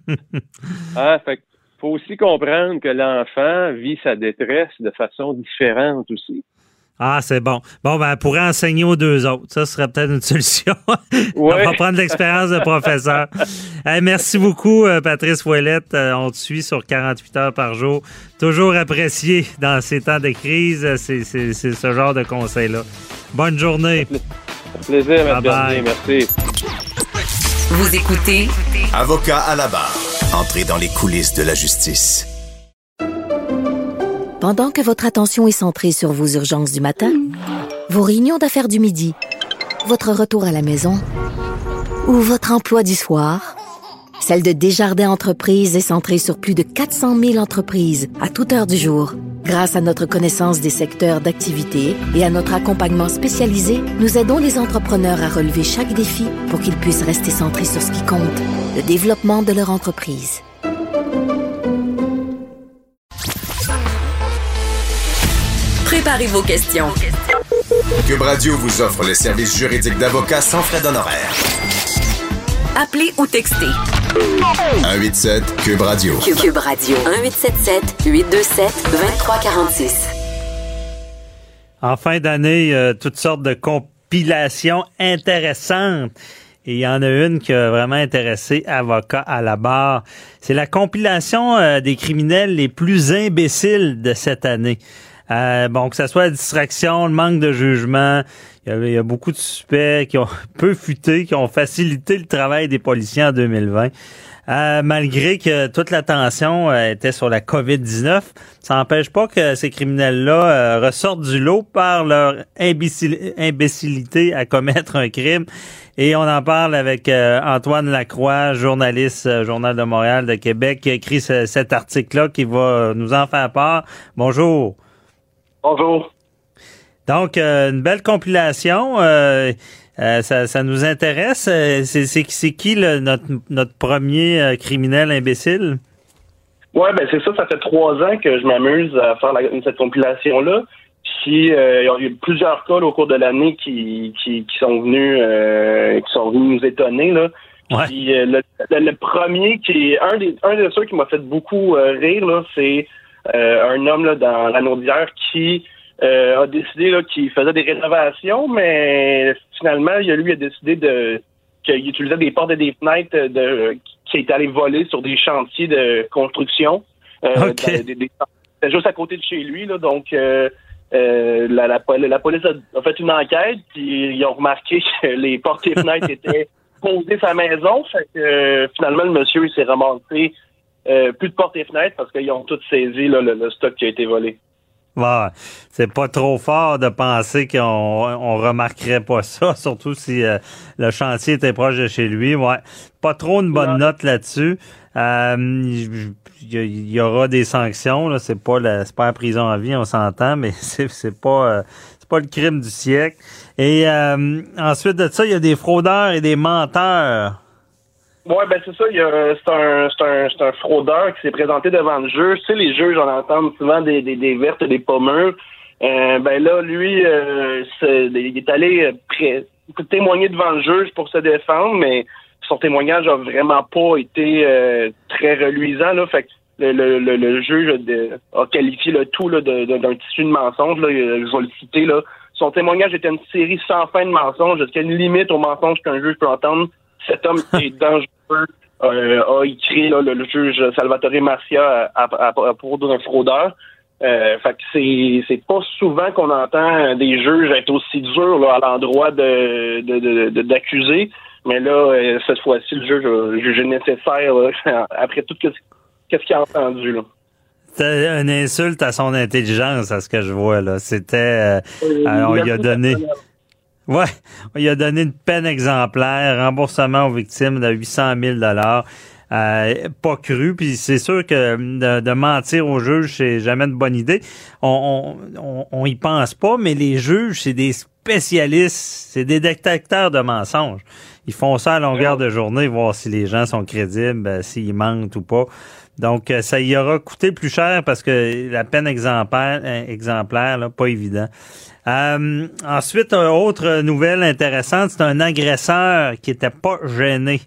hein? Fait faut aussi comprendre que l'enfant vit sa détresse de façon différente aussi. Ah, c'est bon. Bon, ben, elle pourrait enseigner aux deux autres. Ça serait peut-être une solution. Ouais. On va prendre l'expérience de professeur. Hey, merci beaucoup, Patrice Ouellette. On te suit sur quarante-huit heures par jour. Toujours apprécié dans ces temps de crise. C'est, c'est, c'est ce genre de conseils-là. Bonne journée. Ça fait plaisir, M. Bernier. Merci. Vous écoutez Avocat à la barre. Entrez dans les coulisses de la justice. Pendant que votre attention est centrée sur vos urgences du matin, vos réunions d'affaires du midi, votre retour à la maison ou votre emploi du soir, celle de Desjardins Entreprises est centrée sur plus de quatre cent mille entreprises à toute heure du jour. Grâce à notre connaissance des secteurs d'activité et à notre accompagnement spécialisé, nous aidons les entrepreneurs à relever chaque défi pour qu'ils puissent rester centrés sur ce qui compte, le développement de leur entreprise. Préparez vos questions. Cube Radio vous offre les services juridiques d'avocats sans frais d'honoraires. Appelez ou textez. un huit sept Cube Radio. Cube, Cube Radio. un huit sept sept huit deux sept deux trois quatre six. En fin d'année, euh, toutes sortes de compilations intéressantes. Et il y en a une qui a vraiment intéressé Avocats à la barre. C'est la compilation euh, des criminels les plus imbéciles de cette année. Euh, bon, que ce soit la distraction, le manque de jugement, il y a, il y a beaucoup de suspects qui ont peu futé, qui ont facilité le travail des policiers en deux mille vingt. Euh, malgré que toute l'attention euh, était sur la covid dix-neuf, ça n'empêche pas que ces criminels-là euh, ressortent du lot par leur imbécil- imbécilité à commettre un crime. Et on en parle avec euh, Antoine Lacroix, journaliste euh, Journal de Montréal, de Québec, qui a écrit ce, cet article-là, qui va nous en faire part. Bonjour. Bonjour. Donc, euh, une belle compilation. Euh, euh, ça, ça nous intéresse. C'est, c'est, c'est qui le, notre, notre premier euh, criminel imbécile? Ouais, ben c'est ça. Ça fait trois ans que je m'amuse à faire la, cette compilation-là. Puis, euh, il y a eu plusieurs cas là, au cours de l'année qui, qui, qui sont venus euh, qui sont venus nous étonner là. Ouais. Puis, euh, le, le, le premier qui est un des un de ceux qui m'a fait beaucoup euh, rire là, c'est euh, un homme là dans la Naudière qui Euh, a décidé là, qu'il faisait des rénovations, mais finalement, il a, lui a décidé de qu'il utilisait des portes et des fenêtres de, qui est allé voler sur des chantiers de construction. Euh, okay. dans, des, des, c'était juste à côté de chez lui, là, donc euh, euh, la, la, la police a, a fait une enquête, puis ils ont remarqué que les portes et fenêtres étaient posées sa maison, fait que euh, finalement le monsieur il s'est ramassé euh, plus de portes et fenêtres parce qu'ils ont tous saisi là, le, le stock qui a été volé. Ouais, c'est pas trop fort de penser qu'on on remarquerait pas ça, surtout si euh, le chantier était proche de chez lui. Ouais, pas trop une bonne note là-dessus. Euh, il y, y aura des sanctions. Là, c'est pas la, c'est pas la prison à vie, on s'entend, mais c'est c'est pas euh, c'est pas le crime du siècle. Et euh, ensuite de ça, il y a des fraudeurs et des menteurs. Ouais, ben c'est ça. Il y a, c'est un, c'est un, c'est un fraudeur qui s'est présenté devant le juge. Tu sais, les juges, on entend souvent des, des, des vertes et des pas mûres. Euh, ben là, lui, euh, c'est, il est allé pré- témoigner devant le juge pour se défendre, mais son témoignage a vraiment pas été euh, très reluisant. Là, fait que le, le, le, le juge de, a qualifié le tout là, de, de, d'un tissu de mensonge. Là, je vais le citer là. Son témoignage était une série sans fin de mensonges, jusqu'à une limite aux mensonges qu'un juge peut entendre. Cet homme est dangereux, euh, a écrit là, le, le juge Salvatore Marcia à, à, à propos d'un fraudeur. Euh, fait que c'est c'est pas souvent qu'on entend des juges être aussi durs là, à l'endroit de, de, de, de d'accusés, mais là euh, cette fois-ci le juge a jugé nécessaire là, après tout ce qu'est-ce qu'il a entendu là. C'était une insulte à son intelligence, à ce que je vois là. C'était, euh, euh, on lui a donné. Ouais, il a donné une peine exemplaire, remboursement aux victimes de huit cent mille dollars. Euh, pas cru, puis c'est sûr que de, de mentir aux juges, c'est jamais une bonne idée. On, on, on, on y pense pas, mais les juges, c'est des spécialistes, c'est des détecteurs de mensonges. Ils font ça à longueur de journée, voir si les gens sont crédibles, s'ils mentent ou pas. Donc, ça y aura coûté plus cher parce que la peine exemplaire, exemplaire là, pas évident. Euh, ensuite, une autre nouvelle intéressante, c'est un agresseur qui était pas gêné.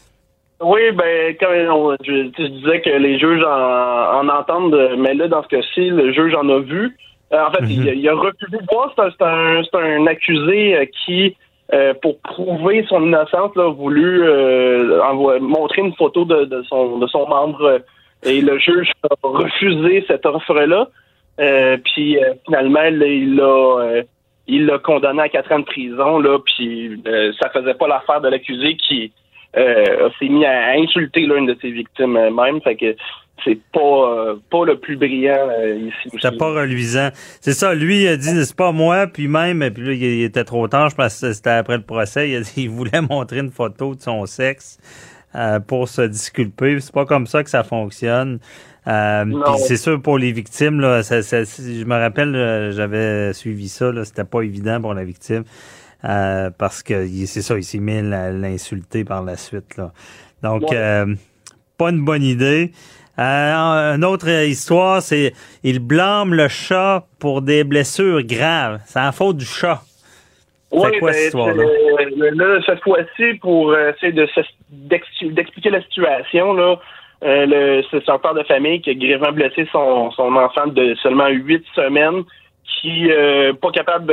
Oui, ben, comme on, je, je disais que les juges en, en entendent, mais là, dans ce cas-ci, le juge en a vu. Euh, en fait, mm-hmm. il, il a refusé de voir. C'est un, c'est un, c'est un accusé qui, euh, pour prouver son innocence, là, a voulu euh, envoie, montrer une photo de, de, son, de son membre. Et le juge a refusé cette offre-là. Euh, puis euh, finalement, là, il l'a euh, il l'a condamné à quatre ans de prison. Là, puis euh, ça faisait pas l'affaire de l'accusé qui euh, s'est mis à insulter l'une de ses victimes euh, même. Fait que c'est pas euh, pas le plus brillant euh, ici. C'était pas reluisant. C'est ça, lui il a dit c'est pas moi, puis même, puis là, il était trop tard, je pense que c'était après le procès, il, a dit, il voulait montrer une photo de son sexe euh, pour se disculper. C'est pas comme ça que ça fonctionne. Euh, puis c'est sûr pour les victimes, là, ça, ça, je me rappelle, là, j'avais suivi ça, là, c'était pas évident pour la victime. Euh, parce que c'est ça, il s'est mis à l'insulter par la suite, là. Donc ouais. euh, pas une bonne idée. Euh, une autre histoire, c'est il blâme le chat pour des blessures graves. C'est la faute du chat. Oui, c'est quoi ben, cette histoire-là? Euh, là, cette fois-ci, pour euh, essayer de, d'expliquer la situation, là, euh, le, c'est un père de famille qui a grièvement blessé son, son enfant de seulement huit semaines, qui euh, pas capable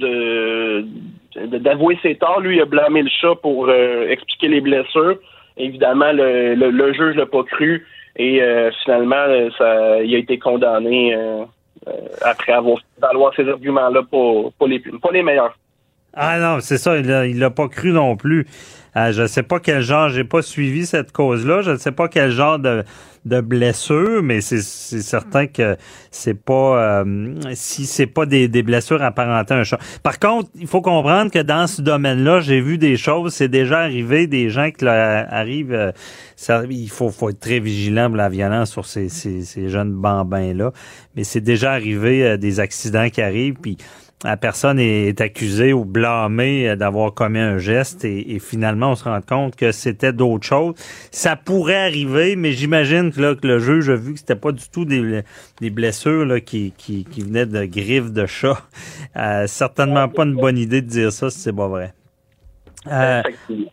de, de, d'avouer ses torts. Lui, il a blâmé le chat pour euh, expliquer les blessures. Évidemment, le, le, le juge l'a pas cru et euh, finalement, ça, il a été condamné euh, euh, après avoir fait valoir ces arguments-là, pas, pas, les, pas les meilleurs. Ah non, c'est ça, il l'a, il l'a pas cru non plus. Euh, je ne sais pas quel genre, j'ai pas suivi cette cause-là, je ne sais pas quel genre de, de blessure, mais c'est, c'est certain que c'est pas euh, si c'est pas des, des blessures apparentées à un chat. Par contre, il faut comprendre que dans ce domaine-là, j'ai vu des choses, c'est déjà arrivé, des gens qui là, arrivent, euh, ça, il faut, faut être très vigilant pour la violence sur ces, ces, ces jeunes bambins-là, mais c'est déjà arrivé euh, des accidents qui arrivent, puis la personne est accusée ou blâmée d'avoir commis un geste et, et finalement, on se rend compte que c'était d'autres choses. Ça pourrait arriver, mais j'imagine que, là, que le juge a vu que c'était pas du tout des, des blessures là, qui, qui, qui venaient de griffes de chat. Euh, certainement pas une bonne idée de dire ça si c'est pas vrai. Euh,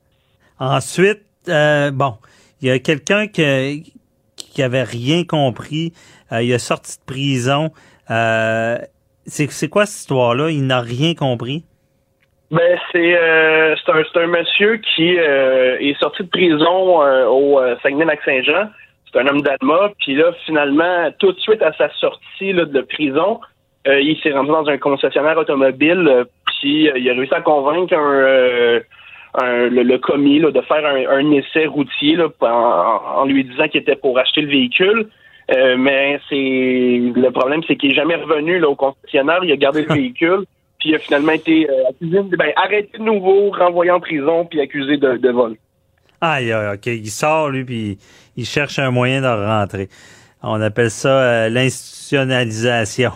ensuite, euh, bon, il y a quelqu'un qui, qui avait rien compris. Euh, il est sorti de prison. Euh, C'est, c'est quoi cette histoire-là? Il n'a rien compris? Ben, c'est, euh, c'est, un, c'est un monsieur qui euh, est sorti de prison euh, au euh, Saguenay-Lac-Saint-Jean. C'est un homme d'Alma. Puis là, finalement, tout de suite à sa sortie là, de prison, euh, il s'est rendu dans un concessionnaire automobile. Euh, puis euh, il a réussi à convaincre un, euh, un, le, le commis là, de faire un, un essai routier là, en, en lui disant qu'il était pour acheter le véhicule. Euh, mais c'est le problème, c'est qu'il est jamais revenu là, au concessionnaire. Il a gardé le véhicule, puis il a finalement été euh, accusé, ben, arrêté de nouveau, renvoyé en prison, puis accusé de, de vol. Ah, ok. Il sort, lui, puis il cherche un moyen de rentrer. On appelle ça euh, l'institutionnalisation.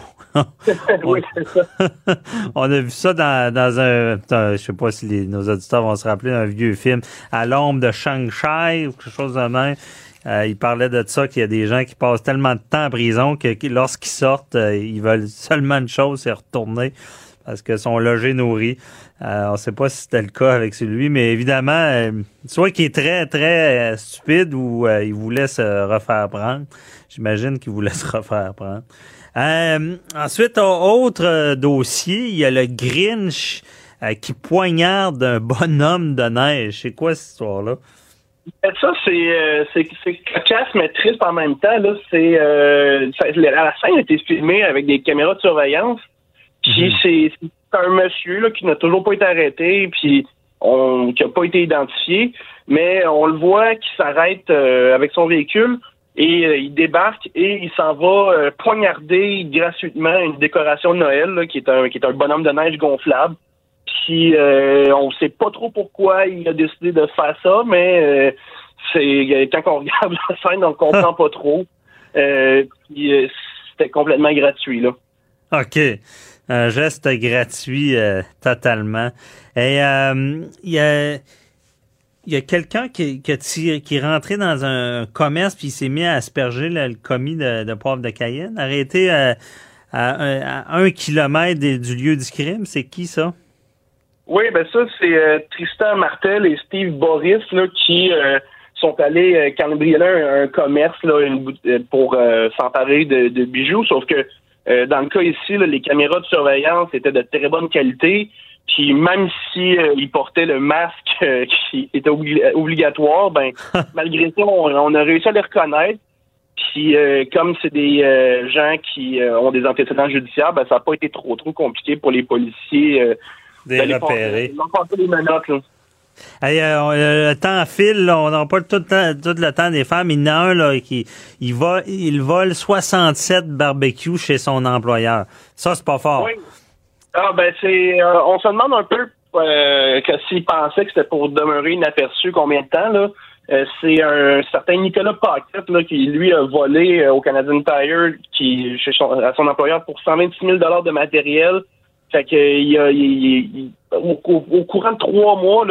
Oui, c'est ça. On a vu ça dans, dans un, je sais pas si les, nos auditeurs vont se rappeler, un vieux film, À l'ombre de Shanghai ou quelque chose de même. Euh, il parlait de ça, qu'il y a des gens qui passent tellement de temps en prison que, que lorsqu'ils sortent, euh, ils veulent seulement une chose, c'est retourner parce qu'ils sont logés, nourris. Euh, on ne sait pas si c'était le cas avec celui, mais évidemment, euh, soit qu'il est très, très euh, stupide ou euh, il voulait se refaire prendre. J'imagine qu'il voulait se refaire prendre. Euh, ensuite, autre euh, dossier, il y a le Grinch euh, qui poignarde un bonhomme de neige. C'est quoi cette histoire-là? Ça, c'est, euh, c'est, c'est cocasse, mais triste en même temps. Là, c'est, euh, ça, la scène a été filmée avec des caméras de surveillance. Puis mm-hmm. c'est, c'est un monsieur là, qui n'a toujours pas été arrêté, puis on, qui n'a pas été identifié. Mais on le voit qui s'arrête euh, avec son véhicule et euh, il débarque et il s'en va euh, poignarder gratuitement une décoration de Noël là, qui est un qui est un bonhomme de neige gonflable. Puis euh, on sait pas trop pourquoi il a décidé de faire ça, mais euh, c'est quand on regarde la scène, on comprend pas trop. Euh, puis, euh, c'était complètement gratuit là. OK. Un geste gratuit euh, totalement. Et il euh, y a il y a quelqu'un qui qui, a tiré, qui est rentré dans un commerce puis il s'est mis à asperger là, le commis de, de poivre de Cayenne, arrêté à, à, à un kilomètre des, du lieu du crime. C'est qui ça? Oui, ben ça, c'est euh, Tristan Martel et Steve Boris là, qui euh, sont allés euh, cambrioler un, un commerce là, une, pour euh, s'emparer de, de bijoux, sauf que euh, dans le cas ici, là, les caméras de surveillance étaient de très bonne qualité, puis même si euh, ils portaient le masque euh, qui était obli- obligatoire, ben malgré ça, on, on a réussi à les reconnaître. Puis euh, comme c'est des euh, gens qui euh, ont des antécédents judiciaires, ben ça n'a pas été trop trop compliqué pour les policiers euh, des repérer. Ils ont passé les menottes, là. Hey, euh, le temps file, là, on n'a pas tout le temps, tout le temps des femmes. Il y en a un là, qui il, va, il vole soixante-sept barbecues chez son employeur. Ça, c'est pas fort. Oui. Ah, ben, c'est. Euh, on se demande un peu euh, que s'il pensait que c'était pour demeurer inaperçu combien de temps, là. Euh, c'est un certain Nicolas Paquette là, qui, lui, a volé euh, au Canadian Tire qui, chez son, à son employeur pour cent vingt-six mille dollars de matériel. Fait que il a, il, il, au, au, au courant de trois mois, là,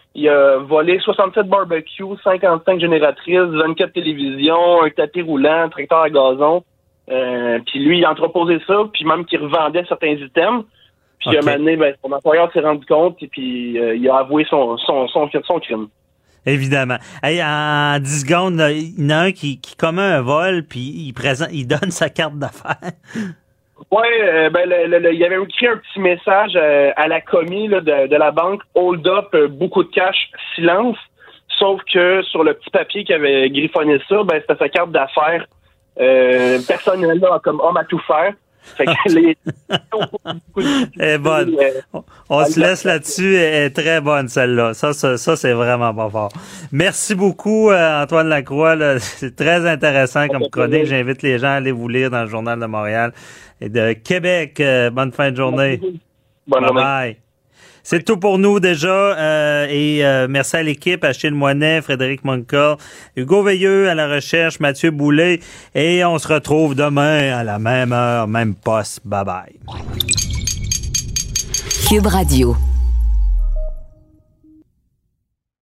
Il a volé soixante-sept barbecues, cinquante-cinq génératrices, vingt-quatre télévisions, un tapis roulant, un tracteur à gazon. Euh, puis lui, il a entreposé ça, puis même qu'il revendait certains items. Puis okay. un moment donné, ben, son employeur s'est rendu compte et puis euh, il a avoué son, son, son, son crime. Évidemment. Hey, en dix secondes, là, il y en a un qui, qui commet un vol, puis il présente, il donne sa carte d'affaires. Oui, euh, ben, le, le, le, il avait écrit un petit message euh, à la commis là, de, de la banque, hold up, euh, beaucoup de cash, silence. Sauf que sur le petit papier qui avait griffonné ça, ben, c'était sa carte d'affaires euh, personnelle là, comme homme à tout faire. Fait que les... Elle est bonne. On, on se laisse là-dessus. Elle est très bonne, celle-là. Ça, ça, ça c'est vraiment pas fort. Merci beaucoup, euh, Antoine Lacroix. Là. C'est très intéressant comme chronique. J'invite les gens à aller vous lire dans le Journal de Montréal et de Québec. Euh, bonne fin de journée. Bonne bye journée. Bye. C'est tout pour nous déjà euh, et euh, merci à l'équipe, Achille Moinet, Frédéric Moncor, Hugo Veilleux à la recherche, Mathieu Boulay et on se retrouve demain à la même heure, même poste. Bye bye. Cube Radio.